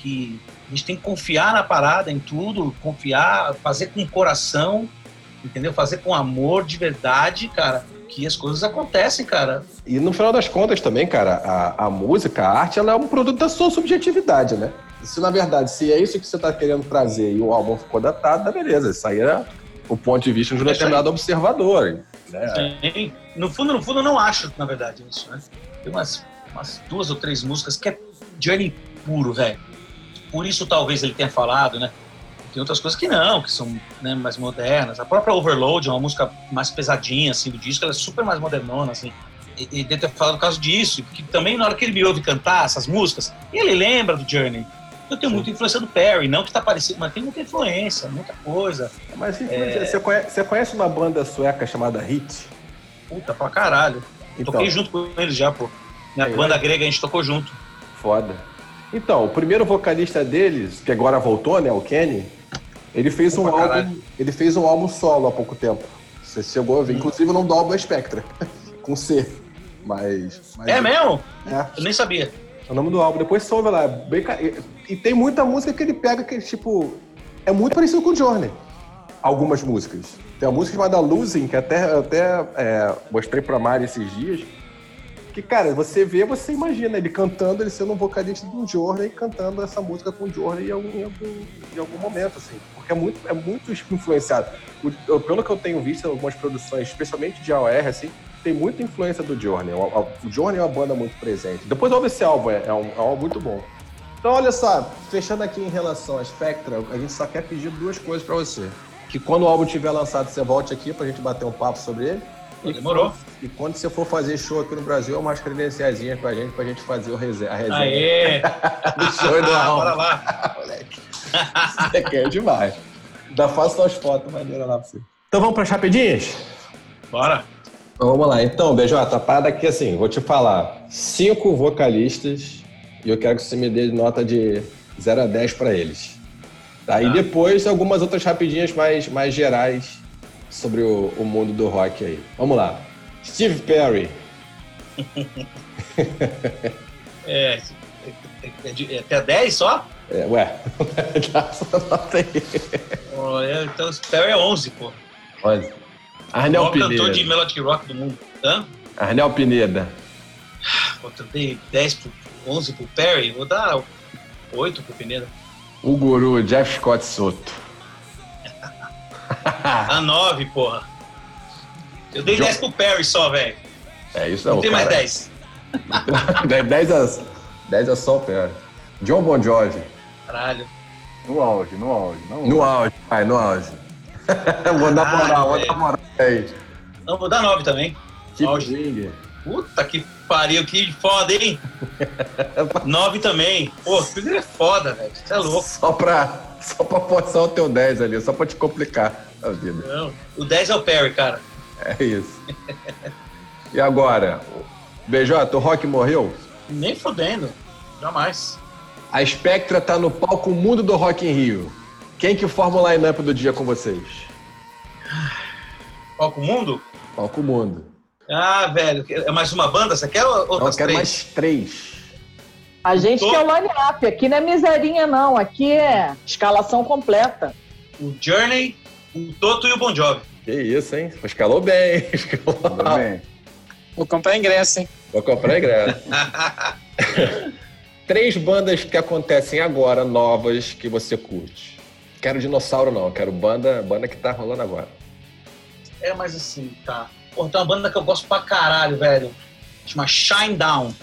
[SPEAKER 2] a gente tem que confiar na parada, em tudo, confiar, fazer com coração, entendeu? Fazer com amor de verdade, cara, que as coisas acontecem, cara.
[SPEAKER 3] E no final das contas também, cara, a música, a arte, ela é um produto da sua subjetividade, né? Se na verdade, se é isso que você tá querendo trazer e o álbum ficou datado, beleza, isso aí era o ponto de vista de um determinado observador, né?
[SPEAKER 2] Sim. No fundo, eu não acho, na verdade, isso, né? Tem umas 2 ou 3 músicas que é Journey puro, velho. Por isso talvez ele tenha falado, né? Tem outras coisas que não, que são, né, mais modernas. A própria Overload é uma música mais pesadinha, assim, do disco, ela é super mais modernona, assim. E deve ter falado por causa disso, que também na hora que ele me ouve cantar essas músicas, ele lembra do Journey. Eu tenho muita influência do Perry, não que tá parecido, mas tem muita influência, muita coisa.
[SPEAKER 3] Mas você conhece uma banda sueca chamada Hit?
[SPEAKER 2] Puta, pra caralho.
[SPEAKER 3] Então.
[SPEAKER 2] Toquei junto com eles já, pô. Minha banda grega, a gente tocou junto.
[SPEAKER 3] Foda. Então, o primeiro vocalista deles, que agora voltou, né, o Kenny, ele fez um álbum solo há pouco tempo. Você chegou a ver, inclusive o nome do álbum é Spectra, com C. Mas
[SPEAKER 2] é mesmo?
[SPEAKER 3] É.
[SPEAKER 2] Eu nem sabia.
[SPEAKER 3] É o nome do álbum, depois você ouve lá. E tem muita música que ele pega que, tipo, é muito parecido com o Journey. Algumas músicas. Tem uma música chamada Losing, que até mostrei pra Mari esses dias. Que, cara, você vê, você imagina ele cantando, ele sendo um vocalista do Journey, cantando essa música com o Journey em algum momento, assim. Porque é muito influenciado. Pelo que eu tenho visto em algumas produções, especialmente de AOR, assim, tem muita influência do Journey. O Journey é uma banda muito presente. Depois ouve esse álbum, é um álbum muito bom. Então, olha só, fechando aqui em relação a Spectra, a gente só quer pedir duas coisas pra você. Que quando o álbum tiver lançado, você volte aqui pra gente bater um papo sobre ele.
[SPEAKER 2] Demorou.
[SPEAKER 3] E quando você for fazer show aqui no Brasil, umas credenciaizinhas pra gente fazer a resenha.
[SPEAKER 2] Aê!
[SPEAKER 3] Do show do álbum.
[SPEAKER 2] Bora lá.
[SPEAKER 3] Moleque. Você quer demais. Ainda faço suas fotos maneiras lá pra você. Então vamos pras rapidinhas?
[SPEAKER 2] Bora.
[SPEAKER 3] Então, vamos lá. Então, BJ, a parada aqui assim, vou te falar. 5 vocalistas e eu quero que você me dê nota de 0 a 10 pra eles. Tá? E depois algumas outras rapidinhas mais gerais sobre o mundo do rock aí. Vamos lá. Steve Perry.
[SPEAKER 2] Até 10 só?
[SPEAKER 3] Ué, dá essa nota aí.
[SPEAKER 2] Então o Perry é 11, pô.
[SPEAKER 3] 11. Arnel
[SPEAKER 2] o maior
[SPEAKER 3] Pineda.
[SPEAKER 2] cantor de melodic rock do mundo. Hã?
[SPEAKER 3] Arnel Pineda.
[SPEAKER 2] Pô, eu dei 11 pro Perry, vou dar 8 pro Pineda.
[SPEAKER 3] O guru Jeff Scott Soto.
[SPEAKER 2] A 9, porra. Eu dei 10 pro Perry só, velho.
[SPEAKER 3] Isso
[SPEAKER 2] não tem mais 10.
[SPEAKER 3] 10 é só o Perry. John Bon Jovi.
[SPEAKER 2] Caralho.
[SPEAKER 5] No auge.
[SPEAKER 3] No auge. Vou dar moral aí.
[SPEAKER 2] Não, vou dar 9 também.
[SPEAKER 3] Keep Singer.
[SPEAKER 2] Puta que pariu, que foda, hein? 9 também. Pô, o Singer é foda, velho. Você é louco.
[SPEAKER 3] Só pra forçar o teu 10 ali, só pra te complicar a vida.
[SPEAKER 2] Não, o 10 é o Perry, cara.
[SPEAKER 3] É isso. E agora, BJ, o rock morreu?
[SPEAKER 2] Nem fodendo. Jamais.
[SPEAKER 3] A Spectra tá no palco Mundo do Rock in Rio. Quem que forma o line-up do dia com vocês?
[SPEAKER 2] Palco Mundo?
[SPEAKER 3] Palco Mundo.
[SPEAKER 2] Ah, velho. É mais uma banda? Você quer outras 3?
[SPEAKER 3] Não, eu quero mais 3.
[SPEAKER 4] A gente quer o line-up. Aqui não é miserinha, não. Aqui é escalação completa.
[SPEAKER 2] O Journey, o Toto e o Bon Jovi.
[SPEAKER 3] Que isso, hein? Escalou bem.
[SPEAKER 5] Tudo bem.
[SPEAKER 7] Vou comprar ingresso, hein?
[SPEAKER 3] Vou comprar ingresso. 3 bandas que acontecem agora, novas, que você curte. Quero dinossauro não, quero banda que tá rolando agora.
[SPEAKER 2] Mas assim, tá. Pô, tem uma banda que eu gosto pra caralho, velho. Chama Shinedown.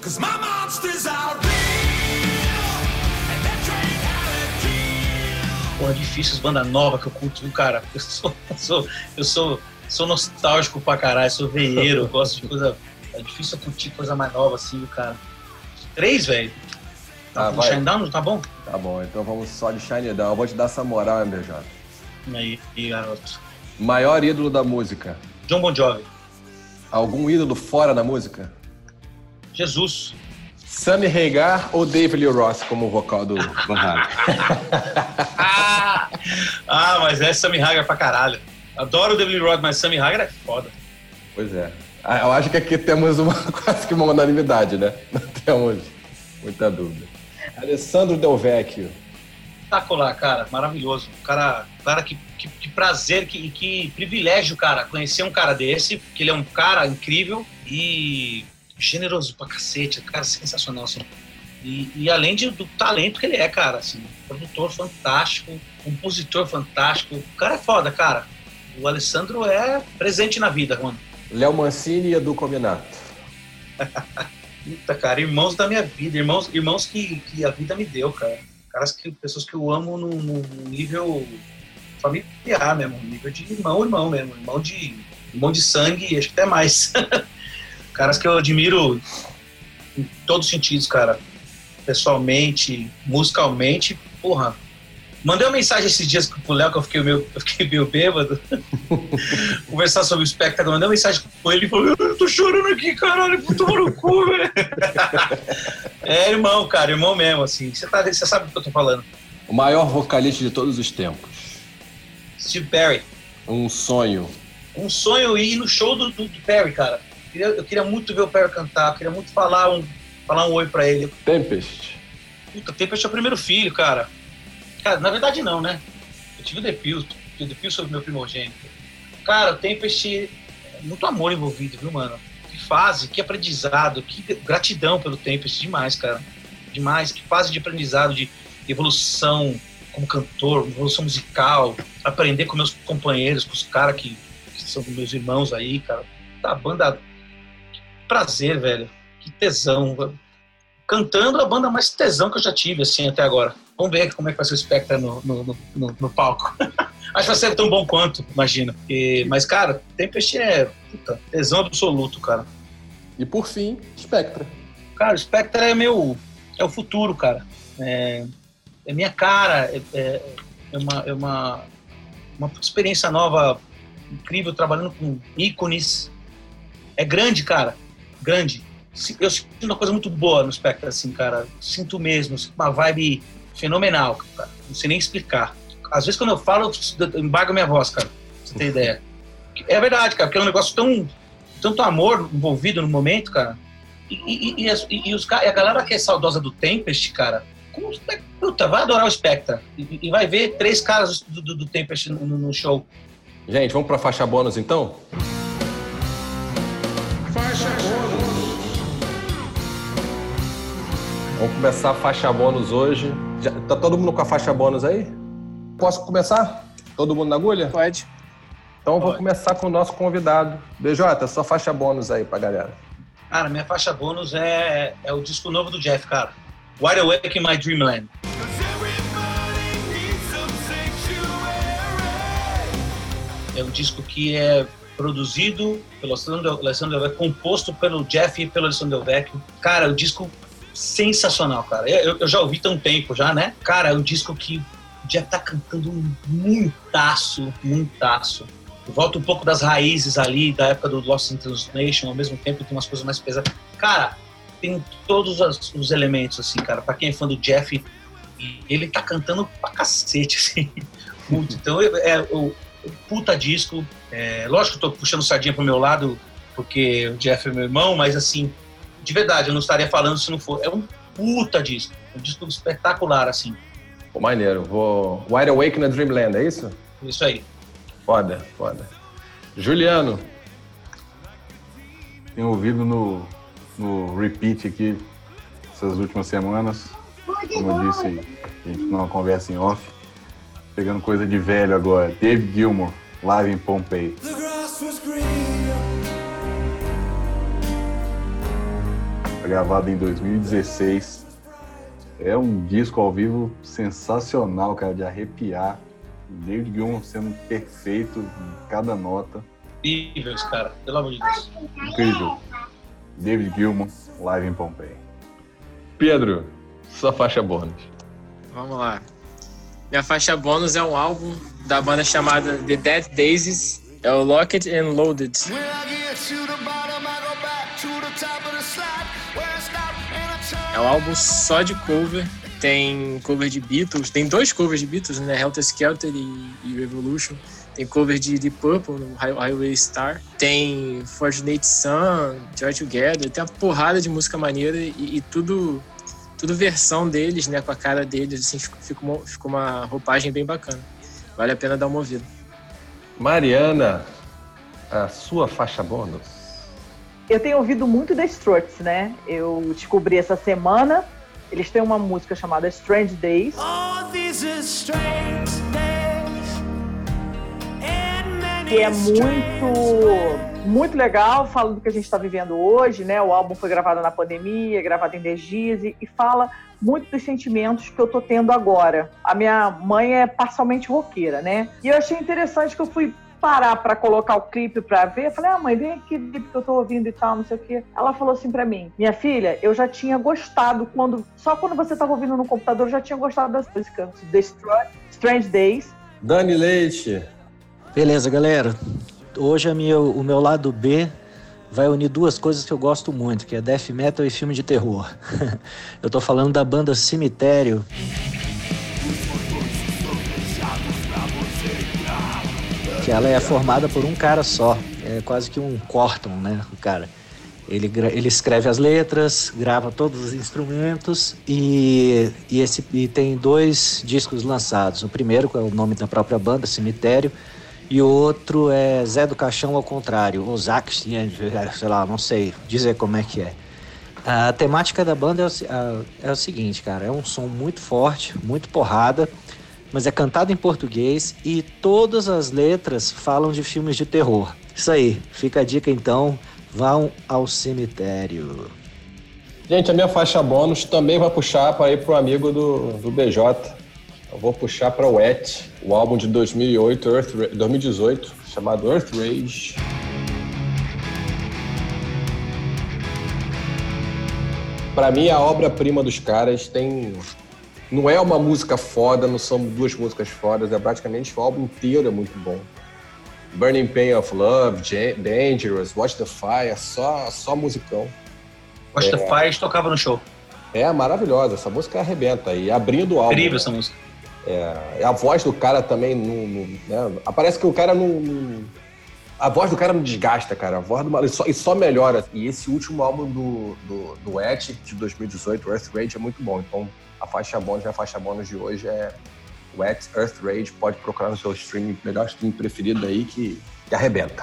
[SPEAKER 2] Porra, difícil as bandas novas que eu curto, viu, cara? Eu sou nostálgico pra caralho, sou veieiro, eu gosto de coisa... É difícil eu curtir coisa mais nova assim, viu, cara? 3, velho?
[SPEAKER 3] Vai.
[SPEAKER 2] Shinedown, tá bom?
[SPEAKER 3] Tá bom, então vamos só de Shinedown. Eu vou te dar essa moral, hein, BJ?
[SPEAKER 2] Aí, garoto.
[SPEAKER 3] Maior ídolo da música?
[SPEAKER 2] John Bon Jovi.
[SPEAKER 3] Algum ídolo fora da música?
[SPEAKER 2] Jesus.
[SPEAKER 3] Sammy Hagar ou David Lee Roth como vocal do Van Halen?
[SPEAKER 2] Mas é Sammy Hagar pra caralho. Adoro o David Lee Roth, mas Sammy Hagar é foda.
[SPEAKER 3] Pois é. Eu acho que aqui temos quase que uma unanimidade, né? Não temos muita dúvida. Alessandro Del Vecchio.
[SPEAKER 2] Espetacular, cara. Maravilhoso. Cara, que prazer, que privilégio, cara, conhecer um cara desse, porque ele é um cara incrível e generoso pra cacete, cara sensacional, assim. E além do talento que ele é, cara, assim, produtor fantástico, compositor fantástico, o cara é foda, cara. O Alessandro é presente na vida, mano.
[SPEAKER 3] Léo Mancini e Edu Cominato.
[SPEAKER 2] Puta, cara, irmãos da minha vida, irmãos que a vida me deu, cara. Pessoas que eu amo num nível familiar mesmo, nível de irmão mesmo, irmão de sangue, acho que até mais. Caras que eu admiro em todos os sentidos, cara. Pessoalmente, musicalmente, porra. Mandei uma mensagem esses dias pro Léo, que eu fiquei meio bêbado. Conversar sobre o Spectre. Mandei uma mensagem com ele e falou: eu tô chorando aqui, caralho, puta no cu, velho. É irmão, cara, irmão mesmo, assim. Você sabe do que eu tô falando.
[SPEAKER 3] O maior vocalista de todos os tempos.
[SPEAKER 2] Steve Perry.
[SPEAKER 3] Um sonho
[SPEAKER 2] Ir no show do Perry, cara. Eu queria muito ver o Perry cantar, queria muito falar um oi pra ele.
[SPEAKER 3] Tempest.
[SPEAKER 2] Puta, Tempest é o primeiro filho, cara. Cara, na verdade não, né? Eu tive o The Pills foi o meu primogênito. Cara, o Tempest é muito amor envolvido, viu, mano? Que fase, que aprendizado, que gratidão pelo Tempest, demais, cara. Demais, que fase de aprendizado, de evolução como cantor, evolução musical, aprender com meus companheiros, com os caras que são meus irmãos aí, cara. Tá, banda... Que prazer, velho. Que tesão, velho. Cantando a banda mais tesão que eu já tive, assim, até agora. Vamos ver como é que vai ser o Spectre no palco. Acho que vai ser tão bom quanto, imagino. Mas, cara, Tempest é tesão absoluto, cara.
[SPEAKER 3] E por fim, Spectre.
[SPEAKER 2] Cara, o Spectre é o futuro, cara. É minha cara, é uma experiência nova, incrível, trabalhando com ícones. É grande, cara, grande. Eu sinto uma coisa muito boa no Spectre, assim, cara. Sinto mesmo, uma vibe fenomenal, cara. Não sei nem explicar. Às vezes quando eu falo, eu embargo a minha voz, cara. Pra você ter ideia. É verdade, cara, porque é um negócio tanto amor envolvido no momento, cara. E a galera que é saudosa do Tempest, cara, vai adorar o Spectre. E vai ver 3 caras do Tempest no show.
[SPEAKER 3] Gente, vamos pra faixa bônus, então? Vamos começar a faixa bônus hoje. Já, tá todo mundo com a faixa bônus aí? Posso começar? Todo mundo na agulha?
[SPEAKER 7] Pode.
[SPEAKER 3] Então vou começar com o nosso convidado. BJ, sua faixa bônus aí pra galera.
[SPEAKER 2] Cara, minha faixa bônus é o disco novo do Jeff, cara. Wide Awake in My Dreamland. É um disco que é produzido pelo Alessandro Del Vecchio, composto pelo Jeff e pelo Alessandro Del Vecchio. Cara, é um disco sensacional, cara. Eu já ouvi há um tempo já, né? Cara, é um disco que o Jeff tá cantando muitaço. Volta um pouco das raízes ali, da época do Lost in Translation, ao mesmo tempo tem umas coisas mais pesadas. Cara, tem todos os elementos, assim, cara. Pra quem é fã do Jeff, ele tá cantando pra cacete, assim. Muito. Então, o puta disco. Lógico que eu tô puxando sardinha pro meu lado, porque o Jeff é meu irmão, mas, assim, de verdade, eu não estaria falando se não for. É um puta disco. Um disco espetacular, assim.
[SPEAKER 3] Pô, maneiro. Wide Awake na Dreamland, é isso?
[SPEAKER 2] Isso aí.
[SPEAKER 3] Foda. Juliano.
[SPEAKER 5] Tenho ouvido no repeat aqui essas últimas semanas. Como eu disse, a gente numa conversa em off. Pegando coisa de velho agora. David Gilmour, Live in Pompeii. Foi gravado em 2016. É um disco ao vivo sensacional, cara, de arrepiar. David Gilmour sendo perfeito em cada nota.
[SPEAKER 2] Incrível esse cara, pelo amor de Deus.
[SPEAKER 5] Incrível. David Gilmour, Live in Pompeii.
[SPEAKER 3] Pedro, sua faixa bônus.
[SPEAKER 7] Vamos lá. Minha faixa bônus é um álbum da banda chamada The Dead Daisies. É o Locked and Loaded. É um álbum só de cover. Tem cover de Beatles. Tem 2 covers de Beatles, né? Helter Skelter e Revolution. Tem cover de Deep Purple, no Highway Star. Tem Fortunate Son, Joy Together. Tem uma porrada de música maneira e tudo versão deles, né? Com a cara deles, assim, ficou uma roupagem bem bacana. Vale a pena dar uma ouvida.
[SPEAKER 3] Mariana, a sua faixa bônus?
[SPEAKER 4] Eu tenho ouvido muito The Struts, né? Eu descobri essa semana. Eles têm uma música chamada Strange Days. que é muito legal, fala do que a gente está vivendo hoje, né? O álbum foi gravado na pandemia, gravado em 10 dias e fala muito dos sentimentos que eu tô tendo agora. A minha mãe é parcialmente roqueira, né? E eu achei interessante que eu fui parar para colocar o clipe para ver. Eu falei, mãe, vem aqui o clipe que eu tô ouvindo e tal, não sei o quê. Ela falou assim para mim, minha filha, eu já tinha gostado só quando você tava ouvindo no computador, eu já tinha gostado das músicas. The Strange Days.
[SPEAKER 3] Dani Leite.
[SPEAKER 8] Beleza, galera. Hoje o meu lado B vai unir duas coisas que eu gosto muito, que é death metal e filme de terror. Eu tô falando da banda Cemitério. Que ela é formada por um cara só. É quase que um Corton, né, o cara. Ele escreve as letras, grava todos os instrumentos e tem 2 discos lançados. O primeiro, que é o nome da própria banda, Cemitério, e o outro é Zé do Caixão ao contrário, ou Zack, sei lá, não sei dizer como é que é. A temática da banda é o seguinte, cara, é um som muito forte, muito porrada, mas é cantado em português e todas as letras falam de filmes de terror. Isso aí, fica a dica então, vão ao Cemitério.
[SPEAKER 3] Gente, a minha faixa bônus também vai puxar para ir pro amigo do BJ. Eu vou puxar para o Wet, o álbum de 2018, chamado Earth Rage. Para mim, a obra-prima dos caras não é uma música foda, não são 2 músicas fodas, é praticamente o álbum inteiro é muito bom. Burning Pain of Love, Dangerous, Watch the Fire, só musicão.
[SPEAKER 2] Watch the Fire tocava no show.
[SPEAKER 3] É maravilhosa, essa música arrebenta. E abrindo o álbum.
[SPEAKER 2] Incrível essa música.
[SPEAKER 3] A voz do cara também né? Parece que o cara não. A voz do cara não desgasta, cara. A voz do maluco só melhora. E esse último álbum do Wet, de 2018, Earth Rage, é muito bom. Então, a faixa bônus de hoje é Wet, Earth Rage. Pode procurar no seu melhor stream preferido aí, que arrebenta.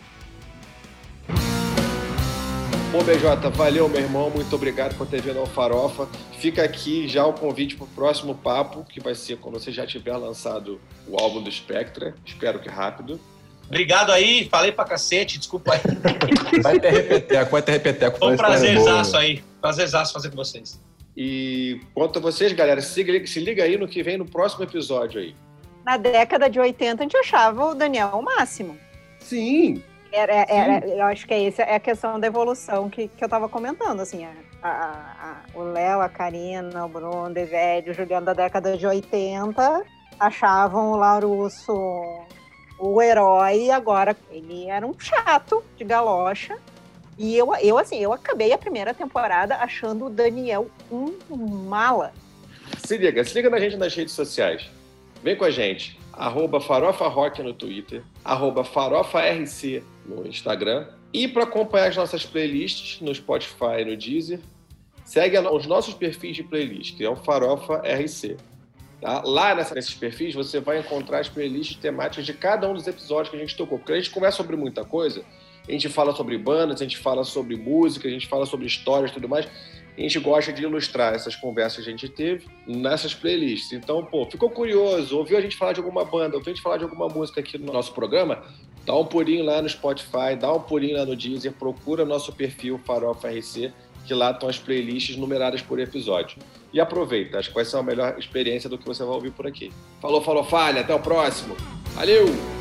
[SPEAKER 1] Bom, BJ, valeu, meu irmão. Muito obrigado por ter vindo ao Farofa. Fica aqui já o convite para o próximo papo, que vai ser quando você já tiver lançado o álbum do Spectra. Espero que rápido.
[SPEAKER 2] Obrigado aí, falei pra cacete, desculpa aí.
[SPEAKER 3] Vai ter repeteco.
[SPEAKER 2] Foi um prazerzaço aí. Prazerzaço fazer com vocês.
[SPEAKER 1] E quanto a vocês, galera, se liga aí no que vem no próximo episódio aí.
[SPEAKER 9] Na década de 80, a gente achava o Daniel o máximo.
[SPEAKER 1] Sim!
[SPEAKER 9] Eu acho que essa é a questão da evolução que eu tava comentando, assim, o Léo, a Karina, o Bruno, o Develho, o Juliano da década de 80 achavam o Larusso o herói, e agora ele era um chato de galocha. E eu acabei a primeira temporada achando o Daniel um mala.
[SPEAKER 1] Se liga na gente nas redes sociais. Vem com a gente. @farofarock no Twitter, @farofarc no Instagram. E para acompanhar as nossas playlists no Spotify e no Deezer, segue os nossos perfis de playlist, que é o Farofa RC. Tá? Lá nesses perfis você vai encontrar as playlists temáticas de cada um dos episódios que a gente tocou. Porque a gente conversa sobre muita coisa. A gente fala sobre bandas, a gente fala sobre música, a gente fala sobre histórias e tudo mais. A gente gosta de ilustrar essas conversas que a gente teve nessas playlists. Então, ficou curioso, ouviu a gente falar de alguma banda, ouviu a gente falar de alguma música aqui no nosso programa? Dá um pulinho lá no Spotify, dá um pulinho lá no Deezer, procura nosso perfil Farofa RC, que lá estão as playlists numeradas por episódio. E aproveita, acho que vai ser a melhor experiência do que você vai ouvir por aqui. Falou, falha, até o próximo. Valeu!